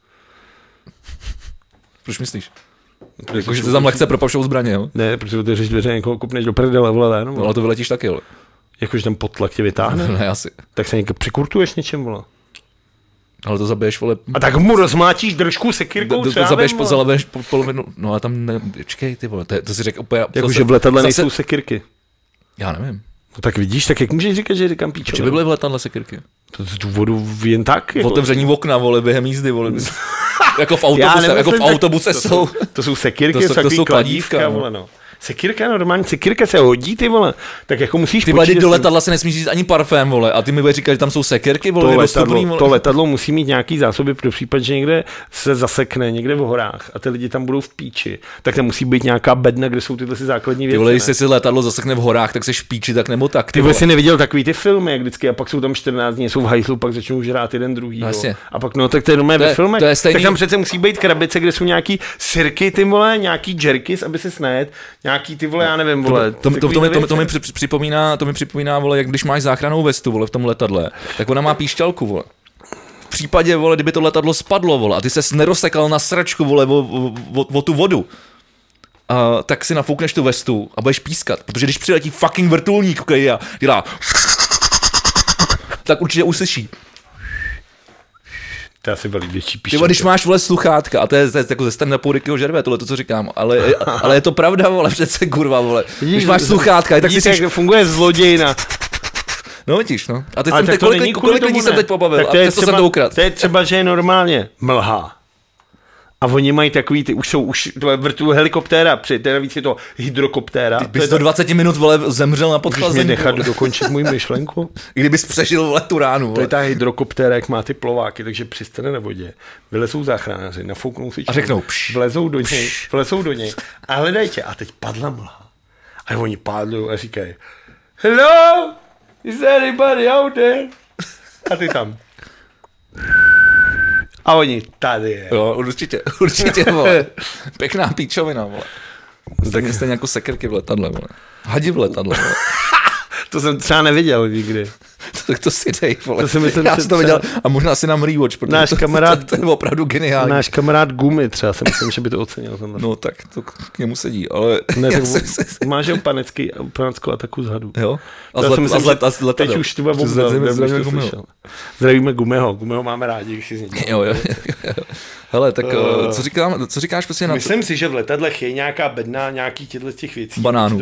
Proč myslíš? Jakože ty tam lehce propašou zbraně, jo?
Ne, protože otevřeš dveře, někoho kupneš do prdele, vole, no.
Ale to vyletíš taky, jo?
Jakože ten potlak tě vytáhne?
Ne, asi.
Tak se někde přikurtuješ něčem, vole.
Ale to zabiješ, vole...
A tak mu rozmátíš držku sekyrkou,
to zabiješ polovinu, no a tam ne, čekej, ty vole, to si řekl úplně...
Jakože v letadle nejsou sekyrky.
Já nevím.
No tak vidíš, tak jak můžeš říkat, že říkám píčo?
Proč by byly v letadle sekyrky?
To z důvodu jen tak.
Jako... Otevření okna, vole, během jízdy, vole. Jako v autobuse, v autobuse jsou.
To jsou sekyrky, to jsou kladívka, vole, no. Sekyrka, normálně, sekyrka se hodí, ty vole. Tak jako musíš
ty počít, do letadla se nesmíš říct ani parfém, vole. A ty mi budeš říkat, že tam jsou sekyrky, vole,
to letadlo musí mít nějaký zásoby pro případ, že někde se zasekne, někde v horách a ty lidi tam budou v píči. Tak tam musí být nějaká bedna, kde jsou tyhle si základní věci.
Ty vole, jestli si letadlo zasekne v horách, tak seš v píči, tak nebo tak.
Ty vole, jsi neviděl takový ty filmy, jak vždycky, a pak jsou tam 14 dní, jsou v hajslu, pak začnou žrát jeden druhý. A pak no, tak to je jenom ve filmech. Tak tam přece musí být krabice, kde jsou nějaký sirky, ty vole, nějaký jerkys, aby se sněd, nějaký ty vole, já nevím, vole.
To mi připomíná, vole, jak když máš záchrannou vestu, vole, v tom letadle, tak ona má píšťalku, vole. V případě, vole, kdyby to letadlo spadlo, vole, a ty ses nerosekal na sračku, vole, o tu vodu, tak si nafoukneš tu vestu a budeš pískat, protože když přiletí fucking vrtulník, který dělá tak určitě uslyší.
To je asi velmi větší píšem.
Když máš, vole, sluchátka, a to je jako ze stand-upu Rickyho Gervais, tohle to, co říkám, ale je to pravda, vole, přece kurva, vole. Když máš sluchátka, tak si
jak funguje zlodějina.
No vidíš, no. A teď jsem teď, kolik lidí jsem teď pobavil a přesto jsem to ukradl.
To je třeba, že je normálně mlha. A oni mají takový, už vrtu helikoptéra, teda víc je to hydrokoptéra.
Ty bys do 20 minut, vole, zemřel na podchlazení.
Můžeš mě nechat dokončit můj myšlenku?
I kdybys přežil, vole, tu ránu, vole.
To je ta hydrokoptéra, jak má ty plováky, takže přistane na vodě. Vylezou záchranáři, nafouknou si
a řeknou,
vlezou do něj a hledají tě. A teď padla mlha. A oni pádlou a říkají, hello, is anybody out there? A ty tam. A oni tady je.
Jo, určitě, vole. Pěkná píčovina, vole. Stejně jako sekerky v letadle, vole. Hadi v letadle, vole.
To jsem třeba neviděl nikdy.
Tak to si dej, vole. To jsem to viděl a možná si nám rewatch, protože
náš kamarád,
to je opravdu geniální.
Náš kamarád Gumy třeba si myslím, že by to ocenil.
No tak to k němu sedí, ale...
Ne, tak máš ho paneckou ataku z hadů.
Jo?
A z letadel. Teď už ty zdravíme Gumeho. Gumeho máme rádi, když si z něj.
Jo. Hele, tak co říkáš prostě na to?
Myslím si, že v letadlech je nějaká bedna, nějaký těchto těch věcí.
Banánů.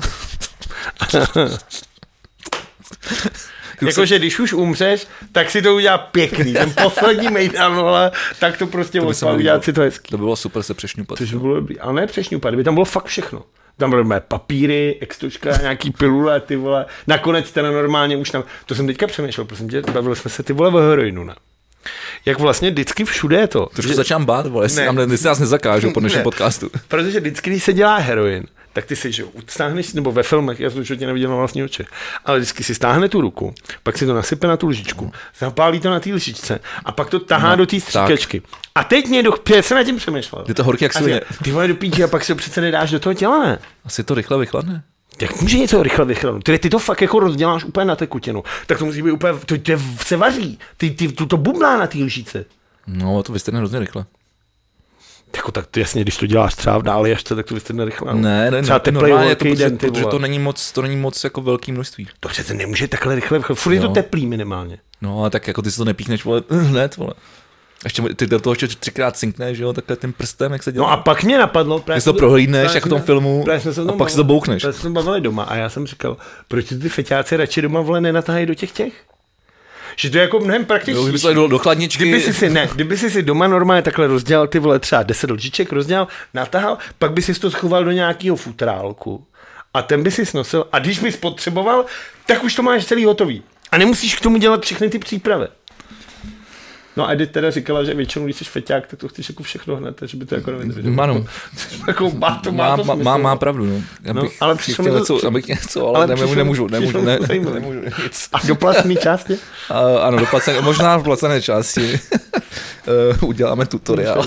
Jakože když už umřeš, tak si to udělá pěkný. Ten poslední mejdan, vole, tak to prostě udělat si to hezký.
To bylo super se přešňupat.
To bylo dobrý, ale ne přešňupat, kdyby tam bylo fakt všechno. Tam byly mé papíry, extuška, nějaký pilule, ty vole. Nakonec teda normálně už tam, to jsem teďka přemýšlel, prosím tě, bavili jsme se ty vole o heroinu, ne? Jak vlastně vždycky všude je to.
Trošku začám bát, vole, jestli nás nezakážou po dnešním podcastu.
Protože vždycky, když se dělá heroin, tak ty si, že stáhneš, nebo ve filmech, já jsem tě neviděl na vlastní oči, ale vždycky si stáhne tu ruku, pak si to nasype na tu lžičku, zapálí to na té lžičce a pak to tahá do té stříkačky. A teď se nad tím přemýšlel.
Je to horký jak svině.
Ty vole do píči a pak se přece nedáš do toho těla, ne?
Asi to rychle vychladne.
Jak může něco rychle vychladnout? Ty to fakt jako rozděláš úplně na tekutinu. Tak to musí být úplně, to se vaří. To bublá na té lžičce.
No, to vystane hrozně rychle.
Jako tak to jasně, když to děláš třeba v dále ještě, tak to vystane rychle.
Ne,
třeba teplej velký den,
protože to není moc jako velký množství.
To přece nemůže takhle rychle vychladnout. Furt je to teplý minimálně.
No, ale tak jako ty si to nepíchneš, vole, hned, vole. Ještě ty do toho ještě 3krát cinkneš, jo, takhle tím prstem, jak se dělá.
No a pak mě napadlo,
právě si to prohlídneš jako v tom filmu a pak si to bouchneš.
Právě jsme bavili doma a já jsem říkal, proč ty feťáci radši doma, vole, nenatahají do těch? Že to je jako mnohem praktičtější.
Kdyby se do chladničky.
Kdyby si doma normálně takhle rozdělal ty vole třeba 10 lžiček, natahal, pak by si to schoval do nějakého futrálku a ten by si snosil a když bys potřeboval, tak už to máš celý hotový. A nemusíš k tomu dělat všechny ty přípravy. No a Edith teda říkala, že většinou, když jsi feťák, tak to chceš jako všechno hned, že by to jako nevydrželo.
Ano.
Jako
má pravdu, no.
Ale
abych něco, ale nemůžu nic.
A do placené části?
Ano, možná v placené části. Uděláme tutoriál.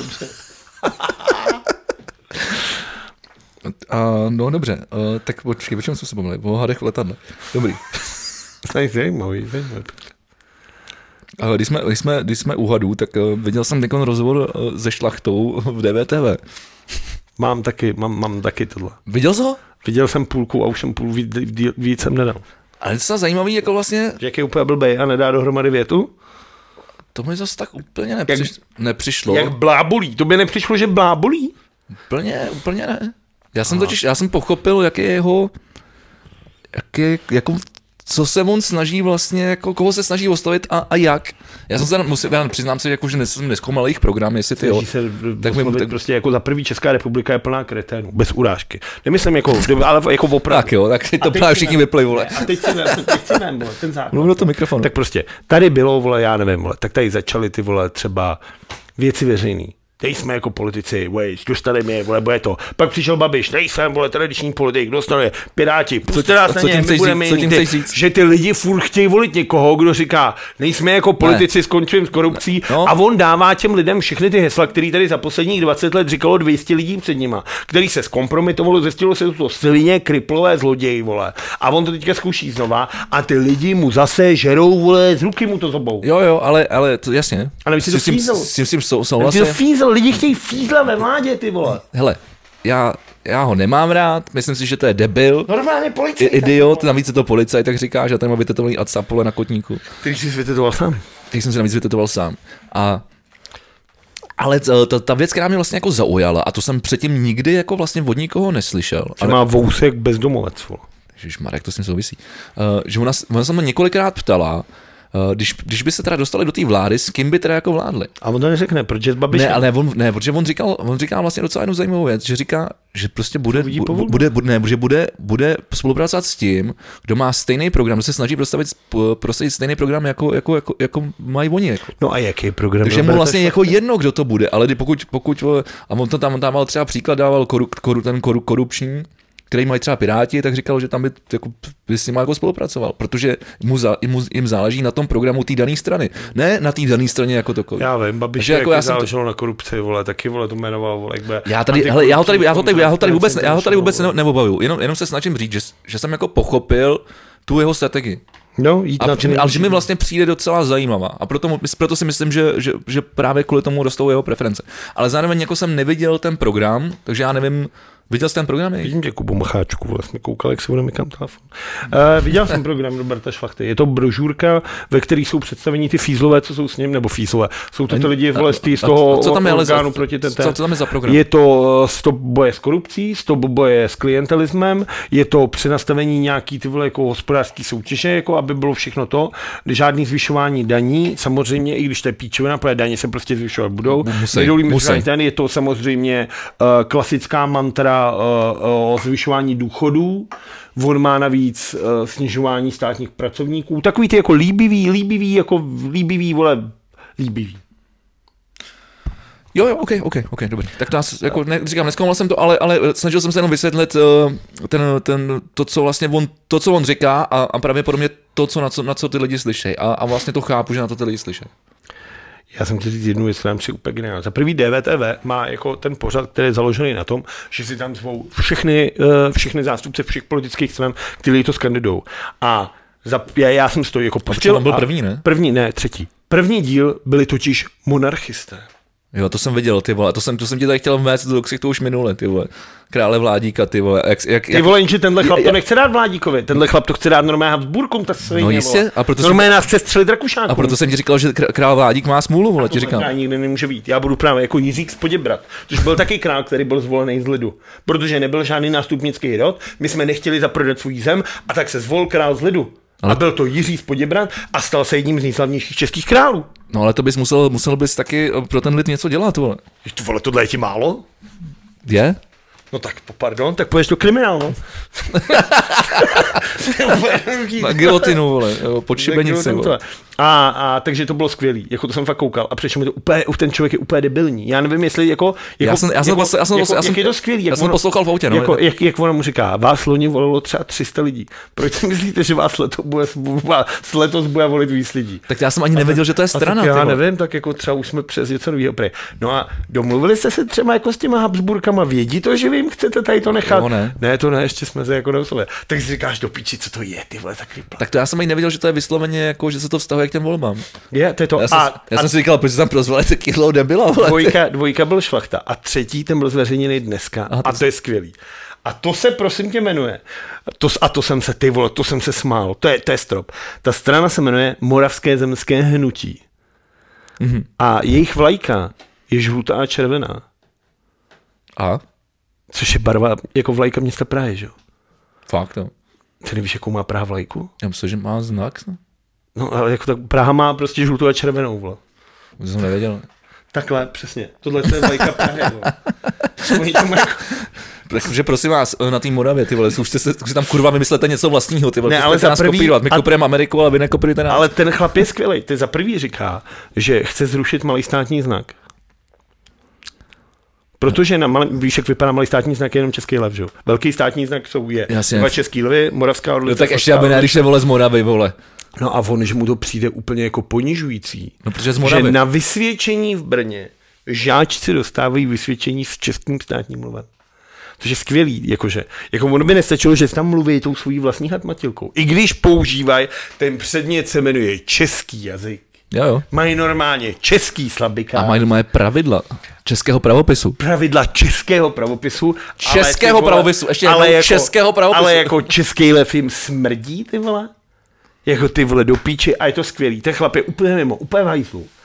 No dobře, tak počkej, o čem jsme se bavili? O hadech v letadle. Dobrý.
Zajímavý.
Ale když jsme u hadů, tak viděl jsem takový rozhovor se Šlachtou v DVTV.
Mám taky tohle.
Viděl jsi ho?
Viděl jsem půlku a už jsem víc jsem nedal.
Ale je to zajímavý, jako vlastně...
Jak je úplně blbej a nedá dohromady větu?
To mi zase tak úplně nepřišlo.
Jak blábolí? To by nepřišlo, že blábolí?
Úplně ne. Já jsem pochopil, jak je jeho... Co se on snaží vlastně, jako koho se snaží ostavit a jak. Já přiznám se, jako, že jsem nezkoumal jejich program, jestli ty jo.
Tak prostě jako za první Česká republika je plná kreténů, bez urážky. Nemyslím jako, ale jako opravdu.
Tak jo, tak to právě všichni vyplej, vole.
A teď si vem, vole, ten základ.
Mluvím do toho mikrofonu.
Tak prostě, tady bylo, vole, já nevím, vole, tak tady začaly ty, vole, třeba věci veřejný. Nejsme jako politici, dostali mě, vole, bude to. Pak přišel Babiš, nejsem, vole, tradiční politik, dostali Piráti, pusťte nás na ně, my budeme jiný, že ty lidi furt chtějí volit někoho, kdo říká, nejsme jako politici, skončujeme s korupcí a on dává těm lidem všechny ty hesla, který tady za posledních 20 let říkalo 200 lidí před nima, který se zkompromitovalo, zjistilo se to svině, kriplové zloději, vole. A on to teďka zkouší znova a ty lidi mu zase žerou, vole, z ruky mu to zobou.
Jo, ale to jasně.
Ale si to fízel.
S tím souhlasím.
Lidi chtějí fízla ve vládě, ty vole.
Hele, já ho nemám rád, myslím si, že to je debil.
Normálně policajt.
Idiot, navíc je to policajt, tak říká, že tady má vytetovaný ad sapole na kotníku.
Který jsi vytetoval sám.
Který jsem si navíc vytetoval sám. A Ale ta věc, která mě vlastně jako zaujala, a to jsem předtím nikdy jako vlastně od nikoho neslyšel.
Že má vousek bezdomovec.
Ježišmarek, to s tím souvisí. Že ona se mě několikrát ptala, když by se teda dostali do té vlády, s kým by teda jako vládli.
A on to neřekne, protože s Babišem.
Ne, ale protože on říkal vlastně docela jednu zajímavou věc, že říká, že prostě bude spolupracovat s tím, kdo má stejný program, kdo se snaží prosadit stejný program, jako mají oni. Jako.
No a jaký program?
Takže mu vlastně jako jedno, kdo to bude, ale pokud a on to tam dával třeba příklad, dával ten korupční, který mají třeba Piráti, tak říkal, že tam by s ním jako spolupracoval, protože jim záleží na tom programu té dané strany. Ne na té dané straně jako takový.
Já vím, Babiš jako záleželo na korupci, vole, taky vole to jmenoval, vole,
já ho tady vůbec neobavuju, jenom se snažím říct, že jsem jako pochopil tu jeho strategii.
No,
ale že mi vlastně přijde docela zajímavá. A proto si myslím, že právě kvůli tomu rostou jeho preference. Ale zároveň jako jsem neviděl ten program, takže já nevím, viděl jsi ten program?
Vidím tě, Kubo Macháčku, vlastně koukal, jak se bude mikám telefon. Viděl jsem program Roberta Šlachty. Je to brožurka, ve které jsou představení ty fízlové, co jsou s ním, nebo fízlové. Jsou to ty lidi z toho orgánu proti ten.
Co tam je za program?
Je to stop boje s korupcí, stop boje s klientelismem, je to přenastavení nějaký ty vole jako hospodářský soutěže, jako aby bylo všechno to, žádný zvyšování daní, samozřejmě, i když to je píčovina, protože daně se prostě zvyšovat budou. Musí. Je to samozřejmě klasická mantra o zvyšování důchodů, on má navíc snižování státních pracovníků, takový ty jako líbivý, líbivý.
Jo, ok, dobrý. Tak to jako říkám, nezkoumal jsem to, ale snažil jsem se jenom vysvětlit to, co on říká a pravděpodobně to, na co ty lidi slyšejí. A vlastně to chápu, že na to ty lidi slyšejí.
Já jsem chtěl říct jednu věc, která při úplně geniální. Za prvý DVTV má jako ten pořad, který je založený na tom, že si tam zvou všechny zástupce všech politických stran, kteří to skandidujou. A já jsem stojí jako pustil.
On byl první, ne?
Třetí. První díl byli totiž monarchisté.
Jo, to jsem viděl, ty vole, to jsem ti tady chtěl vmést do ksichtu už minule, ty vole. Krále Vládíka, ty vole.
Ty vole, jenže tenhle chlap to nechce dát Vládíkovi, tenhle chlap to chce dát normálně Habsburkům, ta svině,
no jistě, a proto
normálně nás chce střelit Rakušákům.
A proto jsem ti říkal, že král Vládík má smůlu, vole, ti říkám.
Já nikdy nemůže být, já budu právě jako Jiřík z Poděbrad, což byl taky král, který byl zvolený z lidu, protože nebyl žádný nástupnický rod, my jsme nechtěli zaprodat svůj zem a tak se zvolil král z lidu. Ale... A byl to Jiří z Poděbrad a stal se jedním z nejslavnějších českých králů.
No ale to bys musel bys taky pro ten lid něco dělat, vole.
Vole, tohle je ti málo?
Je?
No tak, pardon, tak půjdeš do kriminál, no.
Na gilotinu, vole, pod šibenici, vole.
A takže to bylo skvělý, jako to jsem fakt koukal a přišlo mi to úplně, ten člověk je úplně debilní. Já nevím, jestli jak je to skvělý.
Já jsem poslouchal v autě,
no. Jak ona mu říká, vás loni volilo třeba 300 lidí. Proč si myslíte, že vás letos bude volit víc lidí?
Tak já jsem ani nevěděl, že to je strana.
Já nevím, tak jako třeba už jsme přes něco nového. No a domluvili jste se třeba jako s těma Habsburkama, vědí to, že vy jim chcete tady to nechat?
No, ne.
Ne, to ne, ještě jsme se jako neuslovili. Tak si říkáš do píči, co to je, ty vole, tak rypla.
Tak to já jsem ani nevěděl, že to je vysloveně jako, že se to vztahuje k těm volbám.
Je, to je to.
Já jsem si říkal, proč tam prozvali takovýhle nebylo.
Dvojka byl Šlachta a třetí, ten byl zveřejněný dneska. A to je skvělý. A to se prosím tě jmenuje. To jsem se smál. To je strop. Ta strana se jmenuje Moravské zemské hnutí. Mm-hmm. A jejich vlajka je žlutá a červená.
A?
Což je barva jako vlajka města Prahy, že jo?
Fakt, jo.
Ty nevíš, jakou má Praha vlajku?
Já myslím, že má znak, ne?
No, ale jako tak Praha má prostě žlutou a červenou, vole.
To jsem nevěděl.
Takhle, přesně. Tohle je vlajka Prahy, vole.
Takže prosím vás, na té Moravě, ty vole, už si tam kurva vymyslete něco vlastního, ty vole.
Ne, ale za prvý,
my kopujeme Ameriku, ale vy nekopujete nás.
Ale ten chlap je skvělý. Ty za prvý říká, že chce zrušit malý státní znak. Protože víš, jak vypadá malý státní znak, je jenom český lev, že? Velký státní znak je dva český lvy, moravská orlice.
No tak ještě aby ne, když je vole z Moravy, vole.
No a on, že mu to přijde úplně jako ponižující.
No protože z Moravy.
Že na vysvědčení v Brně žáčci dostávají vysvědčení s českým státním lvem. Což je skvělý, jakože. Jako ono by nestačilo, že tam mluví tou svojí vlastní hatmatilkou. I když používají, ten předmět se jmenuje český jazyk.
Jo.
Mají normálně český slabikár.
A mají pravidla českého pravopisu.
Pravidla českého pravopisu.
Českého pravopisu, ještě
ale
jako českého pravopisu.
Ale jako český lev jim smrdí, ty vole. Jako ty vole do píči a je to skvělý. Ten chlap je úplně mimo, úplně v hajzlu.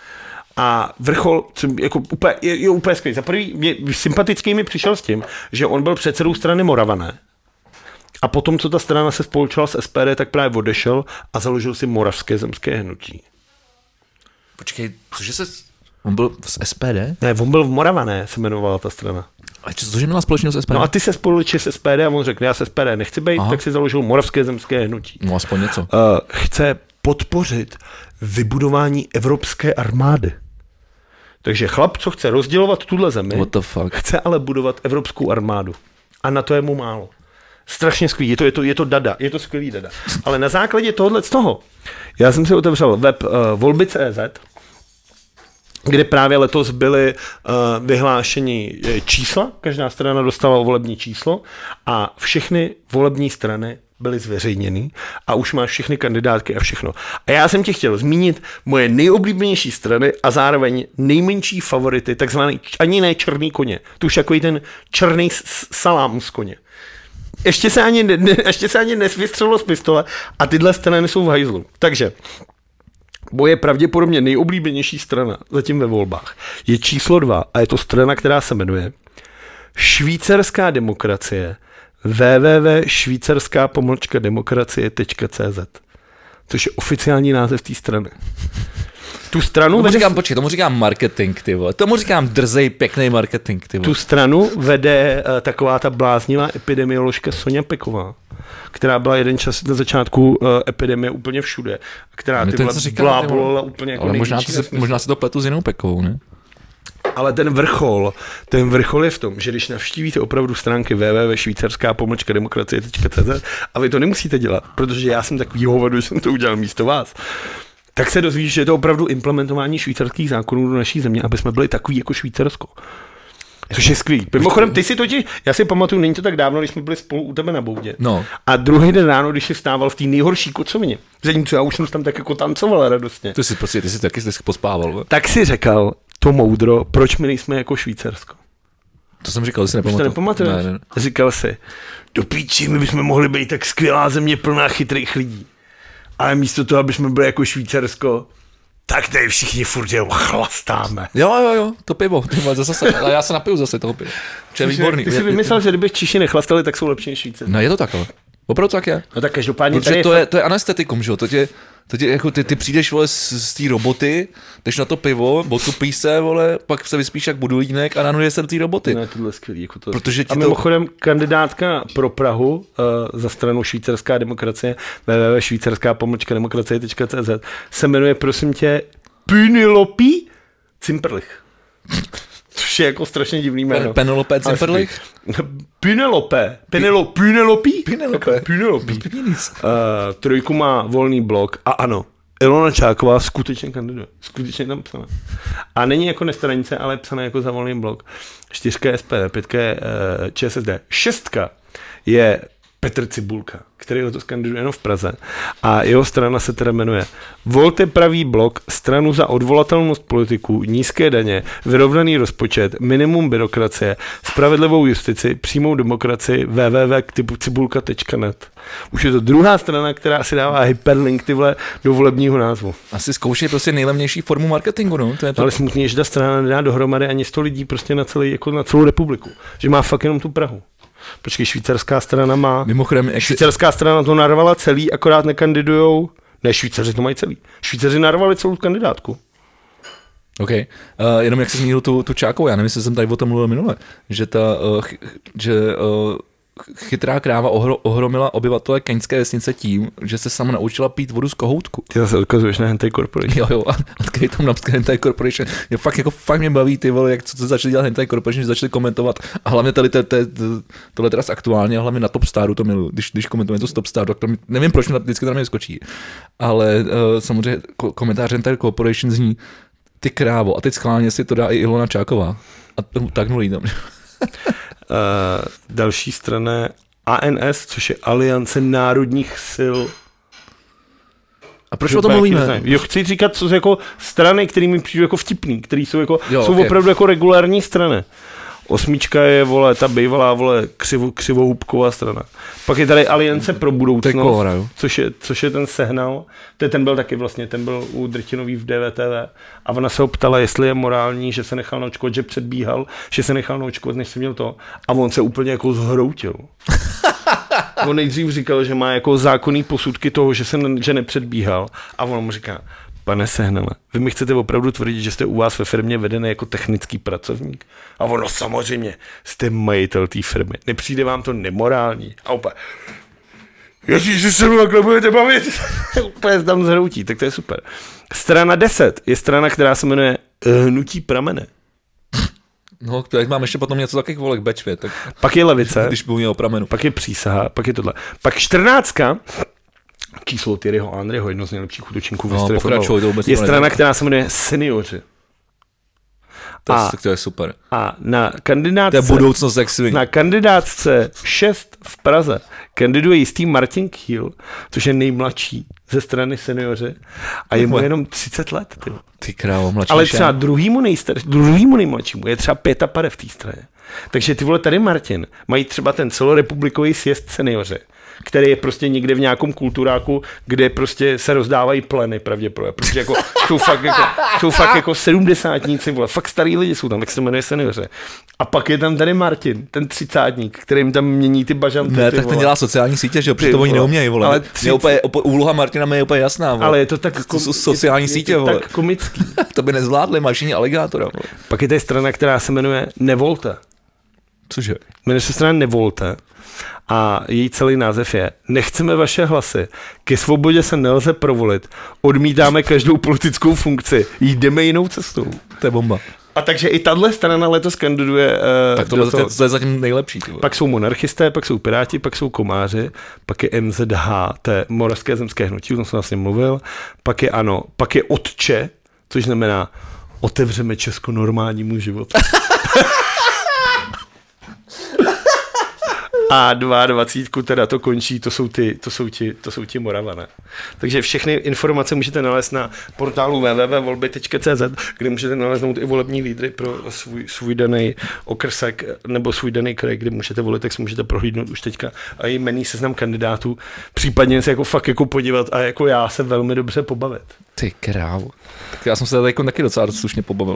A vrchol, jako je úplně skvělý. Za prvý, sympatický mi přišel s tím, že on byl předsedou strany Moravané. A potom, co ta strana se spolčila s SPD, tak právě odešel a založil si Moravské zemské hnutí.
Počkej, cože on byl z SPD?
Ne, on byl v Moravané, se jmenovala ta strana.
A cože měla společnost s SPD?
No a ty se spolčil s SPD a on řekl, já se SPD nechci být, tak si založil Moravské zemské hnutí.
No aspoň něco.
Chce podpořit vybudování evropské armády. Takže chlap, co chce rozdělovat tuhle zemi, chce ale budovat evropskou armádu. A na to je mu málo. Strašně skvělý, je to dada, je to skvělý dada. Ale na základě tohohle z toho, já jsem si otevřel web volby.cz, kde právě letos byly vyhlášeni čísla, každá strana dostala volební číslo a všechny volební strany byly zveřejněný a už máš všechny kandidátky a všechno. A já jsem ti chtěl zmínit moje nejoblíbenější strany a zároveň nejmenší favority, takzvaný ani ne černý koně. To už takový ten černý salám z koně. Ještě se ani nesvystřelilo z pistole a tyhle strany jsou v hajzlu. Takže moje pravděpodobně nejoblíbenější strana zatím ve volbách je číslo 2 a je to strana, která se jmenuje Švýcarská demokracie www.švýcarská-demokracie.cz, což je oficiální název té strany. Tu stranu
tomu říkám marketing, ty vole. Tomu říkám drzej, pěkný marketing, ty vole.
Tu stranu vede taková ta bláznivá epidemioložka Sonja Peková, která byla jeden čas na začátku epidemie úplně všude, která ty blábolila úplně jako
ale možná se to pletu s jinou Pekovou, ne?
Ale ten vrchol je v tom, že když navštívíte opravdu stránky www.švýcarská-demokracie.cz a vy to nemusíte dělat, protože já jsem takový hovado, že jsem to udělal místo vás, tak se dozvíš, že je to opravdu implementování švýcarských zákonů do naší země, aby jsme byli takový jako Švýcarsko. Což je skvělý. Mimochodem, já si pamatuju, není to tak dávno, když jsme byli spolu u tebe na boudě.
No.
A druhý den ráno, když jsi vstával v té nejhorší kocovině, zatímco já už jsem tam tak jako tancoval radostně.
Ty jsi taky pospával.
Tak si řekal to moudro, proč my nejsme jako Švýcarsko.
To jsem říkal, že si
nepamatuješ. Ne. Říkal si, do píči, my bychom mohli být tak skvělá země plná chytrých lidí. Ale místo toho, aby jsme byli jako Švýcarsko, tak tady všichni furt jenom chlastáme.
Jo, to pivo. Ale já se napiju zase toho piva. To je výborný.
Ty jsi vymyslel, že kdyby Češi nechlastali, tak jsou lepší než Švýcaři.
No je to tak, ale. Opravdu tak je.
No tak každopádně
protože to je anestetikum, že jo? Ty přijdeš, vole, z té roboty, jdeš na to pivo, otupíš se, vole, pak se vyspíš jak budulínek a nanuje se do té roboty.
No, tohle je skvělý. Jako to.
A
mimochodem kandidátka pro Prahu za stranu Švýcarská demokracie www.švýcarská-demokracie.cz se jmenuje, prosím tě, Penelope Zimperlich. Což je jako strašně divný jméno.
Penelope Zimperlich?
Penelope. Trojku má volný blok a ano, Ilona Čáková skutečně kandiduje. Skutečně tam psané. A není jako nestranice, ale psané jako za volný blok. 4 je SPD, 5 je ČSSD. 6 je Petr Cibulka, který letos kandiduje jenom v Praze. A jeho strana se teda jmenuje Volte pravý blok, stranu za odvolatelnost politiků, nízké daně, vyrovnaný rozpočet, minimum byrokracie, spravedlivou justici, přímou demokracii, www.cibulka.net. Už je to druhá strana, která si dává hyperlink tyhle do volebního názvu.
Asi zkoušej prostě nejlevnější formu marketingu, no. To je to.
Ale smutně, že ta strana nedá dohromady ani 100 lidí prostě na celou republiku. Že má fakt jenom tu Prahu. Počkej, švýcarská strana má...
Mimochodem,
švýcarská strana to narvala celý, akorát nekandidujou... Ne, Švýcaři to mají celý. Švýcaři narvali celou kandidátku.
OK. Jenom jak jsi zmínil tu Čákovou, já nevím, jestli jsem tady o tom mluvil minule, že chytrá kráva ohromila obyvatele keňské vesnice tím, že se sama naučila pít vodu z kohoutku.
Ty zase odkazuješ na Hentai Corporation.
Jo, a který tam napsal Hentai Corporation. Fakt mě baví, ty vole, jak co začali dělat Hentai Corporation, že začali komentovat. A hlavně tohle teraz aktuálně, a hlavně na Top Staru to miluji, když komentujeme to z Top Staru, tak to nevím, proč vždycky tam skočí. Ale samozřejmě komentář Hentai Corporation zní ty krávo. A teď schválně si to dá i Ilona Čáková. A tak nulí tam.
Další strana ANS, což je Aliance národních sil.
A proč o tom mluvíme?
Jo, chci říkat, co jsou jako strany, které mi přijdu jako vtipný, které jsou, jako, jsou opravdu jako regulární strany. 8 je, vole, ta bývalá, vole, křivohubková strana. Pak je tady Aliance pro budoucnost, což je ten Sehnal. Ten byl taky vlastně, ten byl u Drtinový v DVTV. A ona se ho ptala, jestli je morální, že se nechal naočkovat, že předbíhal, že se nechal naočkovat, než jsem měl to. A on se úplně jako zhroutil. On nejdřív říkal, že má jako zákonný posudky toho, že nepředbíhal. A on mu říká, pane Sehnale, vy mi chcete opravdu tvrdit, že jste u vás ve firmě vedený jako technický pracovník? A ono samozřejmě, jste majitel té firmy. Nepřijde vám to nemorální? A úplně, ježíši, se mnou takhle budete bavit. Úplně tam zhroutí, tak to je super. Strana 10 je strana, která se jmenuje Hnutí pramene.
No, tak mám ještě potom něco takových volek Bečvě. Tak...
Pak je levice,
když byl o pramenu.
Pak je přísaha, pak je tohle. Pak 14. Číslo Thierryho Henryho, jedno z nejlepších útočníků v historii fotbalu. Je strana, která se jmenuje Seniori.
To je super.
A na kandidátce,
to je budoucnost sexuální.
Na kandidátce 6 v Praze kandiduje jistý Martin Kiel, což je nejmladší ze strany Seniori a je mu jenom 30 let.
Ty krávo, mladší.
Ale třeba druhýmu nejmladšímu je třeba 55 v té straně. Takže ty vole, tady Martin mají třeba ten celorepublikový sjezd Seniori, který je prostě někde v nějakém kulturáku, kde prostě se rozdávají pleny pravděpodobně, protože jako jsou fakt jako 70tníci, vole, fakt starý lidi jsou tam, tak se to jmenuje Seniori. A pak je tam tady Martin, ten 30tník, který jim tam mění ty bažanty.
Ne, tak ten dělá sociální sítě, že jo, protože to oni neumějí, vole. Ale úloha Martina mi je úplně jasná, vole.
Ale je to tak
sociální sítě, vole.
Tak komický.
To by nezvládli, mají všichni aligátora, vole.
Pak je tady strana, která se jmenuje Nevolte.
Cože?
Jmenuje se strana Nevolte. A její celý název je Nechceme vaše hlasy, ke svobodě se nelze provolit, odmítáme každou politickou funkci, jdeme jinou cestou.
To je bomba.
A takže i tahle strana letos kandiduje.
Tak to je zatím nejlepší.
Pak jsou monarchisté, pak jsou piráti, pak jsou komáři, pak je MZH, to je Moravské zemské hnutí, o tom jsem vlastně mluvil, pak je ANO, pak je Otče, což znamená otevřeme Česko normálnímu životu. A 22 teda to končí, to jsou ti Moravané. Takže všechny informace můžete nalézt na portálu www.volby.cz, kde můžete naleznout i volební lídry pro svůj daný okrsek nebo svůj daný kraj, kde můžete volit, tak si můžete prohlídnout už teďka a i jmenný seznam kandidátů, případně se jako fakt jako podívat a jako já se velmi dobře pobavit.
Ty krávo. Tak já jsem se tady taky docela slušně pobavil.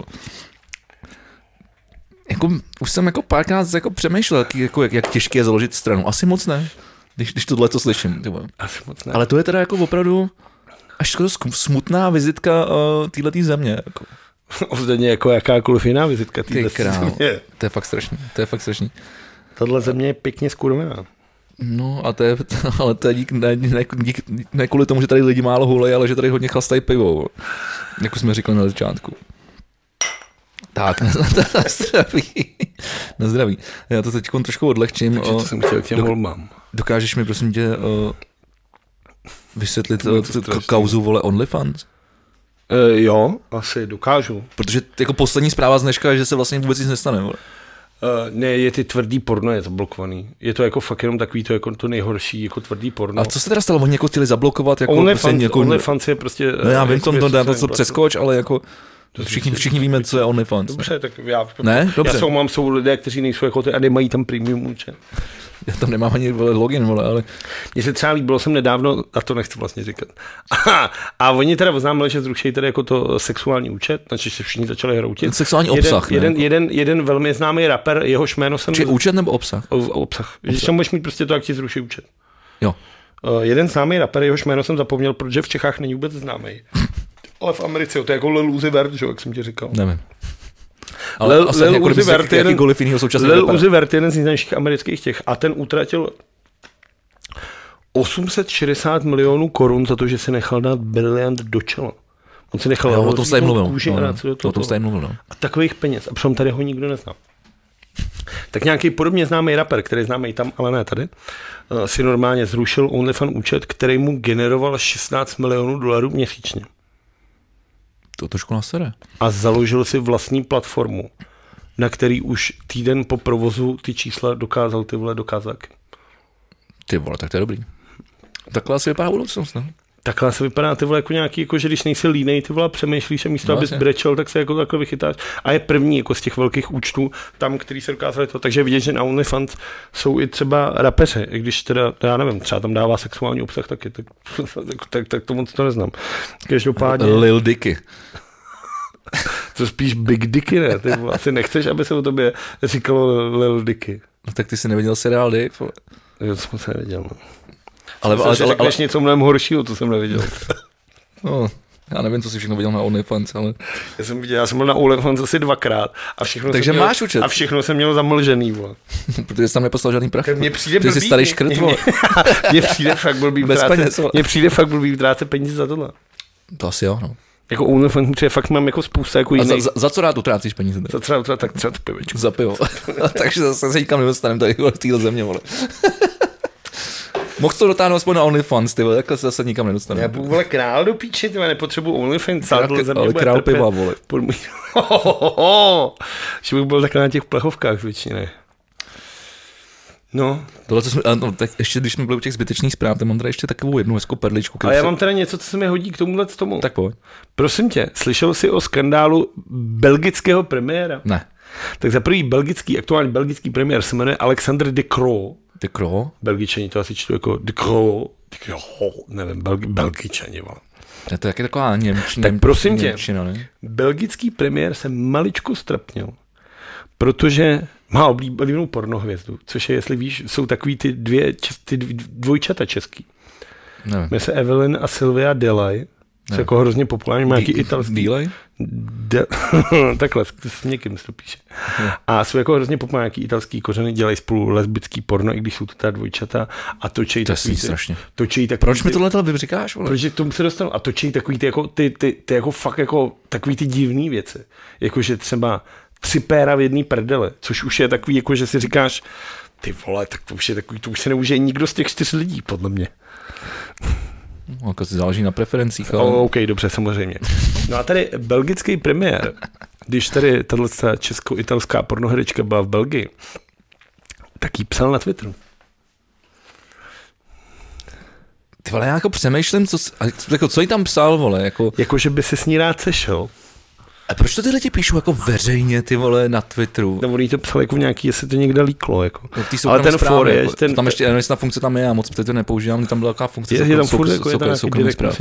Jako, už jsem jako párkrát jako přemýšlel, jak těžké je založit stranu. Asi moc ne, když tohle to slyším.
Asi moc ne.
Ale to je teda jako opravdu až skoro smutná vizitka téhletý země. Jako.
Ostatně jako jakákoliv jiná vizitka téhletý země.
To je fakt strašný.
Tahle země je pěkně skurvená.
No a ale to je ne kvůli tomu, že tady lidi málo hulej, ale že tady hodně chlastají pivo. Jako jsme říkali na začátku. Tak, na zdraví. Já to teď trošku odlehčím.
Takže to jsem chtěl k těm volbám.
Dokážeš mi, prosím tě, vysvětlit kauzu, vole, OnlyFans?
Jo, asi dokážu.
Protože jako poslední zpráva z dneška je, že se vlastně vůbec nic nestane, vole.
Ne, je ty tvrdý porno, je zablokovaný. Je to jako fakt jenom takový to, jako to nejhorší, jako tvrdý porno.
A co se teda stalo? Oni jako chtěli zablokovat? Jako
OnlyFans je prostě...
No já vím, to přeskoč, ale jako... Všichni víme, co je OnlyFans.
Dobře, tak já...
Ne? Dobře.
Jsou lidé, kteří nejsou jako ty a nemají tam premium účet.
Já tam nemám ani login, vole, ale...
Mně se třeba líbilo, jsem nedávno, a to nechci vlastně říkat. A oni teda oznámili, že zrušejí tady jako to sexuální účet, takže se všichni začali hroutit.
Sexuální obsah,
jeden velmi známý rapper, jehož jméno jsem...
Či účet nebo obsah?
Obsah. Když tam můžeš mít prostě to, jak ti zruší účet.
Jo.
Jeden známý rapper, jehož jméno jsem zapomněl, protože v Čechách není vůbec známý. Ale v Americe, to je jako Lil Uzi Vert, že, jak jsem ti říkal.
Nevím. Ale Lil Uzi Vert je
jeden z nejznámějších amerických těch a ten utratil 860 milionů korun za to, že si nechal dát briliant do čela. On si nechal
o tom jste mluvil.
No. A takových peněz. A přitom tady ho nikdo nezná. Tak nějaký podobně známý rapper, který známý tam, ale ne tady, si normálně zrušil OnlyFans účet, který mu generoval 16 milionů dolarů měsíčně.
To trošku nasere.
A založil si vlastní platformu, na který už týden po provozu ty čísla dokázal ty vole dokázat.
Ty vole, tak to je dobrý. Takhle asi vypadá budoucnost, ne?
takhle se vypadá ty vole jako nějaký, jako že když nejsi línej, ty vole přemýšlíš a místo, abys brečel, tak se jako takhle vychytáš. A je první jako z těch velkých účtů tam, který se dokázali to. Takže vidět, že na OnlyFans jsou i třeba rapeři, i když teda, já nevím, třeba tam dává sexuální obsah taky, tak to moc to neznám. Každopádně.
Lil Dicky.
To spíš Big Dicky, ne? Ty asi nechceš, aby se o tobě říkalo Lil Dicky.
No tak ty jsi neviděl seriál Dave?
Jo, to jsem se neviděl, no.
Ale
řekneš něco mnohem horšího, to jsem neviděl.
No, já nevím, co jsi všechno viděl na OnlyFans, ale...
Já jsem byl na OnlyFans asi 2krát a všechno,
takže
jsem
máš účet.
A všechno jsem měl zamlžený, vole.
Protože jsi tam neposlal žádný prach.
Mně přijde blbý.
Ty jsi starý škrt, vole.
Mně přijde fakt blbý utrácet peníze za tohle.
To asi jo, no.
Jako OnlyFans, protože fakt mám jako spousta jako jiných.
A za co rád utrácíš peníze?
Za co rád utrácíš, tak třeba to pivečku.
Za pivo. Takže zase se nikam nedostaneme tady v téhle země, vole. Mohl to dotáhnout aspoň na OnlyFans, ty vole, takhle se zase nikam nedostaneme.
Já budu, vole, král do píči, ty vole, nepotřebuji OnlyFans.
Ale král piva, vole.
Že bych byl takhle na těch plechovkách většině. No.
Tohle, co jsme, no, tak ještě když jsme byli u těch zbytečných zpráv, tak mám tady ještě takovou jednu hezkou perličku.
Ale já mám teda něco, co se mi hodí k tomuhle tomu.
Tak pojď.
Prosím tě, slyšel jsi o skandálu belgického premiéra?
Ne.
Tak za první aktuální belgický premiér se jmenuje Alexandre De Croo.
De Croo?
Belgičani to asi čtu jako De Croo. Nevím, Belgičani, vole.
To je taky taková němčina.
Tak prosím tě,
ne?
belgický premiér se maličko strapnil, protože má oblíbenou pornohvězdu, což je, jestli víš, jsou takový ty dvojčata český.
Nevím.
Jmenuje se Evelyn a Sylvia Delay. Jsou jako hrozně populární, má nějaký italský...
Delay?
Takhle, s někým se to píše. A jsou jako hrozně populární, nějaký italský kořeny, dělají spolu lesbický porno, i když jsou to ta dvojčata a točí takový...
strašně.
Proč
mi tohle říkáš, vole?
Protože k tomu se dostanu. A točí takový ty jako, ty jako fakt jako takový ty divný věci. Jakože třeba 3 péra v jedný prdele, což už je takový, jako že si říkáš, ty vole, tak to už je takový, to už se neužije nikdo z těch 4 lidí, podle mě.
No, jako si záleží na preferencích. Ale...
OK, dobře, samozřejmě. No a tady belgický premiér, když tady tato česko-italská pornoherečka byla v Belgii, tak jí psal na Twitteru.
Ty vole, já jako přemýšlím, co jí tam psal, vole,
jako že by si s ní rád sešel.
A proč to tyhle ti píšu jako veřejně, ty vole, na Twitteru?
No, oni to psal jako nějaký, jestli to někde líklo, jako.
No, ale ten for je, jako, tam ještě, nevím, jestli ta funkce tam je, já moc to nepoužívám, tam byla taková funkce,
je tam furt jako
soukromý zpráv.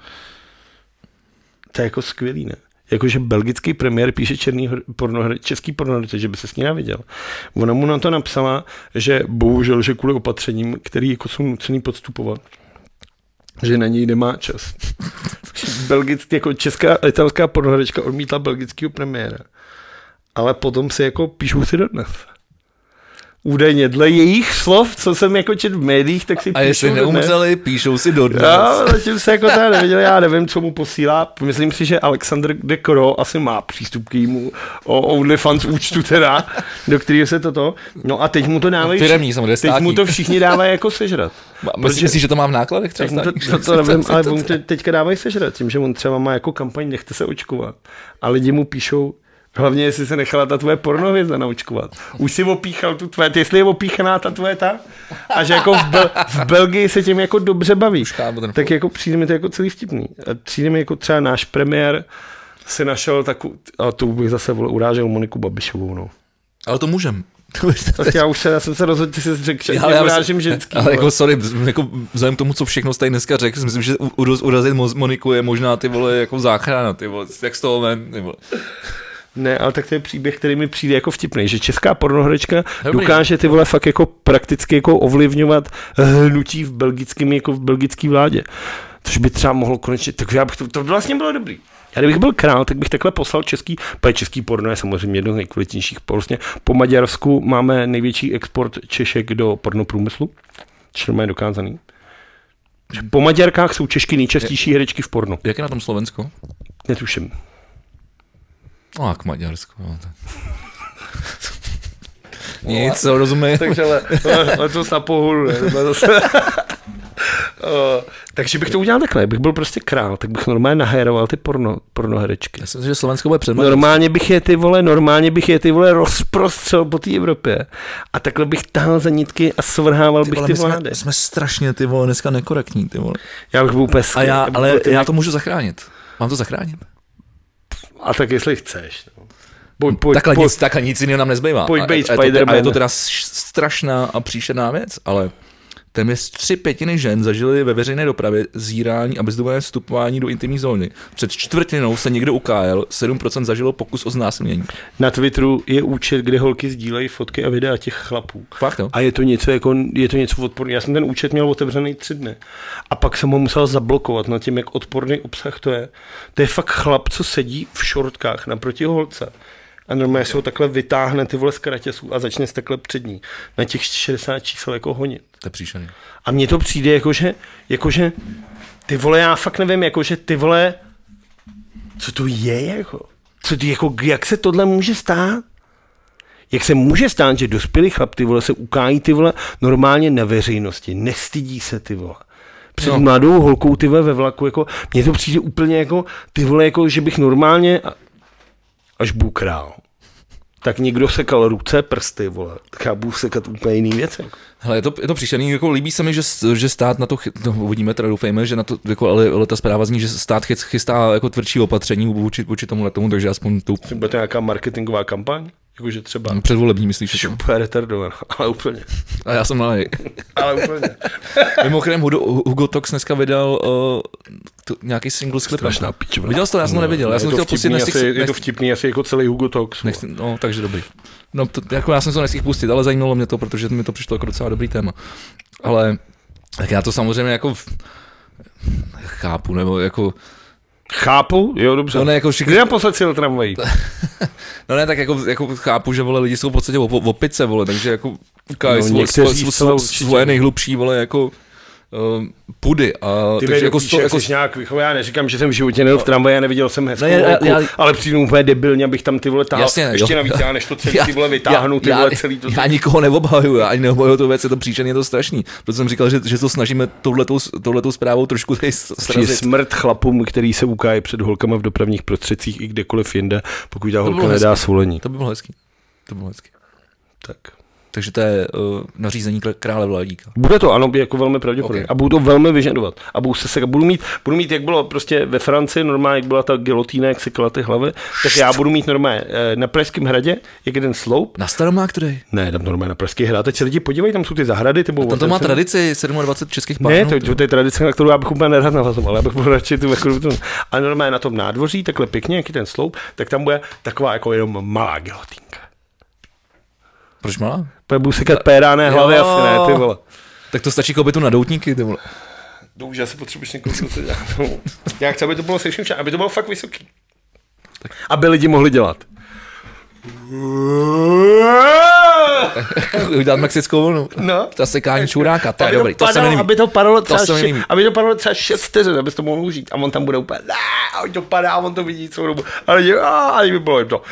To je jako skvělý, ne? Jakože belgický premiér píše český pornoherce, že by se s ní neviděl. Ona mu na to napsala, že bohužel, že kvůli opatřením, který jako jsou nucený podstupovat, že na něj nemá čas. Belgický, jako česká italská pornoherečka odmítla belgického premiéra. Ale potom si jako píšou si dodnes. Údajně, dle jejich slov, co jsem jako četl v médiích, tak si píšou.
A jestli neumřeli, píšou si dodnes.
Já zatím se jako teda nevěděl, já nevím, co mu posílá. Myslím si, že Alexandre De Croo asi má přístup k jímu o OnlyFans účtu teda, do kterého se toto. No a teď mu to dávají. Teď mu to všichni dávají jako sežrat.
Myslíš, že to má v nákladech třeba?
To nevím, ale on teďka dávají sežrat, tím, že on třeba má jako kampaň nechte se očkovat. A lidi mu píšou, hlavně, jestli se nechala ta tvoje pornohvězda naočkovat. Už si opíchal tu tvoje, jestli je opíchaná ta tvoje ta, a že jako v Belgii se tím jako dobře baví, tak jako přijde mi to jako celý vtipný. A přijde mi jako třeba náš premiér si našel takovou, a to bych zase urážel Moniku Babišovou, no.
Ale to můžem.
Tak já jsem se rozhodl, ty jsi řekl, že urážím ženský.
Ale jako sorry, jako vzhledem k tomu, co všechno jste dneska řekl, myslím, že urazit Moniku je možná ty vole jako záchrana, ty vole, jak z toho ven, ty vole.
Ne, ale tak to je příběh, který mi přijde jako vtipný, že česká pornoherečka dokáže ty vole fakt jako prakticky jako ovlivňovat hnutí v belgické vládě. Což by třeba mohlo konečně, tak já bych to vlastně bylo dobrý. Já kdybych byl král, tak bych takhle poslal český porno je samozřejmě jedno z nejkvalitnějších. Vlastně po Maďarsku máme největší export Češek do pornoprůmyslu, což je dokázaný. Po Maďarkách jsou Češky nejčastější herečky v pornu.
Jak je na tom Slovensko?
Netuším.
No, jak Maďarsko. No, tak. Nic, rozumím.
Takže letos na pohůru. Takže bych to udělal takhle, bych byl prostě král, tak bych normálně nahajroval ty pornoherečky.
Já si myslím, že Slovensko bude předmět.
Normálně bych je ty vole rozprostřel po té Evropě a takhle bych tahal za nitky a svrhával bych ty mlády.
Jsme strašně ty vole dneska nekorektní, ty vole.
Já bych byl úplně
já to můžu zachránit. Mám to zachránit?
A tak jestli chceš.
Takhle nic jiného nám nezbývá. A je to teda strašná a příšerná věc, ale téměř 3/5 žen zažily ve veřejné dopravě zírání a bezdomovné vstupování do intimní zóny. Před čtvrtinou se někdo ukájel, 7% zažilo pokus o znásilnění.
Na Twitteru je účet, kde holky sdílejí fotky a videa těch chlapů.
Fakt, no?
A je to něco odporné. Já jsem ten účet měl otevřený 3 dny. A pak jsem ho musel zablokovat nad tím, jak odporný obsah to je. To je fakt chlap, co sedí v šortkách naproti holce. A normálně si ho takhle vytáhne ty vole z kratěsů a začne se takhle před ní na těch 60 čísel jako honit.
To je příšerný.
A mně to přijde jakože ty vole, já fakt nevím, jakože ty vole, co to je jako? Jak se tohle může stát? Jak se může stát, že dospělý chlap ty vole se ukájí ty vole normálně na veřejnosti, nestydí se ty vole. Před mladou holkou ty vole ve vlaku, jako, mně to přijde úplně jako ty vole, jako, že bych normálně až budu král. Tak někdo sekal ruce, prsty, vole. Tak já budu sekat úplně jiný věci.
Hele, je to příšerný, jako líbí se mi, že stát na to, uvidíme, teda doufejme, že na to, jako, ale ta zpráva zní, že stát chystá jako tvrdší opatření vůči tomu, takže aspoň tu.
Bude to nějaká marketingová kampaň? Jakože třeba.
Předvolební, myslíš?
Úplně retardovaná, ale úplně.
A já jsem malej.
Ale úplně.
Mimochodem Hugo Tox dneska vydal nějaký single s klipem. Viděl jsi to? Já jsem to neviděl. Já jsem chtěl pustit
je to vtipný, asi jako celý Hugo Tox.
No, takže dobrý. No, jako já jsem to nestihl pustit, ale zajímalo mě to, protože mi to přišlo jako docela dobrý téma. Ale tak já to samozřejmě jako chápu, nebo jako
chápu? Jo, dobře.
No ne, jako
Kdy naposled jel tramvají?
No ne, tak jako chápu, že vole, lidi jsou v podstatě opice, vole, takže jako svoje nejhlubší, vole, jako pudy. A
ty jako nějak vychová, já neříkám, že jsem v životě nejel v tramvaji a neviděl jsem hezkou holku, ale přijdu úplně debilně, abych tam ty vole tahal. Jasně, ještě navíc já než to celý ty vole vytáhnu, ty vole celý to.
Já nikoho neobhajuju, já ani neobhajuju tu věc, je to příšerný, je to strašný. Protože jsem říkal, že to snažíme touhletou zprávou trošku tady
srazit. Smrt chlapům, který se ukájí před holkama v dopravních prostředcích i kdekoliv jinde, pokud ta holka nedá svolení.
To by bylo hezký.
Tak.
Takže to je nařízení krále Vladíka.
Bude to, ano, jako velmi pravděpodobně. Okay. A budu to velmi vyžadovat. A budu mít, jak bylo prostě ve Francii, normálně, jak byla ta gilotína, jak se kala ty hlavy, tak já budu mít normálně na Pražském hradě, jak jeden sloup.
Na Staromák který?
Ne, tam normálně na Pražský hrad. Teď se lidi podívají, tam jsou ty zahrady.
Tam to má tradici 27 českých pánů.
Ne, to je tradice, na kterou já bych úplně nerad navazoval, ale já bych byl radši tu jako a normálně na tom nádvoří, takhle pěkně, jak je ten sloup, tak tam bude taková jako jenom malá gilotínka.
Proč malá?
Budu sekat péráné hlavy, asi ne, ty vole.
Tak to stačí koupit tu na doutníky, ty vole.
Už asi potřebuješ někoho, co to dělá. Já chci, aby to bylo seším čas, aby to bylo fakt vysoký. Tak. Aby lidi mohli dělat.
Udělat mexickou vlnu.
No.
To sekání čuráka, to je dobrý.
Aby to padalo třeba 6 vteřin, abys to mohl užít. A on tam bude úplně, a on to padá, a on to vidí celou dobu. Ale by bylo to.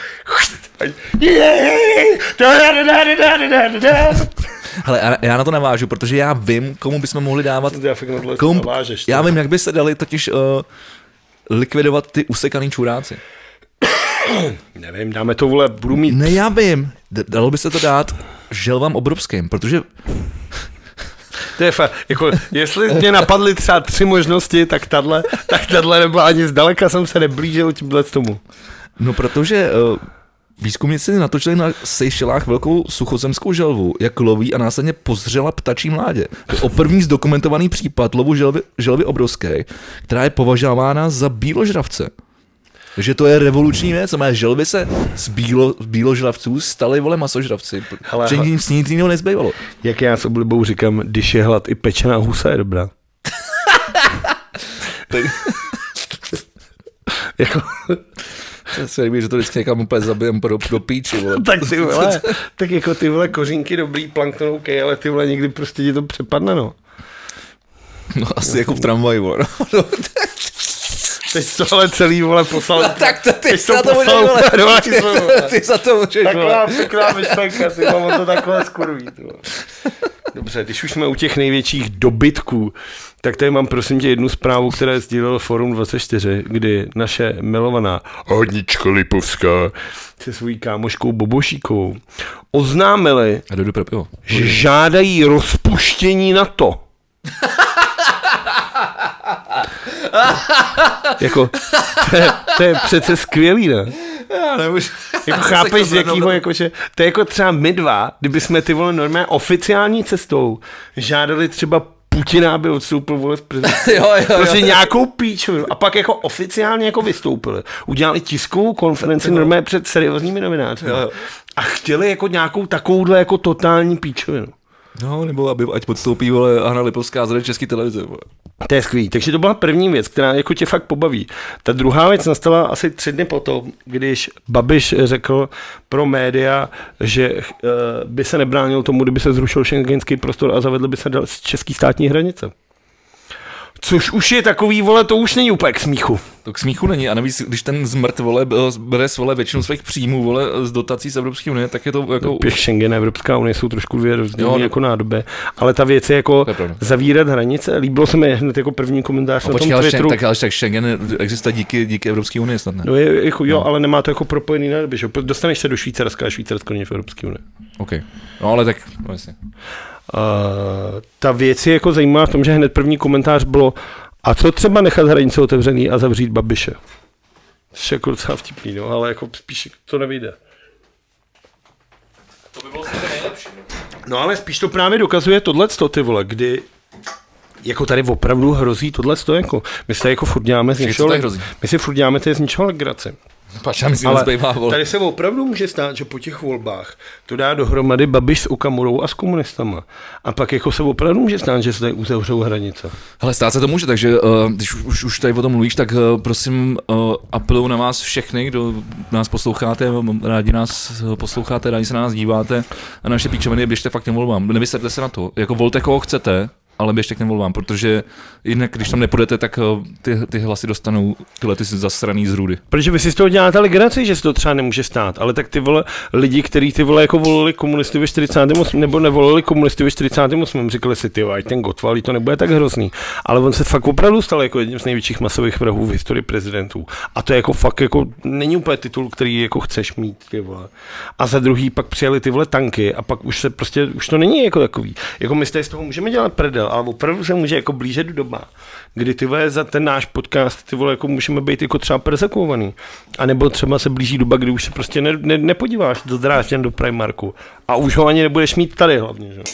Hele, já na to navážu, protože já vím, komu bychom mohli dávat. Já vím, jak by se dali totiž likvidovat ty usekaný čuráci.
Nevím, dáme to, vole, budu mít.
Ne, já vím. Dalo by se to dát želvám obrovským, protože
to je fakt, jako, jestli mě napadly třeba 3 možnosti, tak tahle nebyla ani zdaleka, jsem se neblížil tímhle tomu.
No, protože výzkumníci natočili na Seychelách velkou suchozemskou želvu, jak loví a následně pozřela ptačí mládě. To je první zdokumentovaný případ lovu želvy obrovské, která je považována za bíložravce. Takže to je revoluční věc, a želvy se z bíložravců staly, vole, masožravci. Že nic jiného nezbývalo.
Jak já s oblibou říkám, když je hlad, i pečená husa je dobrá.
Jako... Já se líbí, že to vždycky někam úplně zabijem do píči, vole.
Tak ty vole, tak jako ty vole kořínky dobrý, planktonovky, ale ty vole někdy prostě ti to přepadne, no.
No asi jako v tramvaji, vole.
Teď to ale celý, vole, poslal.
No, tak to ty za to můžeš, vole. Ty za to můžeš, vole.
Taková pěkná myšlenka, ty vole, on to takhle skurví, ty vole. Dobře, když už jsme u těch největších dobytků, tak tady mám prosím tě jednu zprávu, která sdílelo Forum 24, kdy naše milovaná Anička Lipovská se svojí kámoškou Bobošíkou oznámili, že žádají rozpuštění NATO. Jako, to je přece skvělý, ne?
Já nemůžu.
Jako chápeš, z jakýho, jakože, to je jako třeba my dva, kdyby jsme ty vole normálně oficiální cestou žádali třeba Putina, aby odstoupil vole z prezidenta. Prostě nějakou píčovinu. A pak jako oficiálně jako vystoupili. Udělali tiskovou konferenci normálně před seriózními novináři. A chtěli jako nějakou takovouhle jako totální píčovinu.
No, nebo ať podstoupí, vole, Anna Lipovská z České televize, vole.
To je skvělý. Takže to byla první věc, která jako tě fakt pobaví. Ta druhá věc nastala asi 3 dny potom, když Babiš řekl pro média, že by se nebránil tomu, kdyby se zrušil schengenský prostor a zavedl by se český státní hranice. Což už je takový, vole, to už není úplně k smíchu.
To k smíchu není a navíc, když ten zmrt, vole, bere vole, většinu svých příjmů, vole, z dotací z Evropské unie, tak je to jako...
Schengen a Evropská unie jsou trošku dvě rozdílné jako nádoby, ale ta věc je jako zavírat hranice. Líbilo se mi hned jako první komentář na tom Twitteru.
Tak Schengen existuje díky Evropské unii, snad ne?
No je, jako, jo, ale nemá to jako propojený nádoby, že? Dostaneš se do Švýcarska a Švýcarsko není v Evropské unii.
OK. No ale tak, vlastně.
Ta věc je jako zajímavá v tom, že hned první komentář bylo a co třeba nechat hranice otevřený a zavřít Babiše. To je jako docela vtipný, no, ale jako spíš to nevyjde.
To by bylo sice nejlepší.
No ale spíš to právě dokazuje tohleto, ty vole, kdy jako tady opravdu hrozí tohleto, jako my se jako furt děláme z něčeho, my si furt děláme z něčeho legraci. Ale tady se opravdu může stát, že po těch volbách to dá dohromady Babiš s Okamurou a s komunistama. A pak jako se opravdu může stát, že se tady uzavřou hranice.
Hele, stát se to může, takže když už tady o tom mluvíš, tak prosím apeluju na vás všechny, kdo nás posloucháte, rádi nás posloucháte, rádi se na nás díváte a naše píčoviny, běžte fakt těm volbám. Nevyserte se na to, jako volte koho chcete, ale běžte k těm volbám, protože jinak, když tam nepůjdete, tak ty hlasy dostanou tyhle ty zasraný zrůdy.
Protože vy si z toho děláte legraci, že se to třeba nemůže stát, ale tak ty vole lidi, kteří ty vole jako volili komunisty ve 48, nebo nevolili komunisty ve 48, říkali si, ty ať ten Gottwald, to nebude tak hrozný. Ale on se fakt opravdu stal jako jedním z největších masových vrahů v historii prezidentů. A to je jako fakt jako není úplně titul, který jako chceš mít, ty vole. A za druhý pak přijeli ty vole tanky a pak už se prostě už to není jako takový. Jako my z toho můžeme dělat prdel, ale opravdu se může jako blížit doba, kdy ty vole za ten náš podcast ty vole jako můžeme být jako třeba persekuovaný. A nebo třeba se blíží doba, kdy už se prostě nepodíváš do Drážďan, do Primarku a už ho ani nebudeš mít tady hlavně, že?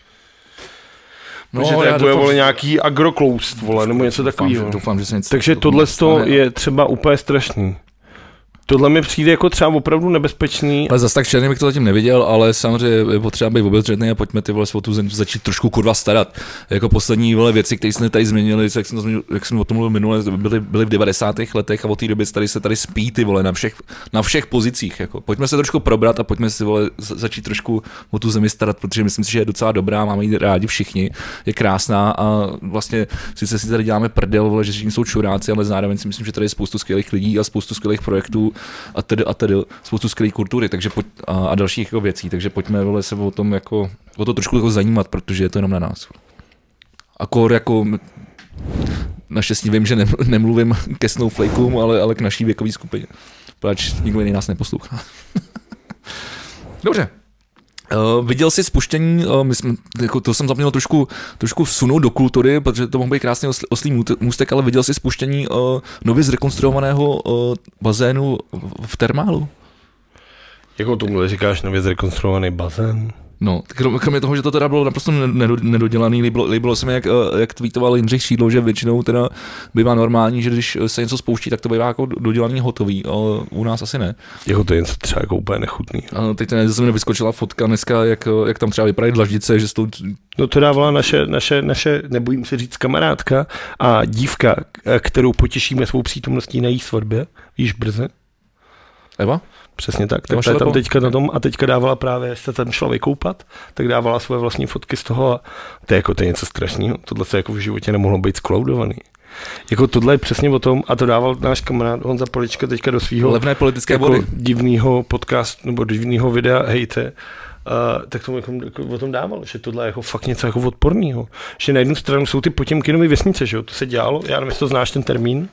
No, protože to bude nějaký agrocloust, vole, nebo něco takového.
Doufám, že se něco...
Takže tohle je třeba úplně strašný. Tohle mi přijde jako třeba opravdu nebezpečný.
Ale zase tak černý bych to zatím neviděl, ale samozřejmě je potřeba být obezřetný a pojďme ty vole o tu zem začít trošku kurva starat. Jako poslední vole věci, které jsme tady změnili, jak jsem o tom mluvil minule, byly v 90. letech a od té doby se tady spí ty vole na všech pozicích. Jako. Pojďme se trošku probrat a pojďme si vole začít trošku o tu zemi starat, protože myslím si, že je docela dobrá, máme ji rádi všichni, je krásná a vlastně sice si tady děláme prdel, vole, že všichni jsou čuráci, ale zároveň si myslím, že tady je spoustu skvělých lidí a spoustu skvělých projektů a tedy spoustu skvělé kultury, takže a dalších jako věcí, takže pojďme vole, se o tom jako, o to trošku jako zajímat, protože je to jenom na nás. Akor jako naštěstí vím, že nemluvím ke snowflakeům, ale k naší věkové skupině, protože nikdo jiný nás neposlouchá. Dobře. Viděl jsi spuštění, to jsem zapomněl trošku vsunout do kultury, protože to mohl být krásný oslý můstek, ale viděl jsi spuštění nově zrekonstruovaného bazénu v termálu?
Jako tomu říkáš nově zrekonstruovaný bazén?
No, kromě toho, že to teda bylo naprosto nedodělaný, líbilo se mi, jak tweetoval Jindřich Šídlo, že většinou teda bývá normální, že když se něco spouští, tak to bývá jako dodělaný hotový, ale u nás asi ne.
Jeho to je něco třeba jako úplně nechutný.
A teď zase mi vyskočila fotka dneska, jak tam třeba vypadají dlaždice, že jsou...
No to dávala naše, nebojím se říct, kamarádka a dívka, kterou potěšíme svou přítomností na její svatbě, víš, brzy.
Eva?
Přesně tak, tak ta je tam teďka na tom a teďka dávala právě, až se tam šla vykoupat, tak dávala svoje vlastní fotky z toho a to je něco strašného, tohle se jako v životě nemohlo být skloudovaný. Jako tohle je přesně o tom a to dával náš kamarád Honza Polička teďka do svého
levné politické
jako divného podcastu nebo divného videa hejte tak to jako o tom dával, že tohle je jako fakt něco jako odporného. Že na jednu stranu jsou ty Potěmkinovy vesnice, že jo, to se dělalo, já nevím, jestli to znáš ten termín.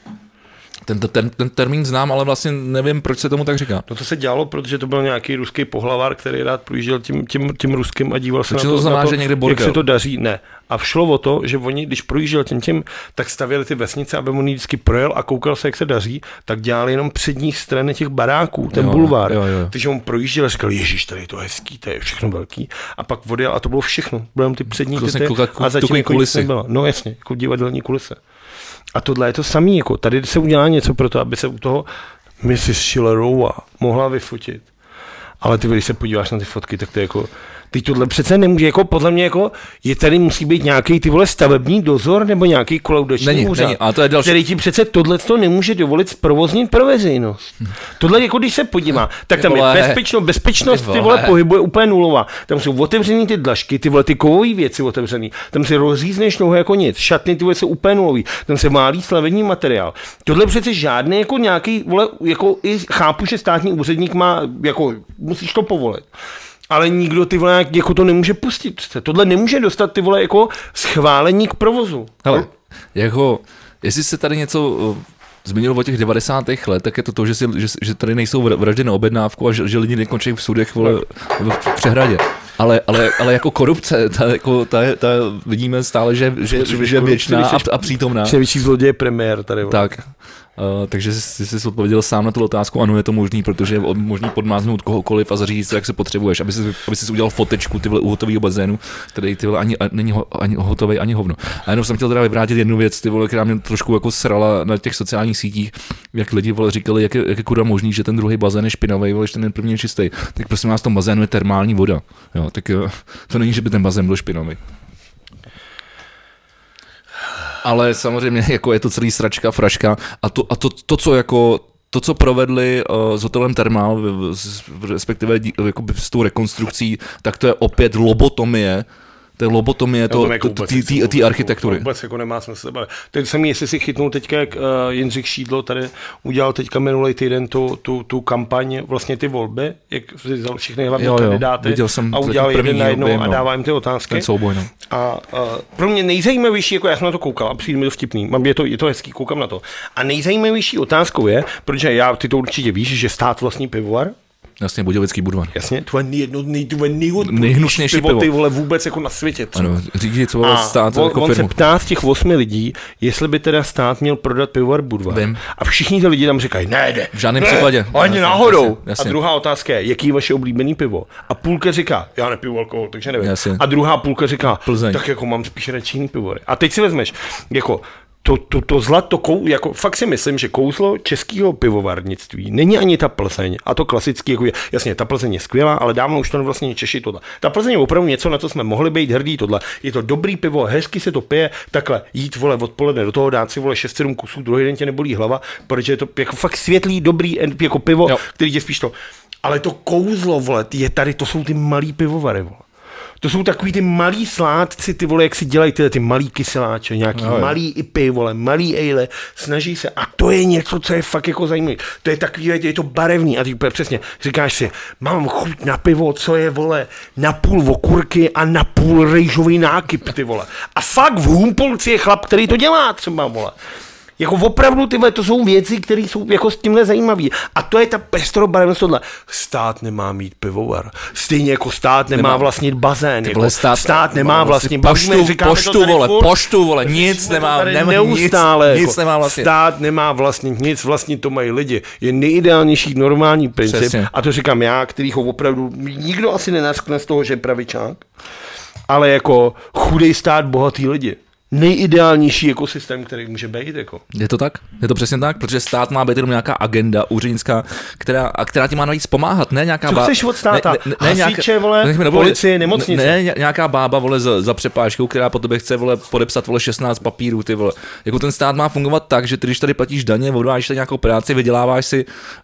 Ten termín znám, ale vlastně nevím, proč se tomu tak říká.
No to se dělalo, protože to byl nějaký ruský pohlavár, který rád projížděl tím ruským a díval se na to,
znamená, že někde
jak se to daří. Ne. A šlo o to, že oni, když projížděl tím, tak stavěli ty vesnice, aby on vždycky projel a koukal se, jak se daří, tak dělali jenom přední strany těch baráků, ten bulvár. Jo. Takže on projížděl a říkal, ježiš, tady je to hezký, to je všechno velký. A pak odjel a to bylo všechno. Bylo jenom ty přední a zatím jako nic nebylo. No jasně, jako divadelní kulise. A tohle je to samý, jako tady se udělá něco pro to, aby se u toho Mrs. Schillerová mohla vyfotit. Ale ty, když se podíváš na ty fotky, tak to je jako, ty tohle přece nemůže, jako podle mě, jako je tady musí být nějaký ty vole stavební dozor nebo nějaký kolaudační úřad,
není, a to je další.
Který ti přece tohle to nemůže dovolit zprovoznit pro veřejnost. Tohle jako když se podívá, tak tam je bezpečnost ty vole pohybu je úplně nulová. Tam jsou otevřený ty dlažky, ty vole ty kovové věci otevřený. Tam si rozřízneš nohu jako nic. Šatny ty vole jsou úplně nulový. Tam se málí slavební materiál. Tohle přece žádný jako nějaký vole jako i chápu, že státní úředník má jako musíš to povolit. Ale nikdo ty vole jako to nemůže pustit. Tohle nemůže dostat ty vole jako schválení k provozu.
Hele, jako, jestli se tady něco zmínilo o těch 90. let, tak je to, že tady nejsou vraždy na objednávku a že lidi nekončí v soudech vole, v přehradě. Ale jako korupce, ta vidíme stále, že je věčná a přítomná.
Největší zloděj je premiér tady. Vole.
Tak. Takže jsi odpověděl sám na tu otázku, ano, je to možný, protože je možný podmáznout kohokoliv a zařídit se, jak se potřebuješ, aby si udělal fotečku ty vole u hotového bazénu, který ty vole není ani hotovej, ani hovno. A jenom jsem chtěl teda vyvrátit jednu věc, ty vole, která mě trošku jako srala na těch sociálních sítích, jak lidi vole říkali, jak je kurva možný, že ten druhý bazén je špinavý, vole, že ten první je čistý. Tak prosím vás, v tom bazénu je termální voda. Jo, tak to není, že by ten bazén byl špinavý. Ale samozřejmě jako je to celý sračka, fraška a to, co provedli s hotelem Thermal, respektive s tou rekonstrukcí, tak to je opět lobotomie. To je lobotomie té architektury.
Vůbec jako nemá smysl se bavit. Teď jsem jestli si chytnul teďka, jak Jindřich Šídlo tady udělal teďka minulý týden tu kampaň, vlastně ty volby, jak vzal všechny hlavní kandidáty a udělal jeden na jednou a dává jim ty otázky.
Ten souboj, no.
A pro mě nejzajímavější, jako já jsem na to koukal a přijde mi to vtipný, je to hezký, koukám na to. A nejzajímavější otázkou je, protože ty to určitě víš, že stát vlastní pivovar.
Jasně, Budějovický Budvar.
Jasně, to je
nejhnusnější pivo.
Ty vole vůbec jako na světě. Třeba.
Ano, řídí to stát jako firmu.
On se ptá z těch 8 lidí, jestli by teda stát měl prodat pivovar Budvar.
Vím.
A všichni ty lidi tam říkají, ne.
V žádném případě.
Ani náhodou. Jasně. A druhá otázka je, jaký je vaše oblíbený pivo? A půlka říká, já nepiju alkohol, takže nevím.
Jasně.
A druhá půlka říká,
Plzeň.
Tak jako mám spíš radši jiný pivory. A teď si vezmeš, jako to zlato, jako fakt si myslím, že kouzlo českého pivovarnictví není ani ta Plzeň, a to klasický, jako jasně, ta Plzeň je skvělá, ale dávno už to vlastně Češi tohle. Ta Plzeň je opravdu něco, na co jsme mohli být hrdí tohle. Je to dobrý pivo, hezky se to pije, takhle jít vole odpoledne do toho, dát si vole 6-7 kusů, druhý den tě nebolí hlava, protože je to jako fakt světlý, dobrý jako pivo, který tě spíš to. Ale to kouzlo, vole, je tady, to jsou ty malý pivovary, vole. To jsou takový ty malý sládci, ty vole, jak si dělají ty malý kyseláče, nějaký malý ipy, vole, malý ale, snaží se a to je něco, co je fakt jako zajímavé. To je takový, je to barevný a ty přesně říkáš si, mám chuť na pivo, co je, vole, napůl okurky a napůl rejžový nákyp, ty vole. A fakt v Humpolci je chlap, který to dělá třeba, vole. Jako opravdu tyhle, to jsou věci, které jsou jako s tímhle zajímavé. A to je ta pestrobarevnost tohle. Stát nemá mít pivovar. Stejně jako stát nemá vlastnit bazén. Jako stát nemá vlastnit
poštu, vole, nic nemá vlastnit.
Stát nemá vlastnit nic, vlastnit to mají lidi. Je nejideálnější normální princip. Přesně. A to říkám já, který ho opravdu nikdo asi nenaskne z toho, že je pravičák. Ale jako chudej stát, bohatý lidi. Nejideálnější ekosystém, který může být. Jako.
Je to tak? Je to přesně tak? Protože stát má být jenom nějaká agenda úřednická, která ti má navíc pomáhat, ne nějaká
bába. Co chceš od státa? Hasiče, vole, policie, nemocnice.
Ne nějaká bába, vole, za přepážkou, která po tobě chce, vole, podepsat, vole, 16 papírů, ty vole. Jako ten stát má fungovat tak, že ty, když tady platíš daně, odvádíš tady nějakou práci, vyděláváš si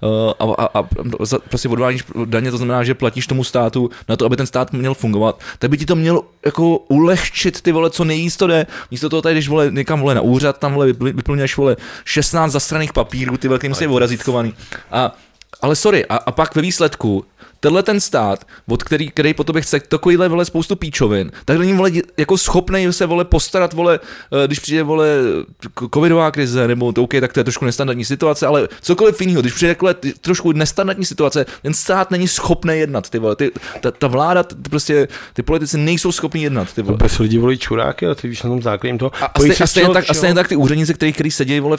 prostě odvádíš daně, to znamená, že platíš tomu státu na to, aby ten stát měl fungovat. Tak by ti to mělo jako ulehčit, ty vole, co nejvíc to jde. Místo toho tady, když vole někam vole na úřad, tam vole vyplňuješ vole 16 zastraných papírů, ty velkým si je orazítkovaný. Ale sorry, a pak ve výsledku tenhle ten stát, od který po tobě chce takovýhle, vole, spoustu píčovin, tak není, vole, jako schopnej se, vole, postarat, vole, když přijde, vole, covidová krize, nebo to, OK, tak to je trošku nestandardní situace, ale cokoliv jiného, když přijde takhle trošku nestandardní situace, ten stát není schopný jednat, ty vole, ta vláda, prostě ty politici nejsou schopní jednat, ty vole.
Bez lidí volí čuráky, a ty víš na tom základním toho.
A stejně tak ty úředníci, kteří sedí, vole,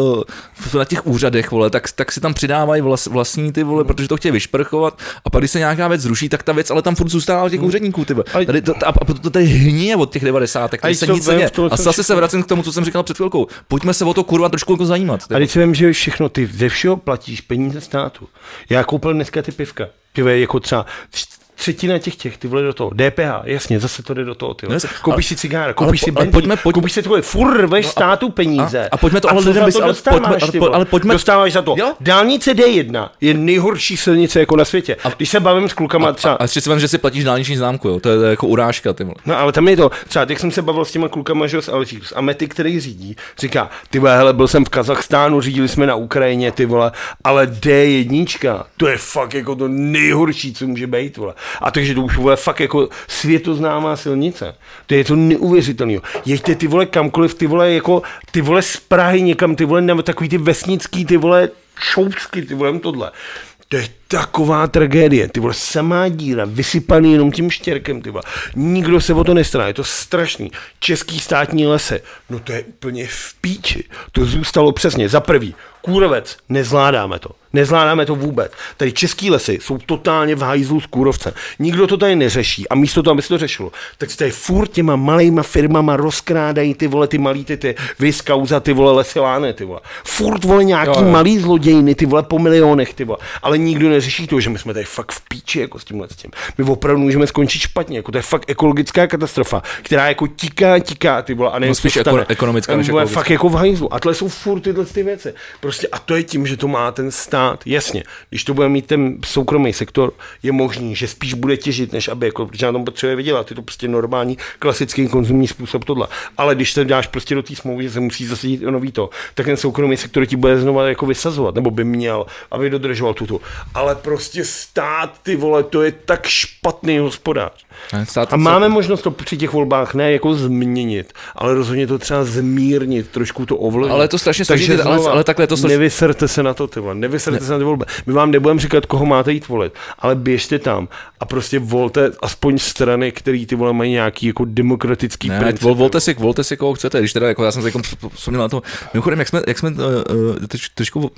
na těch úřadech, vole, tak si tam přidávají vlastní, ty vole, protože to chtějí vyšprchovat, a pak když se nějaká věc zruší, tak ta věc ale tam furt zůstává těch úředníků, ty vole. A proto to tady hníje od těch 90. Tady se nic neděje. A zase se vracím k tomu, co jsem říkal před chvilkou. Pojďme se o to kurva trošku jako zajímat.
A teď si vím, že všechno, ty ze všeho platíš peníze státu. Já koupil dneska ty pivka. Pivé jako třeba třetina těch, ty vole do toho. DPH, jasně, zase to jde do toho, ty vole. Koupíš si cigára, koupíš si benzín, koupíš si tohle, furt veš státu peníze.
A pojďme to ale lidem
dostáváš za to. Jo? Dálnice D1 je nejhorší silnice jako na světě. Když se bavím s klukama třeba.
A ještě si vím, že si platíš dálniční známku, jo. To je jako urážka, ty vole.
No ale tam je to, třeba jak jsem se bavil s těma klukama, že z Alžírs, a Mety, který řídí, říká, ty vole, hele, byl jsem v Kazachstánu, řídili jsme na Ukrajině, ty vole, ale D1, to je fakt jako to nejhorší, co může být, vole. A takže to už vole fakt jako světoznámá silnice. To je to neuvěřitelného. Jeďte ty vole kamkoliv, ty vole jako ty vole z Prahy někam, ty vole na takový ty vesnický, ty vole šoupsky, ty vole tohle. To je taková tragédie, ty vole, samá díra, vysypaný jenom tím štěrkem, ty vole. Nikdo se o to nestará, je to strašný. Český státní lesy, no to je úplně v píči. To zůstalo přesně, za prvý, kůrovec, nezvládáme to vůbec. Tady český lesy jsou totálně v hajzlu z kůrovce. Nikdo to tady neřeší a místo toho, aby se to řešilo, tak se tady furt těma malejma firmama rozkrádají ty vole, ty malý ty vyskauza, ty vole lesilány, ty vole. Furt vole nějaký malý zlodějiny, ty vole po milionech, ty vole. Ale nikdo neřeší to, že my jsme tady fakt v píči jako s tímhle s tím. My opravdu můžeme skončit špatně, jako to je fakt ekologická katastrofa, která jako tiká, ty vole, a ne
spíš ekonomická,
než ekologická. Fakt jako v hajzlu. A tohle jsou furt tyhle ty věci. Prostě a to je tím, že to má ten stát. Jasně, když to bude mít ten soukromý sektor, je možný, že spíš bude těžit, než aby, jako, protože na tom potřebuje vydělat. Je to prostě normální, klasický konzumní způsob tohle. Ale když se dáš prostě do té smlouvy, že se musí zasadit o nový to, tak ten soukromý sektor ti bude znova jako vysazovat, nebo by měl, aby dodržoval tuto. Ale prostě stát, ty vole, to je tak špatný hospodář. A máme možnost to při těch volbách ne jako změnit, ale rozhodně to třeba zmírnit, trošku to ovlivnit.
Ale to strašně složitě, ale takhle to složitě.
Nevyserte se na to, ty vole, nevyserte se na ty volby. My vám nebudeme říkat, koho máte jít volit, ale běžte tam a prostě volte aspoň strany, které ty vole mají nějaký jako demokratický princip.
Volte si koho chcete, když teda jako já jsem se vzpomněl na to. Mimochodem, jak jsme trošku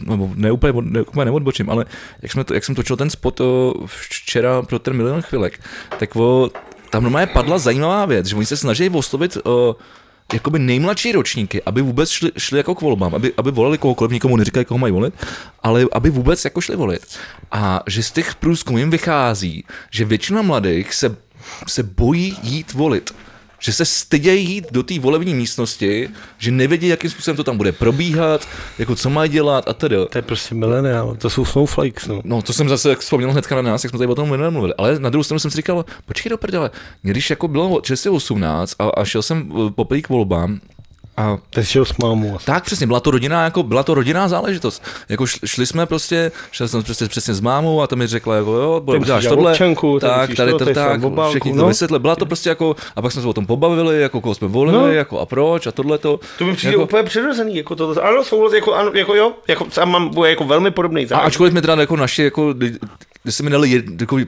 neodbočím, ale jak jsem točil ten spot včera pro ten Milion chvilek, tak tam normálně padla zajímavá věc, že oni se snaží oslovit jakoby nejmladší ročníky, aby vůbec šli jako k volbám, aby volili kohokoliv, nikomu neříkají, koho mají volit, ale aby vůbec jako šli volit. A že z těch průzkumů jim vychází, že většina mladých se bojí jít volit. Že se stydějí jít do té volební místnosti, že nevědí, jakým způsobem to tam bude probíhat, jako co mají dělat a tedy.
To je prostě mileniál, to jsou snowflakes, no.
No, to jsem zase vzpomněl hnedka na nás, jak jsme tady o tom mluvili, ale na druhou stranu jsem si říkal, počkej do prdele, když jako bylo čerstvě 18 a šel jsem poprvé k volbám, a
ty jsi šel s mámou.
Tak přesně, byla to rodinná záležitost. Jako šel jsem prostě přesně s mámou a tam mi řekla, jako jo, děláš tohle,
občanku,
tak, tady to tak, všichni to vysvětli. Byla to prostě jako, a pak jsme se o tom pobavili, jako koho jsme volili, jako a proč a tohleto.
To mi přijde jako, úplně přirozený, jako to, ano, souhlas, jako jo, jako sám mám jako velmi podobný zájem.
A ačkoliv mi teda jako naši, jako, když se mi dali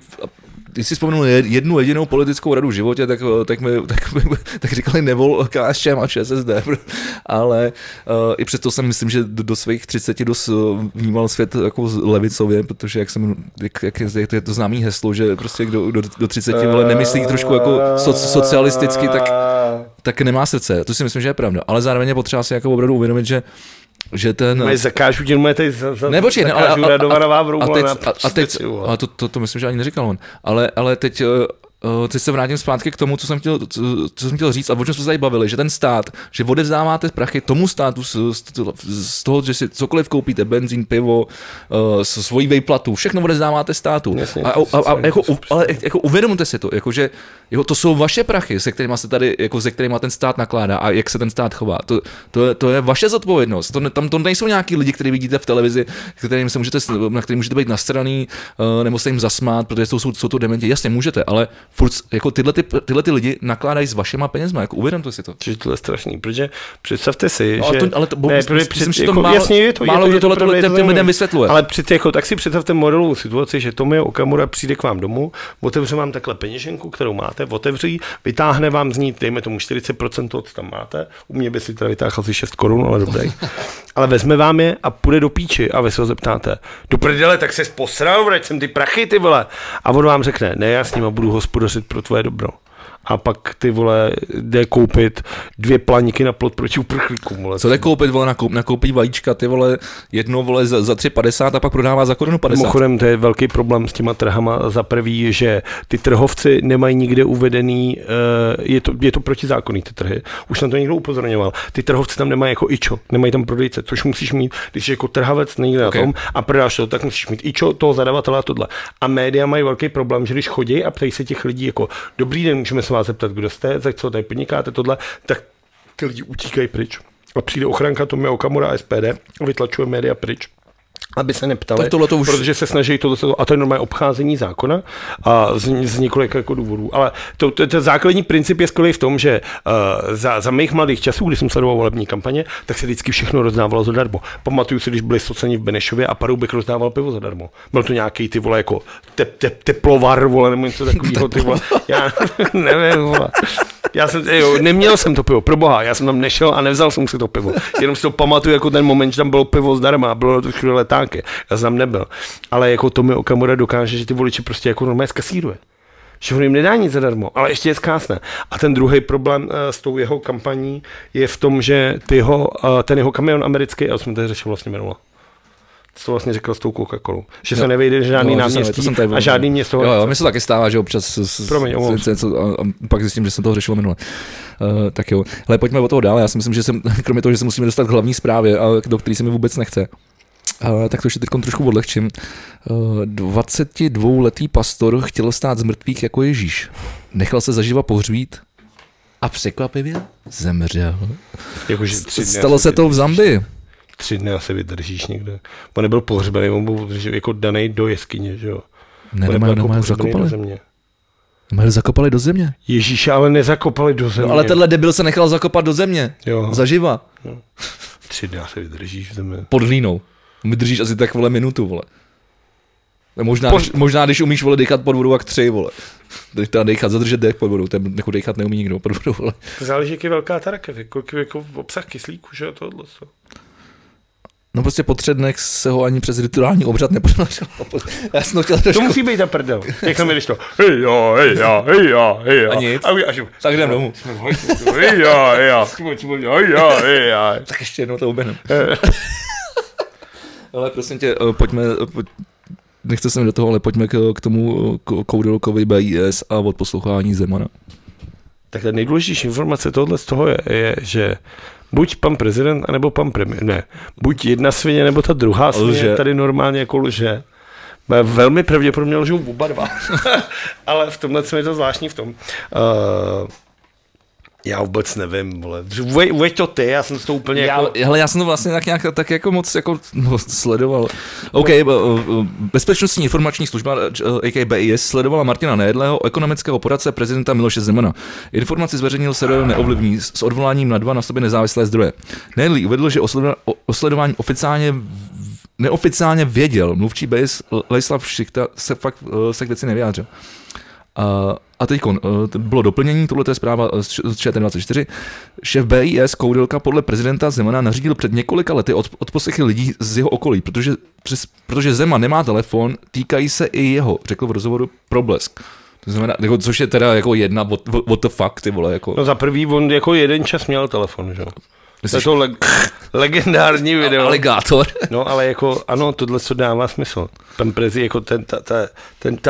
když si vzpomínal jednu jedinou politickou radu v životě, tak říkali nevol KSČM a ČSSD, ale i přesto jsem myslím, že do svých 30 dost vnímal svět jako levicově, protože jak je to známý heslo, že prostě kdo do 30 vole nemyslí trošku jako socialisticky, tak nemá srdce. To si myslím, že je pravda, ale zároveň je potřeba si jako opravdu uvědomit, že ten...
Mají zakážu tě, tady
a teď, to myslím, že ani neříkal on, ale teď teď se vrátím zpátky k tomu, co jsem chtěl říct, a o čem jsme se tady bavili, že ten stát, že odevzdáváte prachy tomu státu z toho, že si cokoliv koupíte, benzín, pivo, svoji vejplatu, všechno odevzdáváte státu. Jasně, ale uvědomte si to, že to jsou vaše prachy, se kterými ten stát nakládá a jak se ten stát chová. To je vaše zodpovědnost. Tam to nejsou nějaký lidi, který vidíte v televizi, na kterým můžete být nasraný, nebo se jim zasmát, protože jsou to dementi. Jasně, můžete, ale furt jako tyhle ty lidi nakládají s vašima penězma, jako uvědomte si to.
Čiže to je strašný, protože představte si, že...
Málo kdo tohle těm lidem vysvětluje.
Ale tak si představte modelovou situaci, že Tomio Okamura přijde k vám domů, otevře vám takhle peněženku, kterou máte, otevří, vytáhne vám z ní, dejme tomu 40% toho, co tam máte, u mě by si teda vytáhl asi 6 korun, ale dobrý. Ale vezme vám je a půjde do píči a vy se ho zeptáte, do prdele, tak se posral, vrať sem ty prachy, ty vole. A on vám řekne, ne, já s nima budu hospodařit pro tvoje dobro. A pak ty vole jde koupit 2 planíky na plot proti uprchlíkům.
Co jde koupit, vole, nakoupí vajíčka, ty vole, jedno vole za 3,50 a pak prodává za korunu 50.
Mimochodem, to je velký problém s těma trhama. Za prvý, že ty trhovci nemají nikde uvedený, je to protizákonný ty trhy. Už na to někdo upozorňoval. Ty trhovci tam nemají jako ičo, nemají tam prodejce, což musíš mít, když jsi jako trhavec někde na tom a prodáš to, tak musíš mít ičo toho zadavatele a tohle. A média mají velký problém, že když chodí a ptají se těch lidí jako dobrý den, můžeme se vás zeptat, kdo jste, za co tady podnikáte tohle, tak ty lidi utíkají pryč. A přijde ochranka Tomia Okamura a SPD a vytlačuje média pryč, aby se neptali, protože se snaží tohle, a to je normálně obcházení zákona a z několika jako důvodů. Ale to základní princip je skvělý v tom, že za mých mladých časů, když jsem sledoval volební kampaně, tak se vždycky všechno rozdávalo zadarmo. Pamatuju si, když byli soceni v Benešově a Paroubek rozdával pivo zadarmo. Byl to nějaký ty vole jako teplovar, vole, nebo něco takového, ty vole. Já nevím, vole. Neměl jsem to pivo, proboha, já jsem tam nešel a nevzal jsem si to pivo. Jenom si to pamatuju jako ten moment, že tam bylo pivo zdarma, bylo to všude letáky. Já jsem tam nebyl. Ale jako Tomio Okamura dokáže, že ty voliči prostě jako normálně zkasíruje. Že on jim nedá nic zadarmo, ale ještě je zkásne. A ten druhý problém s tou jeho kampaní je v tom, že ten jeho kamion americký, já jsem tady řešil vlastně minule. Co vlastně řekl s tou Coca-Colou. Že se nevejde žádný náměstí a žádný město.
Jo, mně se taky stává, že občas a pak zjistím, že jsem toho řešil minule. Tak jo. Ale pojďme od toho dále. Já si myslím, že kromě toho, že se musíme dostat k hlavní zprávě, do které se mi vůbec nechce. Tak to ještě teď trošku odlehčím. 22letý pastor chtěl stát z mrtvých jako Ježíš. Nechal se zaživa pohřbít a překvapivě zemřel. Stalo se to v Zambii.
3 dny asi vydržíš někde. On nebyl pohřbený, on byl jako danej do jeskyně, že jo.
Ne, zakopali. Zakopali do země.
Ježíše, ale nezakopali do země.
No, ale tenhle debil se nechal zakopat do země.
Jo.
Zaživa.
Jo. 3 dny asi vydržíš v zemi.
Pod hlínou. Vydržíš asi tak, vole, minutu, vole. Možná, když umíš, vole, dechat pod vodou, jak 3, vole. Dechat, zadržet dech pod vodou, ten jako dechat neumí nikdo pod vodou, vole.
To záleží, jak je velká ta rakev, jako obsah kyslíku, že jo, tohle.
No prostě po 3 dnech se ho ani přes rituální obřad nepodařilo. Já jsem to chtěl trošku...
To musí být ta prdel. Jak tam jdeš to? Hej já.
A nic. Tak jdem domů. Tak ještě jednou to uběhnem. Ale prosím tě, pojďme, nechce se mi do toho, ale pojďme k tomu Koudelkovi BIS a odposlouchání Zemana.
Tak ta nejdůležitější informace tohle z toho je, že buď pan prezident, anebo pan premiér, ne, buď jedna svině, nebo ta druhá svině tady normálně jako lže. Velmi pravděpodobně lžou oba dva. Ale v tomhle je to zvláštní v tom. Já vůbec nevím, vole. Uveď to ty, já jsem to úplně
já jsem to vlastně tak jako moc jako sledoval. OK, Bezpečnostní informační služba, a.k.a. BIS, sledovala Martina Nejedlého, ekonomického poradce prezidenta Miloše Zemana. Informaci zveřejnil server Neovlivní s odvoláním na 2 na sobě nezávislé zdroje. Nejedlý uvedl, že o sledování neoficiálně věděl. Mluvčí BIS Ladislav Šichta se k věci nevyjádřil. A teď bylo doplnění, tohle je zpráva z ČT24. Šéf BIS Koudelka podle prezidenta Zemana nařídil před několika lety odposlechy lidí z jeho okolí, protože Zeman nemá telefon, týkají se i jeho, řekl v rozhovoru pro Blesk. To znamená, což je teda jako jedna what the fuck, ty vole. Jako.
No za prvý on jako jeden čas měl telefon, že jo. To je to legendární video.
Aligátor.
No ale jako ano, tohle co dává smysl. Pan Prezi jako ta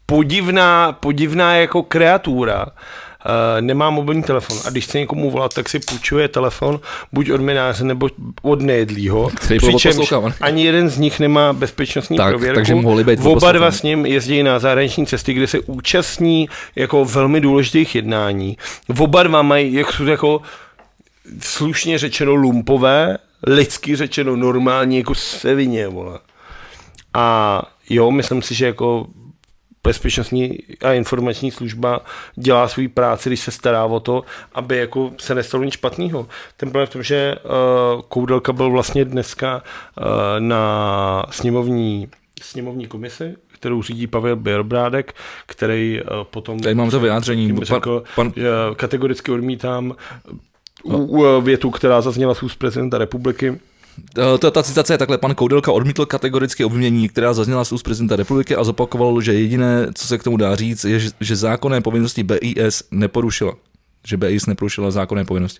podivná jako kreatura. Nemá mobilní telefon a když chce někomu volat, tak si půjčuje telefon buď od mináře nebo od nejedlýho, přičemž ani jeden z nich nemá bezpečnostní prověrku.
Takže mohli být
oba dva s ním jezdí na zahraniční cesty, kde se účastní jako velmi důležitých jednání. Oba dva mají jako slušně řečeno lumpové, lidsky řečeno normální jako sevině, vole. A jo, myslím si, že jako bezpečnostní a informační služba dělá svou práci, když se stará o to, aby jako se nestalo nic špatného. Ten problém v tom, že Koudelka byl vlastně dneska na sněmovní komisi, kterou řídí Pavel Bělobrádek, který potom...
Tady mám to vyjádření.
Řekl, kategoricky odmítám větu, která zazněla z úst prezidenta republiky.
Ta citace je takhle: pan Koudelka odmítl kategoricky obvinění, která zazněla z úst prezidenta republiky a zopakoval, že jediné, co se k tomu dá říct, je, že zákonné povinnosti BIS neporušila. Že BIS neporušila zákonné povinnosti.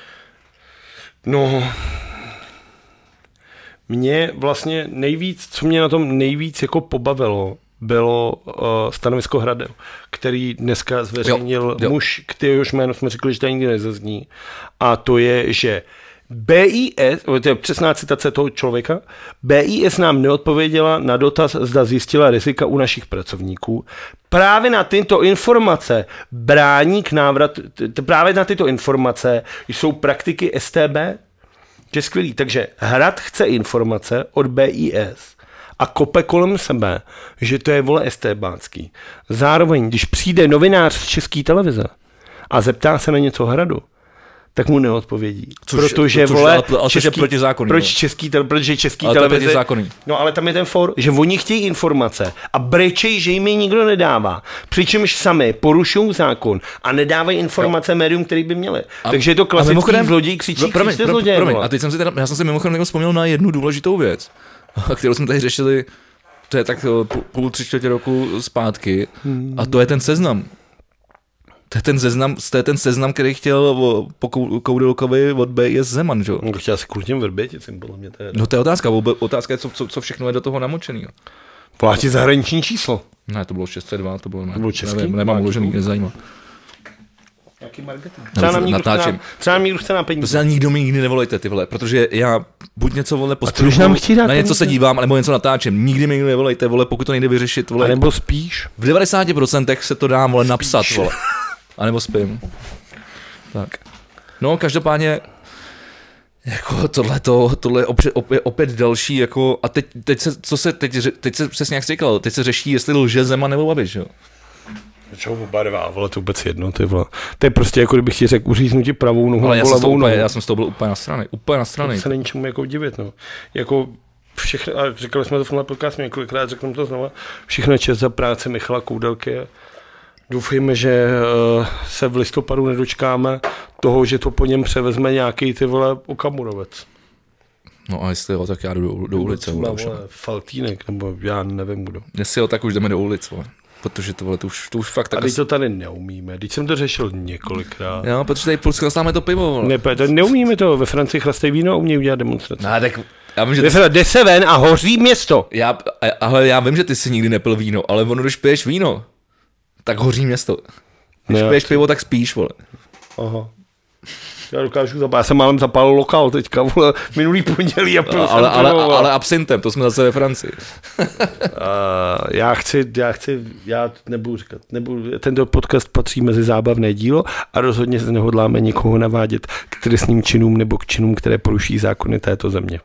No, mě vlastně co mě na tom nejvíc jako pobavilo, bylo stanovisko Hradeb, který dneska zveřejnil muž, kterýhož jméno jsme řekli, že tady nikdy nezazní. A to je, že BIS, to je přesná citace toho člověka, BIS nám neodpověděla na dotaz, zda zjistila rizika u našich pracovníků. Právě na tyto informace brání k návratu, právě na tyto informace jsou praktiky STB. To je skvělý. Takže Hrad chce informace od BIS a kope kolem sebe, že to je vole STBácký. Zároveň, když přijde novinář z České televize a zeptá se na něco Hradu, tak mu neodpovědí. Protože vole, protože český televize... No ale tam je ten for, že oni chtějí informace a brečejí, že jim je nikdo nedává. Přičemž sami porušují zákon a nedávají informace médium, který by měli. Takže je to klasický zloděj, křičíte zloděj.
A teď já jsem si mimochodem vzpomněl na jednu důležitou věc, kterou jsme tady řešili, to je tak půl 3/4 roku zpátky, a to je ten seznam. To je ten seznam, který chtěl po Koudelkovi od BIS Zeman, že jo?
No, chtěl si kvůli těm Vrběticím, podle mě.
No to je otázka. Otázka je, co všechno je do toho namočený.
Vláti zahraniční číslo.
Ne, to bylo 602, to bylo
český.
Nemám uložený, nezajímá.
Jaký marketing? Třeba nám někdo chce na peníze.
Prostě nikdo mi nikdy nevolejte, ty vole, protože já buď něco, vole, postupuji, na něco se dívám, nebo něco natáčím. Nikdy mi nikdo nevolejte, vole, pokud to nejde vyřešit, vole.
A nebo spíš.
V 90% se to dá, vole, napsat, vole. A nebo spím. Tak. No, každopádně, jako tohle je opět další, jako, a teď se přesně jak jsi říkal, teď se řeší, jestli lže Zeman nebo Babiš, jo.
Čo oba dva, vole, to vůbec jedno, ty vole. To je prostě jako kdybych ti řekl, uříznu ti pravou nohu nebo levou nohu.
Já jsem z toho byl úplně na strany.
To se není čemu jako divit, no. Jako všechno, a říkali jsme to v tomhle podcastu několikrát, řeknu to znova, všechno čest za práci Michala Koudelky. Doufejme, že se v listopadu nedočkáme toho, že to po něm převezme nějaký ty vole Okamurovec.
No a jestli jo, tak já jdu do ulice.
Vole, Faltýnek, nebo já nevím kdo.
Jestli jo, tak už jdeme do ulice, vole. Protože to už fakt tak...
A teď to tady neumíme, teď jsem to řešil několikrát.
Jo, protože tady půl chlastáme to pivo, vole.
Ne, to neumíme to, ve Francii chlastají víno a umějí udělat demonstraci.
No, tak já vím, že
jde se ven a hoří město.
Já vím, že ty si nikdy nepil víno, ale ono, když piješ víno, tak hoří město. Když piješ pivo, tak spíš, vole.
Aha. Já dokážu zapálit, já jsem málem zapálil lokál teďka, vole, minulý pondělí a pil
ale absintem, to jsme zase ve Francii.
Já nebudu říkat, tento podcast patří mezi zábavné dílo a rozhodně se nehodláme nikoho navádět k trestným činům nebo k činům, které poruší zákony této země.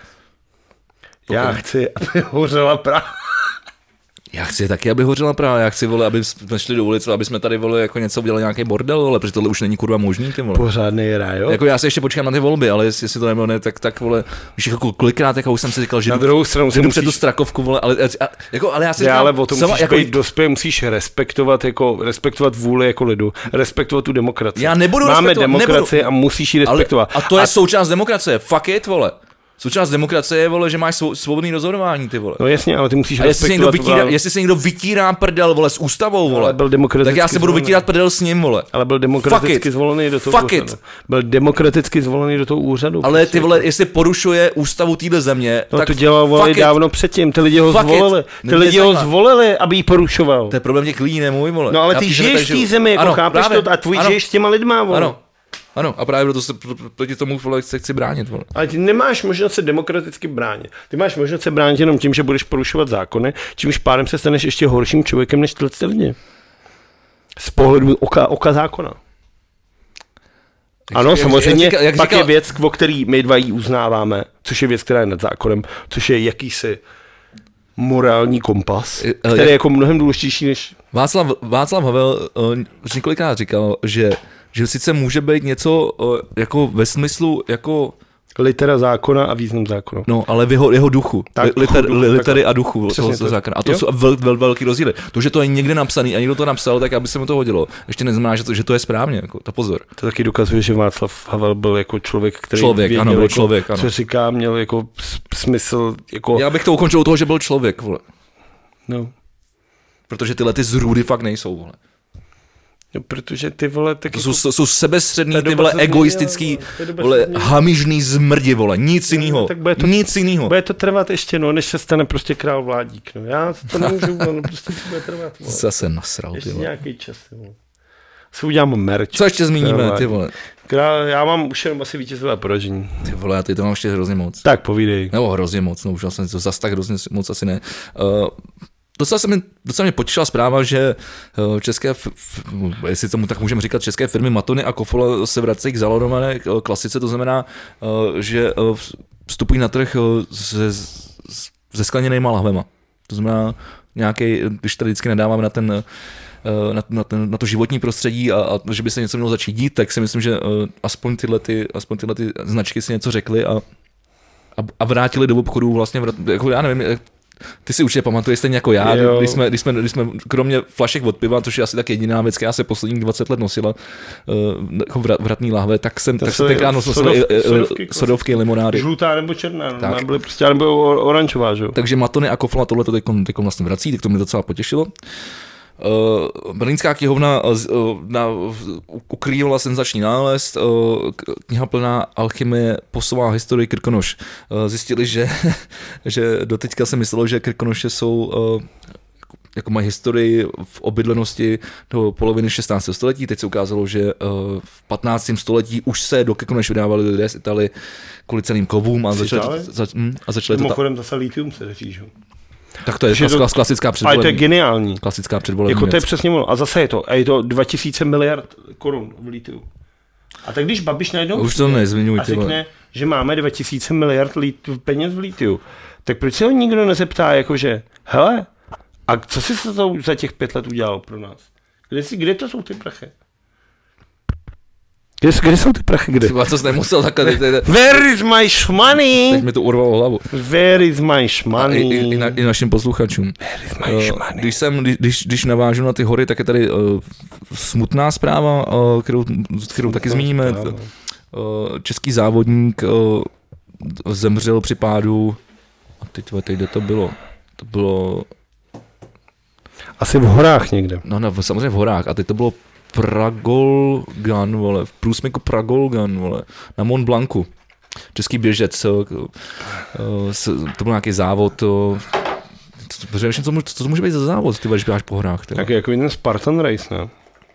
Já chci, aby hořela Praha.
Já chci taky, aby hořela Praha, já chci, vole, aby jsme šli do ulice, aby jsme tady, vole, jako něco udělali, nějaký bordel, ale protože tohle už není kurva možný, ty vole.
Pořádnej ráj, jo?
Jako já se ještě počkám na ty volby, ale jestli to nebylo, ne, tak vole, víš, jako kolikrát, jako už jsem si říkal, že jdu před tu Strakovku, vole, ale já si říkám,
ale o tom musíš být dospělý, musíš respektovat vůli jako lidu, respektovat tu demokracii.
Já nebudu
Máme demokracii a musíš ji respektovat.
A to je součást demokracie, fuck it, vole. Součást demokracie je, vole, že máš svobodný rozhodování, ty vole.
No jasně, ale ty musíš respektovat.
Jestli se někdo vytírá prdel, vole, s ústavou, vole,
tak
já se budu vytírat prdel s ním, vole.
Ale byl demokraticky zvolený do toho úřadu. Byl demokraticky zvolený do toho úřadu.
Ale ty vole, jestli porušuje ústavu téhle země,
no,
tak
to dělal, vole, dávno předtím, ty lidi ho zvolili. Ty lidi ho zvolili, aby ji porušoval.
To je problém těch lidí, nemůj, vole.
No ale ty žiješ v té zemi, jako chápeš to, a tvůj žiješ s těma lidma, vole.
Ano, a právě proto se proti tomu se chci bránit. Vole.
Ale ty nemáš možnost se demokraticky bránit. Ty máš možnost se bránit jenom tím, že budeš porušovat zákony, čímž pádem se staneš ještě horším člověkem než tyhle lidi. Z pohledu oka zákona. Ano, samozřejmě, pak je věc, o který my dva jí uznáváme, což je věc, která je nad zákonem, což je jakýsi morální kompas, který je jako mnohem důležitější než...
Václav Havel několikrát říkal, že sice může být něco jako ve smyslu jako...
Litera zákona a význam zákona.
No, ale v jeho duchu. Litery a duchu toho zákona. A to jsou velký rozdíly. To, že to je někde napsaný a někdo to napsal, tak aby se mu to hodilo. Ještě neznamená, že to je správně. Jako, to pozor.
To taky dokazuje, že Václav Havel byl jako člověk, který
věděl, byl
jako,
člověk,
co říká, měl jako smysl. Jako...
Já bych to ukončil u toho, že byl člověk. Vole.
No.
Protože tyhle ty zrůdy fakt nejsou. Vole.
No, protože ty vole taky...
Jsou sebestředný, ty vole egoistický, vole hamižný zmrdi, vole, nic jinýho, nic jinýho.
Bude to trvat ještě, no, než se stane prostě král vládík, no, já to nemůžu, no, prostě to bude trvat, vole.
Zase nasral,
ještě
ty vole.
Nějaký čas, vole. Si udělám merch.
Co ještě zmíníme, ty vole?
Já mám už jenom asi vítězové poražení.
Ty vole, já ty to mám ještě hrozně moc.
Tak povídej.
Nebo hrozně moc, no už jsem to zas tak hrozně moc asi ne. Docela mě potěšila zpráva, že české, jestli tomu tak můžeme říkat, české firmy Matony a Kofola se vracejí k zalorované klasice, to znamená, že vstupují na trh se skleněnýma lahvema. To znamená nějaký, když tady vždycky nadáváme na to životní prostředí a že by se něco mělo začít dít, tak si myslím, že aspoň tyhle ty značky si něco řekly a vrátili do obchodu vlastně, jako já nevím, ty si určitě pamatuješ stejně jako já, když jsme kromě flašek od piva, což je asi tak jediná věc, která se posledních 20 let nosila, jako vratný lahve, tak jsem tenkrát nosil sodovky, limonády.
Žlutá nebo černá, no, byly prostě, nebo oranžová, že jo.
Takže Matony a Kofola tohle to teď vlastně vrací, tak to mě docela potěšilo. Berlínská knihovna ukrývala senzační nález, kniha plná alchymie, posová historie Krkonoš. Zjistili, že doteďka se myslelo, že Krkonoše jsou jako mají historii v obydlenosti do poloviny 16. století. Teď se ukázalo, že v 15. století už se do Krkonoš vydávali lidé z Itálie kvůli ceným kovům a začali to...
Mimochodem zase litium se řeší, že?
Tak to je klasická předvolební.
Ale to je geniální.
Klasická předvolební.
Jako to je přesně ono. A zase je to 2000 miliard korun v litiu. A tak když Babiš najednou
už to nezmiňuj,
a řekne, že máme 2000 miliard peněz v litiu, tak proč se ho nikdo nezeptá, jakože, hele, a co jsi za těch 5 let udělal pro nás? Kde to jsou ty prachy? Kde jsou ty prachy? Kde?
Třeba, co jsi nemusel takhle.
Where is my money?
Teď mi to urvalo hlavu.
Where is my money?
I našim posluchačům.
Where is my money?
Když navážu na ty hory, tak je tady smutná zpráva, kterou taky zmíníme. Český závodník zemřel při pádu. A teď kde to bylo? To bylo...
Asi v horách někde.
No, samozřejmě v horách. A teď to bylo Pragolgan, vole, v průsmyku Pragolgan, vole, na Mont Blancu. Český běžec, to byl nějaký závod, co to může být za závod, ty když běháš po horách. Tyhle.
Tak jako jeden Spartan Race, ne?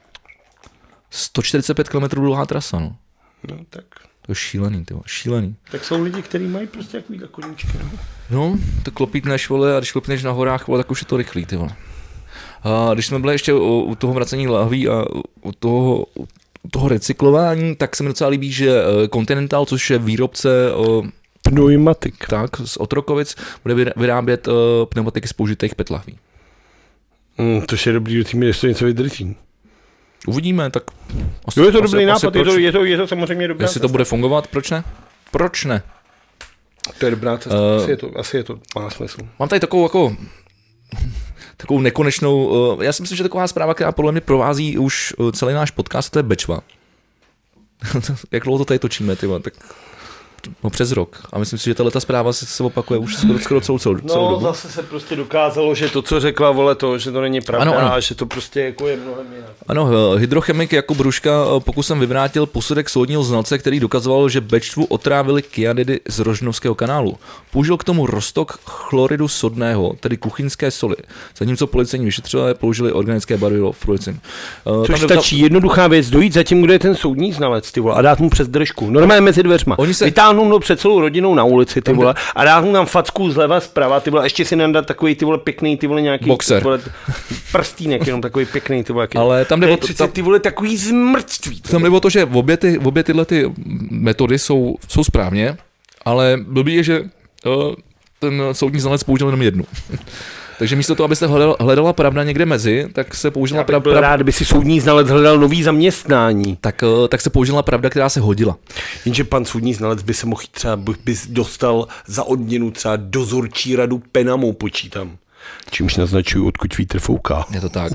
145 km dlouhá trasa, no.
No, tak.
To je šílený, tyhle, šílený.
Tak jsou lidi, kteří mají prostě takovýhle koníčky, no.
No, to klopítneš, vole, a když klopneš na horách, vole, tak už je to rychlý, ty vole. A když jsme byli ještě u toho vracení lahví a u toho recyklování, tak se mi docela líbí, že Continental, což je výrobce
pneumatik,
tak, z Otrokovic, bude vyrábět pneumatiky z použitých PET lahví.
To je dobrý, do týmy, jestli to něco vydrží.
Uvidíme, tak...
Je to dobrý nápad, je to samozřejmě dobrá.
Jestli to bude fungovat, proč ne? Proč ne?
To je dobrá cesta, asi je to, má smysl.
Mám tady takovou nekonečnou, já si myslím, že taková zpráva, která podle mě provází už celý náš podcast, to je Bečva. Jak dlouho to tady točíme, tyba, tak přes rok. A myslím si, že tato zpráva se opakuje už skoro celou dobu.
Zase se prostě dokázalo, že to, co řekla, vole, to, že to není pravda, ano. A že to prostě jako je mnohem jinak.
Ano, hydrochemik Jakub Hruška pokusem vyvrátil posudek soudního znalce, který dokazoval, že Bečvu otrávili kyanidy z Rožnovského kanálu. Použil k tomu roztok chloridu sodného, tedy kuchyňské soli. Zatímco policejní vyšetřovatelé použili organické barvilo fluorescin.
Což stačí jednoduchá věc, dojít za tím, kdo je ten soudní znalec, ty vole, a dát mu přes držku. Normálně mezi dveřma. Vytáhnou ho před celou rodinou na ulici, ty vole, a dát mu tam facku zleva zprava, ty vole, a ještě si nandat takový ty vole pěkný, ty vole nějaký
boxer.
Ty vole, prstínek, jenom takový pěkný, ty vole.
Ale tam jde
ty vole takový zmrtví.
Tam jde o to, že obě tyhle ty metody jsou správně, ale blbý je, že ten soudní znalec použil jenom jednu. Takže místo toho, aby se hledala pravda někde mezi, tak se použila pravda.
Rád by si soudní znalec hledal nový zaměstnání.
Tak se použila pravda, která se hodila.
Jenže pan soudní znalec by se mohl třeba dostal za odměnu třeba dozorčí radu Penamu, počítám. Čímž naznačuju, odkud vítr fouká.
Je to tak.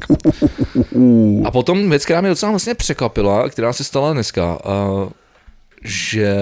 A potom věc, která mě docela vlastně překvapila, která se stala dneska, že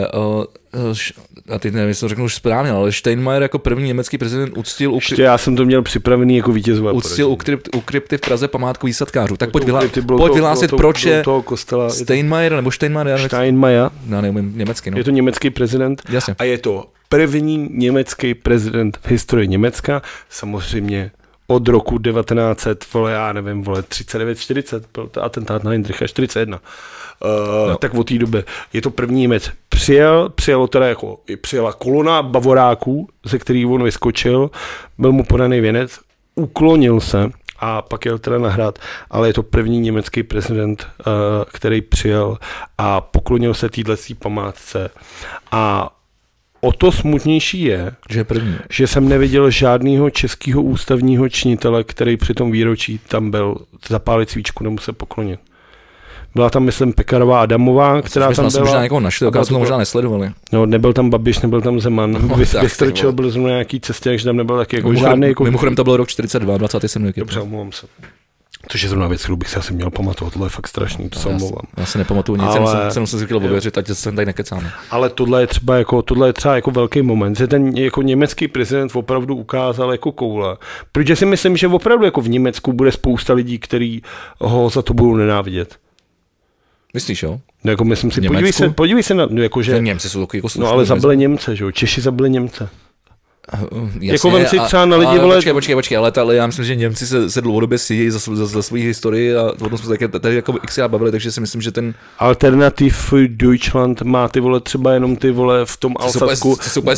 a teď nevím, jestli to řeknu už správně, ale Steinmeier jako první německý prezident uctil
já jsem to měl připravený jako vítězové.
Uctil u krypty v Praze památku výsadkářů. Tak pojď vyhlásit, proč je Steinmeier nebo Steinmeier. Já nevím německy. No.
Je to německý prezident.
Jasně.
A je to první německý prezident v historii Německa. Samozřejmě od roku 1900, vole, 39-40, byl to atentát na Heydricha, 41. Tak od té doby je to první Němec. Přijelo teda jako, přijela kolona bavoráků, ze kterých on vyskočil, byl mu podaný věnec, uklonil se a pak jel teda na hrad, ale je to první německý prezident, který přijel a poklonil se této památce. A o to smutnější je, že jsem neviděl žádného českého ústavního činitele, který při tom výročí tam byl zapálit svíčku nebo se poklonit. Byla tam, myslím, Pekarová Adamová, která tam byla.
Možná někoho našli, jsme to možná nesledovali.
No, nebyl tam Babiš, nebyl tam Zeman. Vystrčil byl zrovna nějaký cestě, takže tam nebyl taky jako žádný.
Mimochodem to byl rok 42, 27.
Dobře, omlouvám se. Což je zrovna věc, kterou bych si asi měl pamatovat, tohle je fakt strašný, to se omlouvám.
Já si nepamatuju nic, jsem se zvykl ověřit, ať se tady nekecáme.
Ale tohle je třeba jako velký moment, že ten jako německý prezident opravdu ukázal jako koule. Protože si myslím, že opravdu jako v Německu bude spousta lidí, kteří ho za to budou nenávidět.
Myslíš, jo?
No, jako myslím si, podívej se na, jako že...
Němci jsou takový jako slušný.
No ale zabili Němce, že jo, Češi zabili Němce. Jasně, jako vem si třeba na lidi, vole...
Počkej, ale já myslím, že Němci se dlouhodobě sijí za svou historii a o tom jsme tady jako xkrát bavili, takže si myslím, že ten...
Alternativ Deutschland má ty vole třeba jenom ty vole v tom Alsasku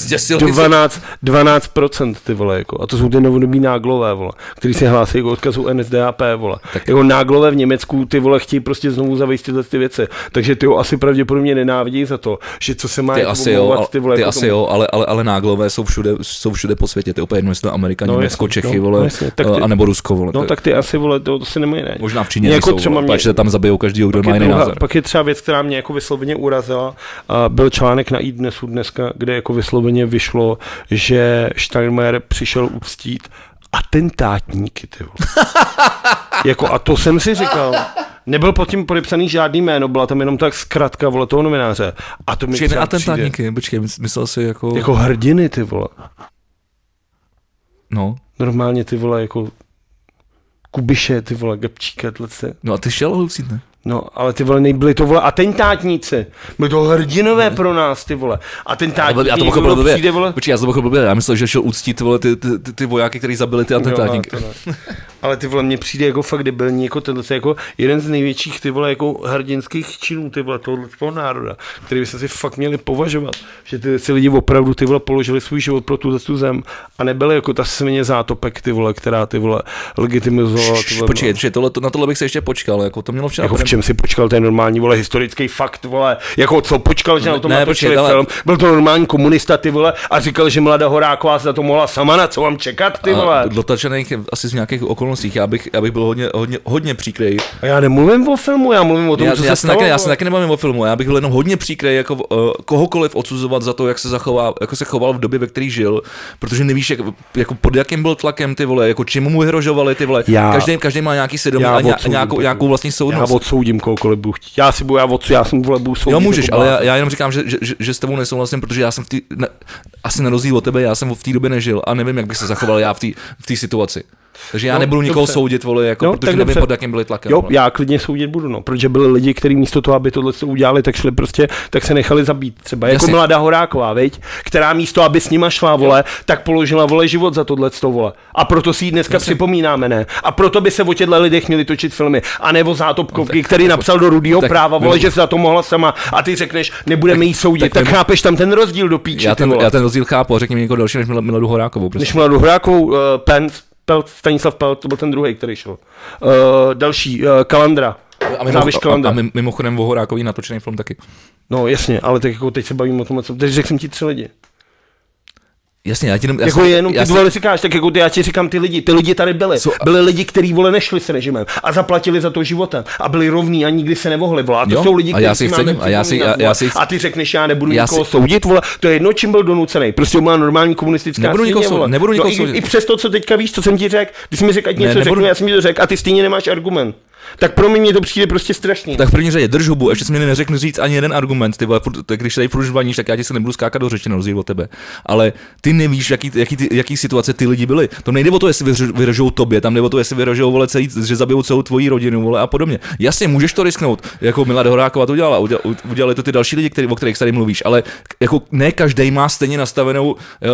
12% ty vole jako. A to jsou ty novodobí náglové, vole, který se hlásí jako odkazu NSDAP, vole. Tak... Jako náglové v Německu ty vole chtějí prostě znovu zavést tyhle ty věci. Takže ty ho asi pravděpodobně nenávidí za to, že co se má
ty asi jo, ale náglové jsou všude po světě, to je úplně jedno, jestli to Amerika, Německo, Čechy, vole, anebo Rusko, vole.
No tak ty asi, vole, to si nemají ne.
Možná v Číně jako nejsou, protože tam zabijou každýho, kdo má jiný názor.
Pak je třeba věc, která mě jako vysloveně urazila, byl článek na iDnesu dneska, kde jako vysloveně vyšlo, že Steinmeier přišel uctít atentátníky, ty vole. Jako, a to jsem si říkal, nebyl pod tím podepsaný žádný jméno, byla tam jenom tak zkratka, vole, toho novináře. A to mi třeba
atentátníky, počkej, myslel si jako...
Jako hrdiny, ty vole.
No.
Normálně, ty vole, jako Kubiše, ty vole, Gabčíka, tleце.
No a ty šel hlucít, ne?
No, ale ty vole, nebyli to vole atentátníci. Byli to hrdinové pro nás, ty vole. Atentátníci.
Já to pochopil blbě. Počkej, já to pochopil blbě. Já myslel, že šel uctít ty vojáky, kteří zabili ty atentátníky.
Ale ty vole, mně přijde jako fakt debilní, jako tenhle jako jeden z největších ty vole jako hrdinských činů, ty vole toho národa, který by se si fakt měli považovat, že ty si lidi opravdu ty vole položili svůj život pro tu zem a nebyly jako ta svině zátopek, ty vole, která ty vole legitimizovala.
Počkej, na tohle bych se ještě počkal, jako to mělo včera.
Jako v čem si počkal, to je normální, vole, historický fakt, vole, jako co počkal, že na tom natočili film, byl to normální komunista, ty vole, a říkal, že Mlada Horáková se za to mohla sama, na co mám čekat, ty vole.
Dotačených asi z nějakých okolností. Já bych byl hodně příkrej.
A já nemluvím o filmu, já mluvím o tom, co se stalo.
Já se taky nemluvím o filmu, já bych byl jenom hodně příkrej, jako kohokoliv odsuzovat za to, jak se choval v době, ve které žil, protože nevíš, jako pod jakým byl tlakem, ty vole, jako čemu mu vyhrožovali, ty vole. Každý má nějaký svědomí a nějakou vlastní soudnost.
Já soudím kohokoliv budu chtít. Já jsem vole budu soudit.
Jo, můžeš, ale já jenom říkám, že s tebou nesouhlasím, protože já jsem asi na rozdíl od tebe, já jsem v té době nežil a nevím, jak bych se zachoval já v té situaci. Takže já nebudu nikoho soudit, vole, jako, protože nevím, pod jakým byli tlakem.
Jo, já klidně soudit budu, protože byli lidi, kteří místo toho, aby tohle udělali, tak šli prostě, tak se nechali zabít. Třeba jako Milada Horáková, viď? Která místo, aby s nima šla, vole, tak položila, vole, život za tohleto, vole. A proto si ji dneska připomínáme, ne? A proto by se o těchto lidech měli točit filmy. A nebo Zátopkovky, který napsal do Rudýho práva, vole, že se za to mohla sama. A ty řekneš, nebudeme jí soudit. Tak chápeš tam ten rozdíl do píči.
Já ten rozdíl chápu, řekni mi někoho další než Miladu Horákovou.
Než Miladu Horákovou, Stanislav Pelt, to byl ten druhý, který šel. Další, Kalandra.
A mimochodem o Horákový natočený film taky.
No jasně, ale tak jako teď se bavím o tom, teď řekl jsem ti 3 lidi.
Jasně, já ti
jako jenom ty vole říkáš, tak jako já ti říkám ty lidi tady byli. Byli lidi, kteří vole nešli s režimem a zaplatili za to životem a byli rovní a nikdy se nemohli volat. To jsou lidi, kteří a ty řekneš, já nebudu nikoho soudit, vole, to je jedno, čím byl donucený. Prostě má normální komunistická
nebudu nikoho soudit.
I přes to, co teďka víš, co jsem ti řekl, když jsi mi řekl, ať něco řeknu, já jsem ti to řekl a ty stejně nemáš argument. Tak pro mě to přijde prostě strašný.
Tak v první řadě drž hubu, ještě jsi mi neřekl říct ani jeden argument, ty vole, když tady furt žvaníš, tak já ti se nebudu skákat do řeči na rozdíl od tebe. Ale ty nevíš, jaký situace ty lidi byli. To nejde o to, jestli vyražou tobě, tam jde o to, jestli vyražou, vole, že zabijou celou tvoji rodinu, vole, a podobně. Jasně, můžeš to risknout, jako Milada Horáková to udělala, udělali to ty další lidi, o kterých tady mluvíš, ale jako ne každý má stejně nastavenou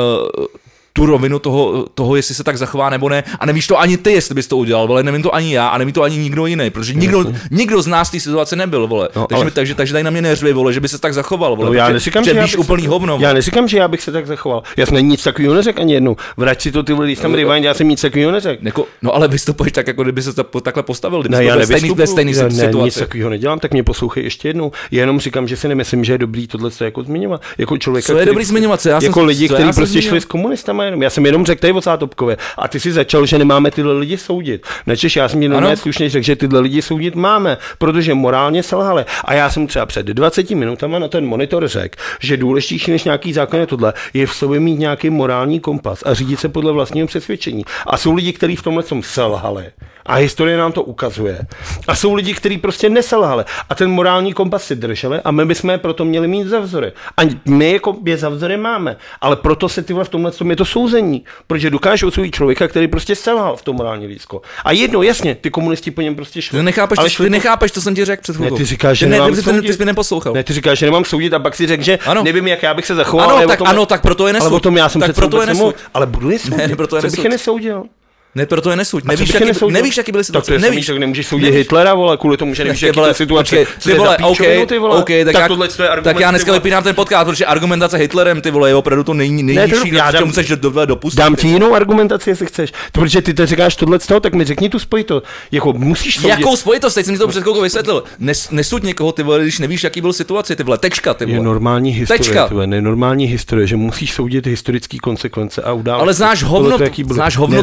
tu rovinu toho, jestli se tak zachová nebo ne. A nevíš to ani ty, jestli bys to udělal, vole, nevím to ani já a neví to ani nikdo jiný, protože nikdo z nás v té situaci nebyl, vole. No, takže tady na mě neřvi, vole, že by se tak zachoval, vole.
No, já neříkám, že
víš úplný hovno.
Já neříkám, že já bych se tak zachoval. Já jsem nic takového neřekl ani jednou. Vrať si to ty vole, když tam rewind, já jsem nic takového neřekl.
No ale vystupuješ tak, jako kdyby se takhle postavil,
ne, já ve stejné situaci. Nic takového nedělám, tak mě poslouchej ještě jednou. Já jenom říkám, že si nemyslím, že je dobrý tohle jako zmiňovat. Jako člověk,
co je dobrý zmiňovat,
jako lidi, kteří prostě šli s komunistama jenom. Já jsem jenom řekl o Zátopkově. A ty si začal, že nemáme tyhle lidi soudit. Nečeš, já jsem ti normálně slušně řekl, že tyhle lidi soudit máme, protože morálně selhali. A já jsem třeba před 20 minutama na ten monitor řekl, že důležitější než nějaký zákon je tohle, je v sobě mít nějaký morální kompas a řídit se podle vlastního přesvědčení. A jsou lidi, kteří v tomhle selhali. A historie nám to ukazuje. A jsou lidi, kteří prostě neselhali. A ten morální kompas si drželi a my bychom proto měli mít za vzory. A my jako je za vzory máme. Ale proto se tyhle v tomhle je to souzení. Protože dokážou soudit člověka, který prostě selhal v tom morální hledisko. A jedno, jasně, ty komunisti po něm prostě šli.
Ty nechápeš, to jsem ti řekl před chvilkou.
Ne, ty říkáš, že nemám soudit.
Ty jsi mě neposlouchal.
Ne, ty říkáš, že nemám soudit a pak si řekl, že nevím, jak já bych se zachoval.
Ano, tak proto je nesoud.
Ale o tom já jsem ale budu je soudit.
Ne, proto je
bych je nesoudil.
Ne, proto je nesuď. Nevíš, jaký byly situace.
Tak to je nevíš, tak nemůžeš soudit Hitlera, vole, kvůli tomu, že nevíš, jaký byly situace.
Ty vole, OK, tak já dneska vypínám ten podcast, protože argumentace Hitlerem, ty vole, je opravdu to nejnižší, co musíš dopustit.
Dám ti jinou argumentaci, jestli chceš. Protože ty teď říkáš tohle z toho, tak mi řekni tu spojitost. Jako musíš soudit.
Jakou spojitost? Teď jsem ti to před chvilkou vysvětlil. Nesuď někoho, ty vole, když nevíš, jaký byl situace, ty vole, tečka, ty vole.
Je normální historie, ty vole, nenormální historie, že musíš soudit historické konsekvence a události.
Ale znáš hovno,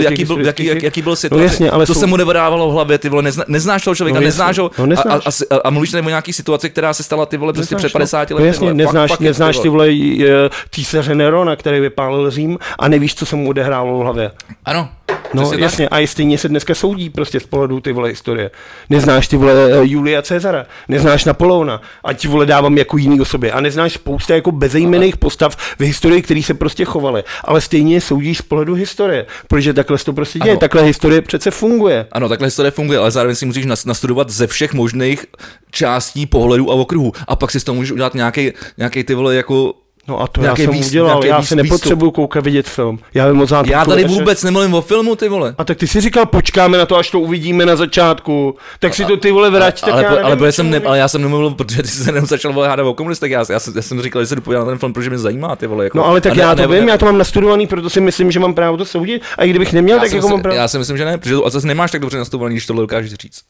jaký byl situace, no jasně, ale to se mu nevydávalo v hlavě, ty vole, neznáš toho člověka, neznáš ho a mluvíš tady o nějaký situaci, která se stala, ty vole, prostě před 50 lety.
No jasně, neznáš ty vole císaře Nerona, který vypálil Řím a nevíš, co se mu odehrálo v hlavě.
Ano.
No jasně, a stejně se dneska soudí prostě z pohledu ty vole historie. Neznáš ty vole Julia Cezara, neznáš Napoleona, a ti vole dávám jako jiný osobě a neznáš spousta jako bezejmenných postav v historii, který se prostě chovaly, ale stejně soudíš z pohledu historie, protože takhle to prostě děje, takhle historie přece funguje.
Ano, takhle historie funguje, ale zároveň si musíš nastudovat ze všech možných částí pohledů a okruhů a pak si z toho můžeš udělat nějaký ty vole jako.
No a to já jsem udělal, já si nepotřebuju koukat vidět film.
Já tady vůbec nemluvím o filmu, ty vole.
A tak ty si říkal, počkáme na to, až to uvidíme na začátku. Tak si to ty vole vrať, tak
ale já jsem nemluvil, protože ty jsi se začal vole hádat o komunistech. Já jsem říkal, že se jdu podívat na ten film, protože mě zajímá, ty vole. Jako.
No ale tak já to vím, já to mám nastudovaný, proto si myslím, že mám právo to soudit. A i kdybych neměl, tak jako mám právo.
Já si myslím, že ne, protože to nemáš tak dobře nastudovaný, když tohle dokážeš říct.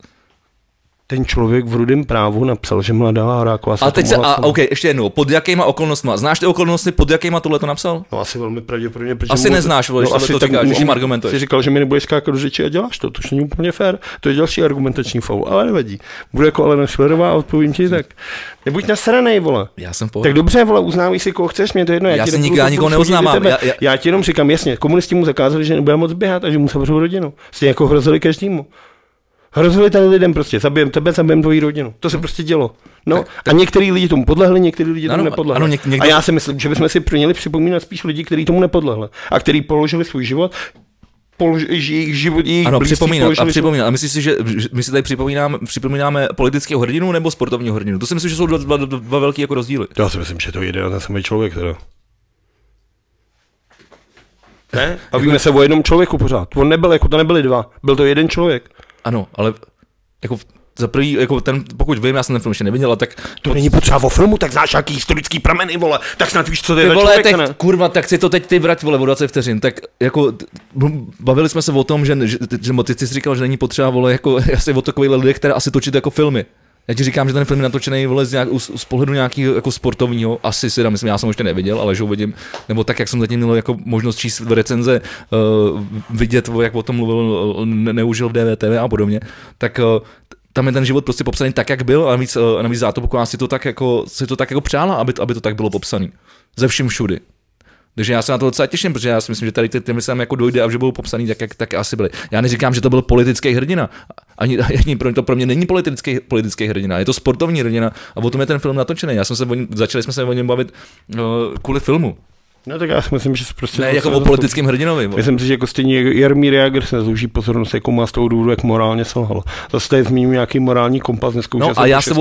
Ten člověk v Rudém právu napsal, že Milada Horáková se
OK, ještě jednou, pod jakýma okolnostma? Znáš ty okolnosti, pod jakýma tohle to napsal?
No asi velmi pravděpodobně, protože
asi neznáš, vole, když to říkáš, že jim argumentuješ.
Jsi říkal, že mi nebudeš skákat do řeči a děláš to, už není úplně fér. To je další argumentační faul, ale nevadí. Bude jako Alena Schillerová a odpovím ti tak. Nebuď nasranej, vole.
Já jsem
tak dobře, vole, uznávej si, koho chceš, mě to jedno.
Já si nikoho neuznávám.
Já ti jenom říkám, jasně, komunisti mu zakázali, že nebude moc běhat a že mu zavřou rodinu. Stejně jako hrozili každému. Hrozili tady lidem prostě, zabijem tebe, zabijem tvoji rodinu. To se prostě dělo. No tak, a některý lidi tomu podlehli, některý lidi tomu nepodlehli.
Ano,
a já si myslím, že bychom si měli připomínat spíš lidi, kteří tomu nepodlehli a kteří položili svůj život, jejich život, jejich
připomínat. A myslíš si, že my si tady připomínáme politického hrdinu nebo sportovního hrdinu? To si myslím, že jsou dva velký jako rozdíly.
Já si myslím, že to je jeden a ten samý člověk teda. Ne? A víme se o jednom člověku pořád. On nebyl, jako to nebyli dva. Byl to jeden člověk.
Ano, ale jako za prvý, jako ten, pokud vím, já jsem ten film ještě neviděl, tak...
To není potřeba o filmu, tak znáš nějaký historický prameny, vole, tak snad víš, co to je za člověka, ne?
Kurva, tak si to teď ty vrať, vole, o 20 vteřin, tak jako bavili jsme se o tom, že ty jsi říkal, že není potřeba, vole, jako asi o takových lidech, které asi točit jako filmy. Já ti říkám, že ten film je natočený, vole, z pohledu nějakého jako sportovního, asi si myslím, já jsem ho ještě neviděl, ale že ho vidím, nebo tak, jak jsem zatím měl jako možnost číst v recenze, vidět, jak o tom mluvil, neužil v DVTV a podobně, tak tam je ten život prostě popsaný tak, jak byl, a navíc Zátopová si to tak jako přála, aby to tak bylo popsaný. Ze vším všudy. Takže já se na to docela těším, protože já si myslím, že tady ty myslím jako dojde a že budou popsaný tak, jak tak asi byly. Já neříkám, že to byl politický hrdina. Ani to pro mě není politický hrdina, je to sportovní hrdina a o tom je ten film natočený. Začali jsme se o něm bavit kvůli filmu.
No tak já si myslím, že se prostě...
Ne, jako o politickým hrdinovi.
Myslím si, že jako stejně Jaromír Jágr se nezlouží pozornost, jako má z toho důvodu, jak morálně selhal. Zase tady zmíním nějaký morální kompas, neskoušel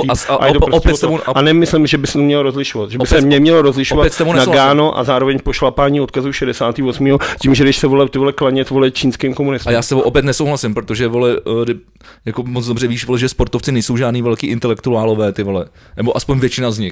a nemyslím, že by se mělo rozlišovat. Že by se nemělo rozlišovat na Gáno a zároveň pošlapání odkazu 68. tím, že když se ty vole klanět čínským komunistům.
A já se opět nesouhlasím, protože vole, jako moc dobře víš, vole, že sportovci nejsou žádný velký intelektuálové, ty vole, nebo aspoň většina z nich.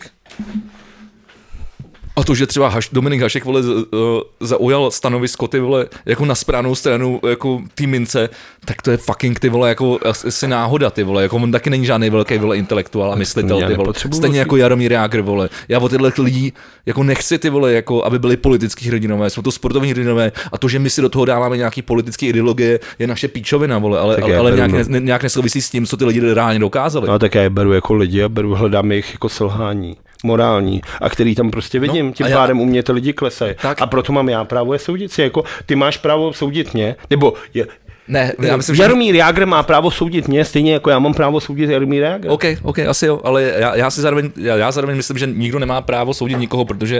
A to, že třeba Dominik Hašek, vole, zaujal stanovisko, ty vole, jako na správnou stranu, jako tý mince, tak to je fucking, ty vole, jako asi náhoda, ty vole, jako on taky není žádný velký, vole, intelektuál a myslitel, ty vole, stejně jako Jaromír Jágr, vole, já od těchto lidí, jako nechci, ty vole, jako aby byli politický hrdinové, jsou to sportovní hrdinové a to, že my si do toho dáváme nějaký politický ideologie, je naše píčovina, vole, ale nějak nesouvisí s tím, co ty lidi reálně dokázali.
No tak já je beru jako lidi a hledám jejich jako selhání morální, a který tam prostě vidím, tím pádem u mě ty lidi klesají. A proto mám já právo je soudit si, jako ty máš právo soudit mě, nebo
ne, já myslím,
Jaromír Jágr má právo soudit mě, stejně jako já mám právo soudit Jaromír Jágr.
OK, asi jo, ale já zároveň myslím, že nikdo nemá právo soudit nikoho, protože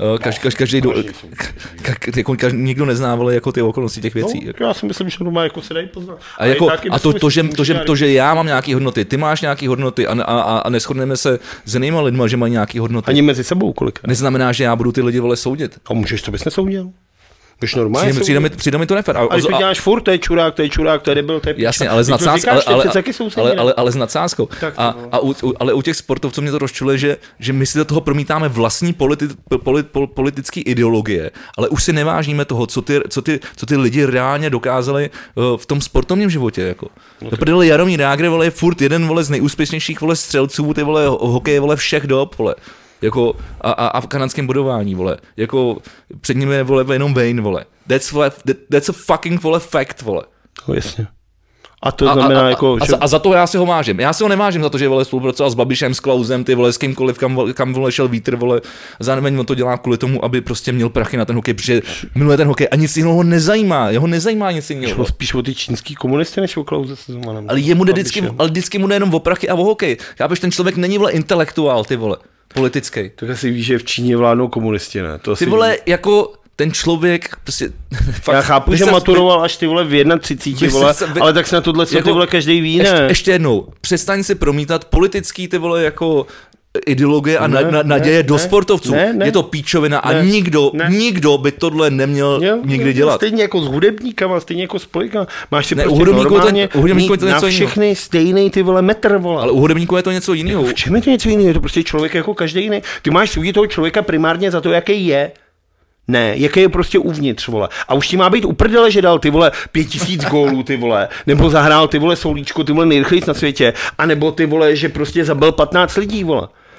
nikdo nezná, vole, jako ty okolnosti těch věcí.
No, já si myslím, že to jako se dají poznat.
To, že já mám nějaký hodnoty, ty máš nějaký hodnoty a neshodneme se s jinýma lidma, že mají nějaký hodnoty.
Ani mezi sebou kolik.
Neznamená, že já budu ty lidi, vole, soudit.
A můžeš, to bys nesoudil?
Přijde mi to nefér.
Ale ty děláš furt, to je čurák, to je debil, to je píčka.
Jasně, ale s nadsázkou. Ale u těch sportovců mě to rozčuluje, že my si do toho promítáme vlastní politické ideologie, ale už si nevážíme toho, co ty lidi reálně dokázali v tom sportovním životě. Jako. No prdele, Jaromír Jágr, vole, je furt jeden, vole, z nejúspěšnějších, vole, střelců, ty, vole, hokeje, vole, všech dob, vole. Jako a v kanadském bodování, vole. Jako před ním je, vole, jenom Wayne, vole. That's a fucking, vole, fact, vole.
No jasně. A to znamená jako...
A za to já si ho vážím. Já si ho nevážím za to, že, vole, spolupracoval s Babišem, s Klausem, ty, vole, s kýmkoliv, kam vole, šel vítr, vole. Zároveň on to dělá kvůli tomu, aby prostě měl prachy na ten hokej, protože miluje ten hokej a nic jiného ho nezajímá. Jeho nezajímá nic jiného.
Spíš o ty čínský komunisty než o Klause se Zemanem.
Ale jemu jde vždycky mu jde jenom o prachy a o hokej. Chápeš, ten člověk není, vole, intelektuál, ty, vole. Politický.
Tak asi víš, že v Číně vládnou komunisti, ne? To
ty, vole, jako ten člověk prostě...
Fakt, já chápu, že maturoval až ty, vole, v 31, vole, ale tak se na tohle, co jako, ty, vole, každý ví, ne?
Ještě jednou, přestaň si promítat politický, ty, vole, jako ideologie a naděje do sportovců. Je to píčovina a nikdo by tohle neměl nikdy dělat.
Stejně jako s hudebníkama, stejně jako s polika. Máš si prostě normálně mít na všechny stejný, ty, vole, metr, vole.
Ale u hudebníků je to něco jiného.
V čem je to něco jiného? Je to prostě člověk jako každý jiný. Ty máš soudit toho člověka primárně za to, jaký je. Ne, jaký je prostě uvnitř, vole. A už ti má být uprdele, že dal, ty, vole, 5000 gólů, ty, vole, nebo zahrál, ty, vole, soulíčko, ty, vole, nejrychlejc na světě, anebo, ty, vole, že prostě zabil 15 lidí, vole.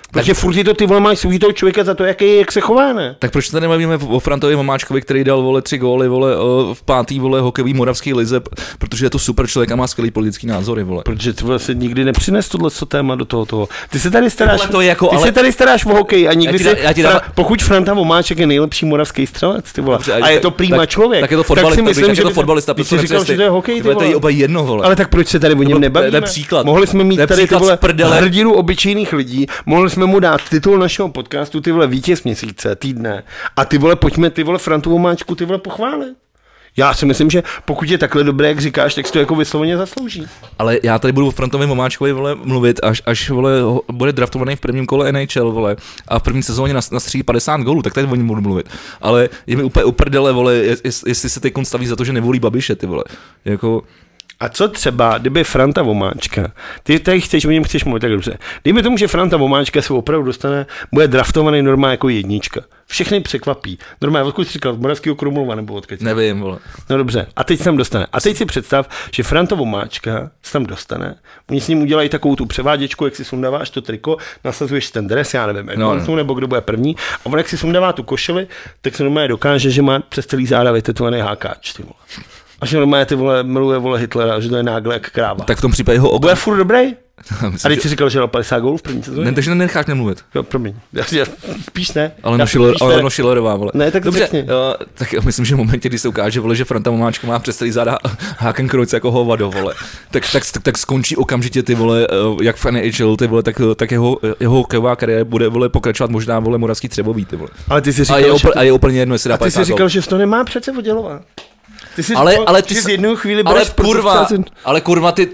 Protože furt je to ty vole máš svůj toho člověka za to, jak se chová, ne?
Tak proč tady nevíme o Frantovi Vomáčkovi, který dal, vole, 3 góly, vole, v 5. vole, hokejový moravský lize, protože je to super člověk a má skvělý politický názory, vole.
Protože ty vole se nikdy nepřines tohle téma do toho. Ty se tady staráš,
se
tady staráš o hokej a nikdy pokud Franta Vomáček je nejlepší moravský střelec, ty vole, dobře, a je to prýma člověk.
Tak je to fotbalista,
ty si říkal, že to je hokej, ty vole.
To je oba jedno, vole.
Ale tak proč se tady o něm nebavíme? Mohli jsme mít tady ty vole hrdinu obyčejných lidí, mohli jsme mu dát titul našeho podcastu, ty vole vítěz měsíce, týdne. A ty vole, pojďme ty vole Frantu Vomáčku, ty vole pochválit. Já si myslím, že pokud je takhle dobré, jak říkáš, tak si to jako vysloveně zaslouží.
Ale já tady budu o Frantovi Vomáčkovi, vole, mluvit, až vole, bude draftovaný v prvním kole NHL, vole, a v první sezóně nastřílí 50 gólů, tak tady o něm budu mluvit. Ale je mi úplně uprdele, vole, jestli se teď staví za to, že nevolí Babiše, ty vole. Jako...
A co třeba, kdyby Franta Vomáčka, ty tady o něm chceš mluvit tak dobře, dejme tomu, že Franta Vomáčka se opravdu dostane, bude draftovaný normálně jako jednička. Všechny překvapí. Normálně, odkud jsi říkal, z Moravského Krumlova nebo odkud?
Nevím, vole.
No dobře, a teď se tam dostane. A teď si představ, že Franta Vomáčka se tam dostane, oni s ním udělají takovou tu převáděčku, jak si sundáváš to triko, nasazuješ ten dres, já nevím, nebo kdo bude první, a on jak si sundává tu košili, tak se normálně dokáže, že má přes celý záda vytetovaný hákáč, ty vole. A že normálně ty vole miluje vole Hitlera, že to je nágle jak kráva.
Tak v tom případě ho
bude furt dobrý? A teď si říkal, že dal 50 gólů v první sezóně?
Ne, takže nenecháš nemluvit.
Jo, promiň. Spíš ne.
Ale no Schillerová, vole.
Ne, tak dobře.
Tak myslím, že v momentě, kdy se ukáže, vole, že Franta Vomáčka má přes celý záda Hakenkreuze jako hovado, vole. Tak skončí okamžitě ty vole, jak v NHL, ty vole, tak jeho hokejová kariéra bude, vole, pokračovat možná, vole, Moravský Třebový, ty vole.
Ale ty si říkal,
a je úplně jedno, jestli dá 50
gólů. A ty si říkal, že to nemá přece oddělovat.
Ale ty
z jednou chvíli
ale kurva, ty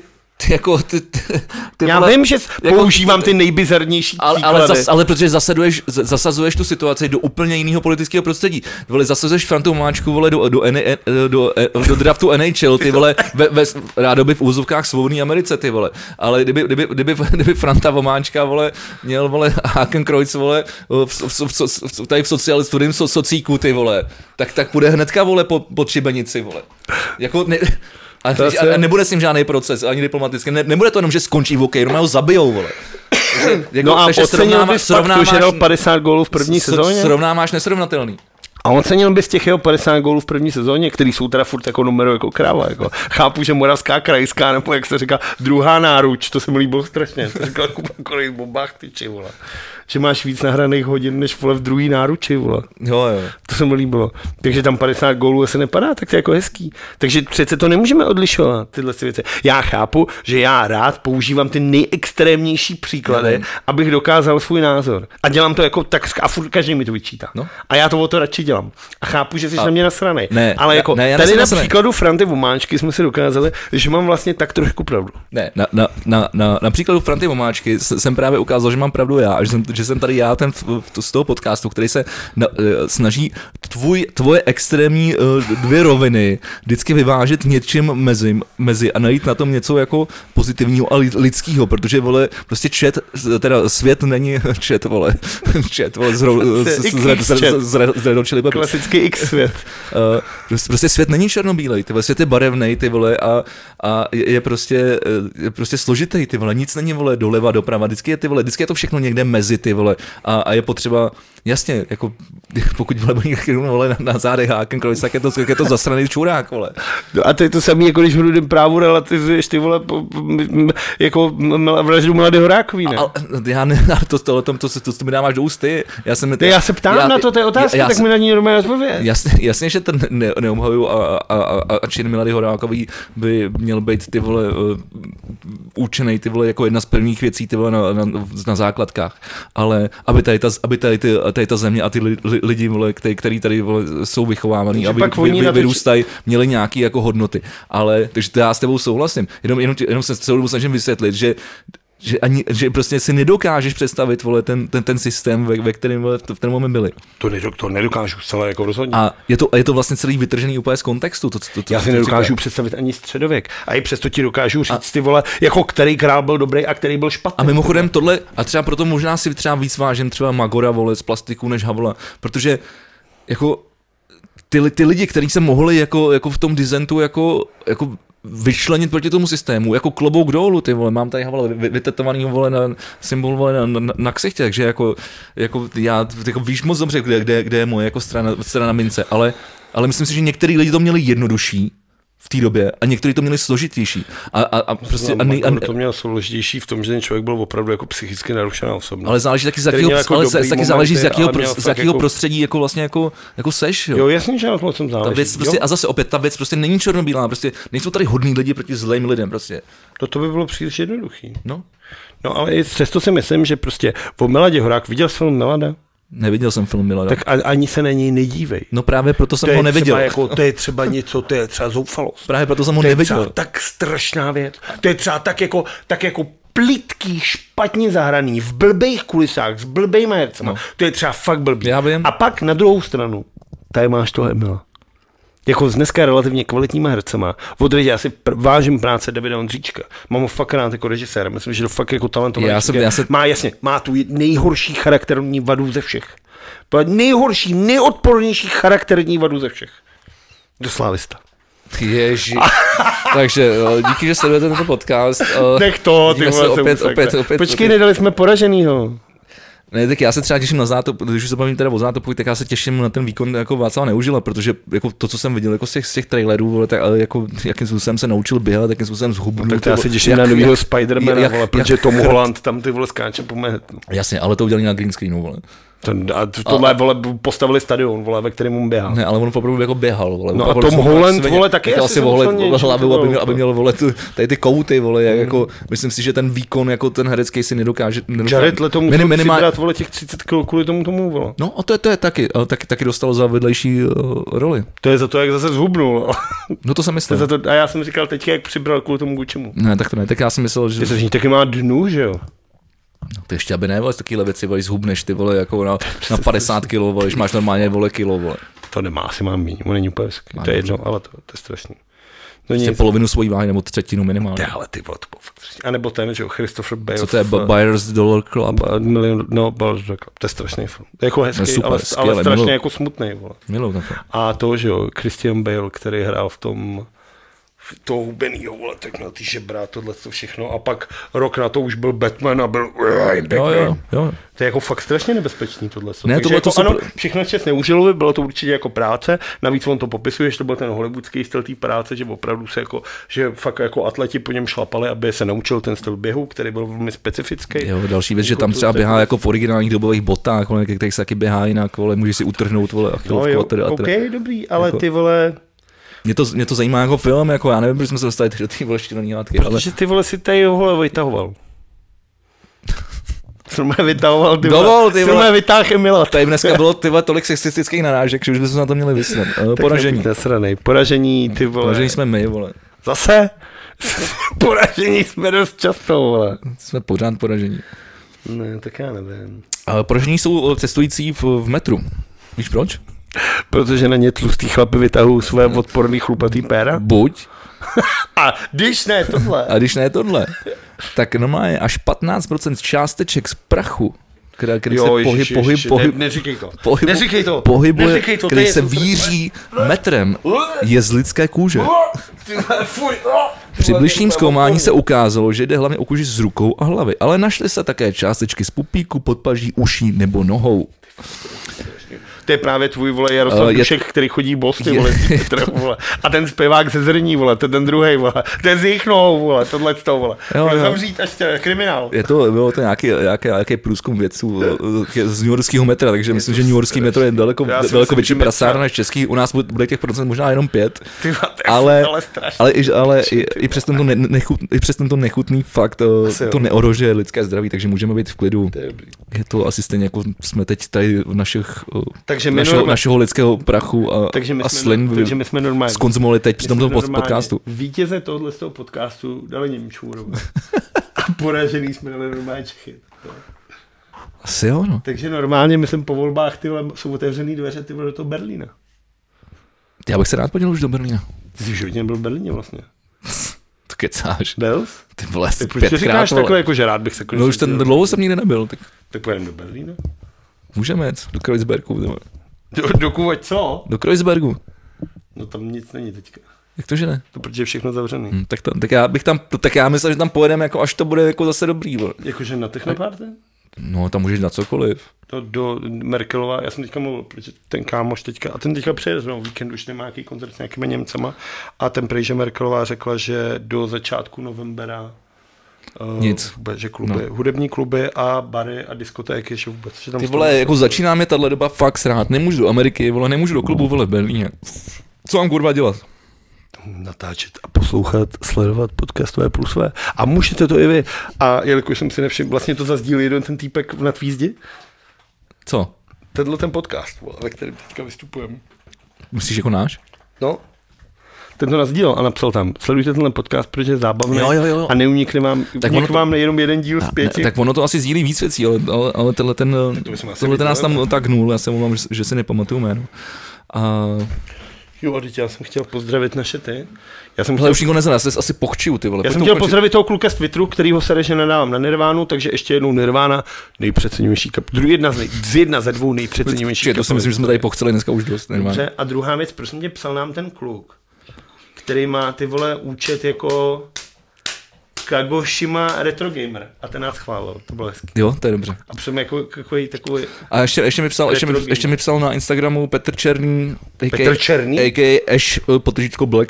já vím, že používám ty nejbizarnější příklady.
Ale protože zasazuješ tu situaci do úplně jiného politického prostředí. Vole, zasazuješ Frantu Vomáčku, vole, do draftu NHL, ty vole, rádoby v úzovkách svobodné Americe, ty vole. Ale kdyby Franta Vomáčka, vole, měl, vole, Hakenkreuz, vole, tady v studijním socíku, ty vole, tak půjde hnedka, vole, po Třibenici, vole. Jako... A nebude s ním žádný proces, ani diplomatický. Nebude to jenom, že skončí v hokej, ho zabijou, vole.
Jako, no a ocenil bys fakt, že dal 50 gólů v první sezóně?
Srovnáváš nesrovnatelný.
A ocenil bys těch jeho 50 gólů v první sezóně, který jsou teda furt jako numero jako kráva. Jako. Chápu, že Moravská krajská, nebo jak se říká, druhá náruč, to se mi líbilo strašně. To říkal Kuba Korej v bombách, ty vole. Že máš víc nahraných hodin, než vole v druhý náruči, vole.
Jo.
To se mi líbilo. Takže tam 50 gólů asi nepadá, tak to je jako hezký. Takže přece to nemůžeme odlišovat, tyhle věci. Já chápu, že já rád používám ty nejextrémnější příklady, abych dokázal svůj názor. A dělám to jako tak, a furt každý mi to vyčítá. No. A já to o to radši dělám. A chápu, že jsi na mě nasranej. Ale jako tady na příkladu Franty Vomáčky jsme si dokázali, že mám vlastně tak trošku pravdu.
Ne, na příkladu Franty Vomáčky jsem právě ukázal, že mám pravdu já, že jsem tady já z toho podcastu, který se snaží tvoje extrémní dvě roviny vždycky vyvážet něčím mezi a najít na tom něco jako pozitivního a lidského, protože, vole, prostě svět není chat, vole, zredočili.
Klasický X svět.
Prostě svět není černobílej, ty vole, svět je barevnej, ty vole, a je prostě složitý, ty vole, nic není, vole, doleva, doprava, vždycky je to všechno někde mezi, ty vole, a je potřeba, jasně, jako pokud vole na zádech Hakenkreuz, tak je to zasraný čurák, vole.
No a to je to samé, jako když v hrudném právu relativizuješ, ty vole, jako vraždu Milady Horákový, ne?
Já ne, to mi dáváš do ústy.
Já se ptám na to, je otázka, tak mi na ní normálně odpověď.
Jasně, že ten neobhajuju a čin Milady Horákový by měl být, ty vole, účenej, ty vole, jako jedna z prvních věcí, ty vole, na základkách. Ale aby tady ta země a ty lidi, vole, který tady, vole, jsou vychovávaný a vyrůstají, měli nějaký jako hodnoty. Ale, takže já s tebou souhlasím. Jenom se celou dobu snažím vysvětlit, že prostě si nedokážeš představit, vole, ten systém, ve kterém, vole, v ten moment byli.
To nedokážu zcela jako rozhodně.
A je to vlastně celý vytržený úplně z kontextu.
Já si nedokážu představit ani středověk. A i přesto ti dokážu říct, ty vole, jako který král byl dobrý a který byl špatný.
A mimochodem tohle, a třeba proto možná si třeba víc vážím třeba Magora, vole, z plastiku než Havla, protože jako ty lidi, kteří se mohli jako v tom dizentu jako vyčlenit proti tomu systému, jako klobouk dolů, ty vole, mám tady vole, vytetovaný vole na symbol vole na ksichtě, takže jako já jako víš moc dobře, kde je moje jako strana mince, ale myslím si, že některý lidi to měli jednodušší v té době a někteří to měli složitější. A prostě
to měl složitější v tom, že ten člověk byl opravdu jako psychicky narušená osobnost.
Ale záleží taky z jakého prostředí jako vlastně jako seš, jo.
Jo, jasně, že na tom záleží.
Věc prostě, a zase opět ta věc prostě není černobílá, prostě nejsou tady hodný lidi proti zlým lidem prostě.
To by bylo příliš jednoduchý. No, ale přesto si myslím, že prostě o Miladě Horák, viděl jsi film Milada?
Neviděl jsem film Milada.
Tak ani se na něj nedívej.
No právě proto jsem ho neviděl.
To je třeba něco, to je třeba zoufalost.
Právě proto jsem ho neviděl.
To je tak strašná věc. To je třeba tak jako plitký, špatně zahraný, v blbejch kulisách, s blbejma hercema. No. To je třeba fakt blbý. A pak na druhou stranu, tady máš toho Emila. Jako s dneska relativně kvalitníma hercema. Odrejde, já si vážím práce Davida Ondříčka. Mám ho fakt rád jako režisér. Myslím, že to fakt jako talentovaný. Má tu nejhorší charakterní vadu ze všech. Nejhorší, nejodpornější charakterní vadu ze všech. Do slávista.
Ježi. Takže díky, že sledujete tento podcast.
Nech to, ty vole, opět. Počkej, nedali jsme poraženýho.
Ne, tak já se třeba těším na Zátopu, když už se bavím teda o Zátopu, tak já se těším na ten výkon jako Václava Neužila, protože jako to, co jsem viděl jako z těch trailerů, vole, tak ale jako jakým způsobem se naučil běhat, jakým způsobem zhubnul.
No, tak já se těším na novýho Spidermana, vole, protože Tom Holland tam ty vole skáče po mehetnu.
Jasně, ale to udělali na green screenu, vole.
Tohle vole postavili stadion, vole, ve kterém on běhal.
Ne, ale on opravdu jako běhal, vole.
No a Tom Holland, vole, taky
asi hlavu, aby měl, vole, tady ty kouty, vole, jako, myslím si, že ten výkon, jako ten herecký si nedokáže.
Jared Leto musel přibrat, vole, těch 30 kg kvůli tomu, vole.
No a to je taky dostalo za vedlejší roli.
To je za to, jak zase zhubnul.
No to jsem myslel.
A já jsem říkal teď, jak přibral kvůli tomu Guccimu.
Ne, tak to ne, tak já jsem myslel, že...
Ty taky má dnu, že jo?
No, to ještě aby ne, vole, takovýhle věci, vole, zhubneš ty, vole, jako na 50 kilo, vole, když máš normálně, vole, kilo, vole.
To nemá, asi mám míň, on není úplně hezký, to je jedno, ale to je strašný.
Prostě polovinu svojí váhy, nebo třetinu minimálně.
Ale ty vole, to bylo fakt strašný. A nebo ten, že jo, Christopher Bale.
Co to je, Buyers Dollar Club?
Buyers Dollar Club, to je strašný film. To je jako hezký, super, ale strašně jako smutný, vole.
Miluji ten film.
A to, že jo, Christian Bale, který hrál v tom... toho hubenýho, vole, tak měl ty žebra, tohleto všechno a pak rok na to už byl Batman a byl Batman. Jo. To je jako fakt strašně nebezpečný tohleto.
Ne,
jako, ano, všechno čas Neužilovi, bylo to určitě jako práce, navíc on to popisuje, že to byl ten hollywoodský styl té práce, že opravdu se jako, že fakt jako atleti po něm šlapali, aby se naučil ten styl běhu, který byl velmi specifický.
Jo, další věc, že tam třeba běhá jako v originálních dobových botách, vole, kterých se taky běhá jinak, vole, může si utrhnout, vole,
okay, dobrý, ale ty vole.
Mě to zajímá jako film, jako já nevím, proč jsme se dostali do té vole štílený látky.
Protože ty vole si tady ho vytahoval. Jsem mě vytahoval, ty vole. Jsem mě vytáhl Emila.
Tady dneska bylo ty vole tolik sexistických narážek, že už bychom na to měli vyslat. Poražení.
Poražení, ty vole.
Poražení jsme my, vole.
Zase? Poražení jsme dost často, vole.
Jsme pořád poražení.
Ne, tak já nevím.
Poražení jsou cestující v metru. Víš proč?
Protože na ně tlustý chlapy vytahují své odporný chlupatý péra?
Buď.
A když ne tohle.
Tak normálně až 15% částeček z prachu, který se víří metrem, je z lidské kůže. Při bližším zkoumání se ukázalo, že jde hlavně o kůži z rukou a hlavy, ale našly se také částečky z pupíku, podpaží, uší nebo nohou.
To je právě tvůj, vole, Jaroslav Dušek, který chodí bosty, vole. A ten zpěvák ze Zrní, vole, ten druhej, vole. Ten z jejich nohou, vole, tohle z toho, vole. Zavřít až kriminál.
Bylo to nějaký průzkum vědců z newyorského metra, takže myslím, že newyorský metro je daleko větší prasárna než český. U nás bude těch procent možná jenom 5. Ale i přes tento nechutný fakt to neohrožuje lidské zdraví, takže můžeme být v klidu. Je to asi stejně jako jsme teď tady v našeho lidského prachu a slin zkonzumovali teď při tomto podcastu.
Vítěze tohohle z toho podcastu dali Němčůrovi. A poražený jsme dali normálně Čechy.
Asi jo, no.
Takže normálně, myslím, po volbách jsou otevřený dveře do toho Berlína.
Já bych se rád podíval už do Berlína.
Ty jsi už hodně byl v Berlíně vlastně.
To kecáš.
Byl?
Ty vole, asi 5krát.
Proč ty říkáš takhle, jako že rád bych se konečně...
No už ten dlouho jsem nikdy nebyl.
Tak pojedeme do Berlína?
Můžeme jet do Kreuzbergu.
Do co?
Do Kreuzbergu.
No tam nic není teďka.
Jak to, že ne?
To protože je všechno zavřený.
Tak já myslím, že tam pojedeme, jako až to bude jako zase dobrý.
Jakože na technoparty?
No, tam můžeš na cokoliv.
Do Merkelova, já jsem teďka mluvil, protože ten kámoš teďka, a ten teďka přijede z víkend, už nemá nějaký koncert s nějakými Němcema, a ten prej, že Merkelová řekla, že do začátku novembra
nic.
Vůbec, že kluby, hudební kluby a bary a diskotéky, že vůbec. Že tam
ty vole, jako začíná mě tahle doba fakt srát, nemůžu do Ameriky, vole, nemůžu do klubu, vole, v Berlíně. Co mám kurva dělat?
Natáčet a poslouchat, sledovat podcastové plusové. A můžete to i vy. A jelikož jsem si nevšiml, vlastně to zazdílil jeden ten týpek v Nadvízdi.
Co?
Tenhle ten podcast, ve kterém teďka vystupujeme.
Myslíš jako náš?
No. Ten to nazdílel a napsal tam, sledujte tenhle podcast, protože je zábavný
jo.
A neunikne vám jenom jeden díl z 5.
Tak ono to asi sdílí víc věcí, ale tenhle nás tam tagnul, já se mluvám, že si nepamatuju jméno.
Jo, a teď já jsem chtěl pozdravit naše ty.
Už nikdo nezná, já se asi pochčiju, ty vole.
Já jsem chtěl pozdravit toho kluka z Twitteru, kterýho se že nadávám na Nirvánu, takže ještě jednou Nirvána, nejpřeceňuvější jedna ze dvou nejpřeceňuvějších kapel.
To si myslím, že jsme tady pochceli dneska už dost.
Dobře, a druhá věc, prosím tě, psal nám ten kluk, který má ty vole účet jako Kagoshima Retro Gamer a ten nás chválil, to bylo hezký.
Jo, to je dobře.
A jsem jako takový.
A ještě mi psal na Instagramu Petr Černý, a.k.a. Ash, _Black,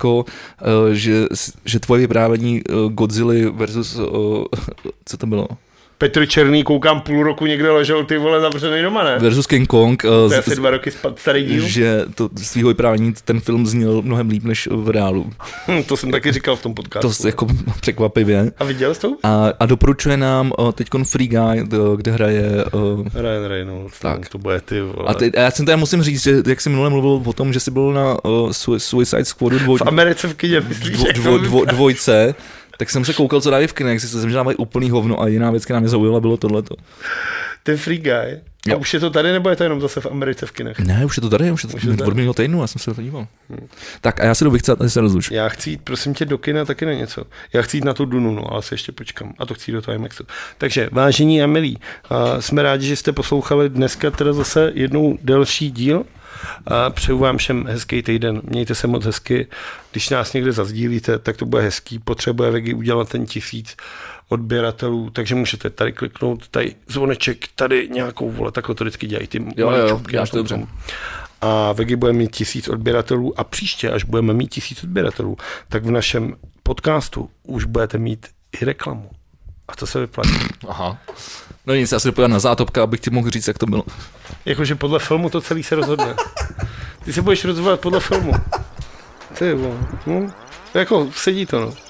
že tvoje vyprávění Godzilla versus, co to bylo?
Petr Černý, koukám, půl roku někde ležel, ty vole, zavřený doma, ne?
Versus King Kong.
To je asi 2 roky starý díl.
Že to z tvýho vyprávění ten film zněl mnohem líp než v reálu.
To jsem taky říkal v tom podcastu.
To jako překvapivě.
A viděl jsi to?
A doporučuje nám teďkon Free Guy, kde hraje...
Ryan Reynolds, tak. To bude ty vole.
A já jsem tady musím říct, že jak jsi minule mluvil o tom, že jsi byl na Suicide Squadu
v Americe v kině, myslíš?
Dvojce. Tak jsem se koukal, co dávají v kinech, si jsem, že dávají úplný hovno a jiná věc, která mě zaujala, bylo tohleto.
Ten Free Guy. A už je to tady, nebo je to jenom zase v Americe v kinech?
Ne, už je to tady, už je to od minulého týdnu, já jsem se na to díval. Tak a já se jdu vychcat, a se rozlučím.
Já chci jít, prosím tě, do kina taky na něco. Já chci jít na tu Dunu, no, ale se ještě počkám. A to chci jít do toho IMAXu. Takže, vážení a milí, jsme rádi, že jste poslouchali dneska teda zase jednou delší díl. A přeju vám všem hezký týden, mějte se moc hezky, když nás někde zazdílíte, tak to bude hezký, potřebuje Vegi udělat ten 1000 odběratelů, takže můžete tady kliknout, tady zvoneček, tady nějakou, vole, takhle to vždycky dělají ty malé čupky.
Jo, to dobře.
A Vegi bude mít 1000 odběratelů a příště, až budeme mít 1000 odběratelů, tak v našem podcastu už budete mít i reklamu. A to se vyplatí.
Aha. No nic, já se dopojím na Zátopka, abych ti mohl říct, jak to bylo.
Jakože podle filmu to celý se rozhodne. Ty se budeš rozhodovat podle filmu. Ty vole. No, jako sedí to, no.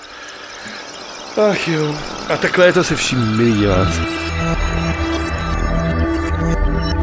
Ach jo. A takhle je to se vším, milí diváci.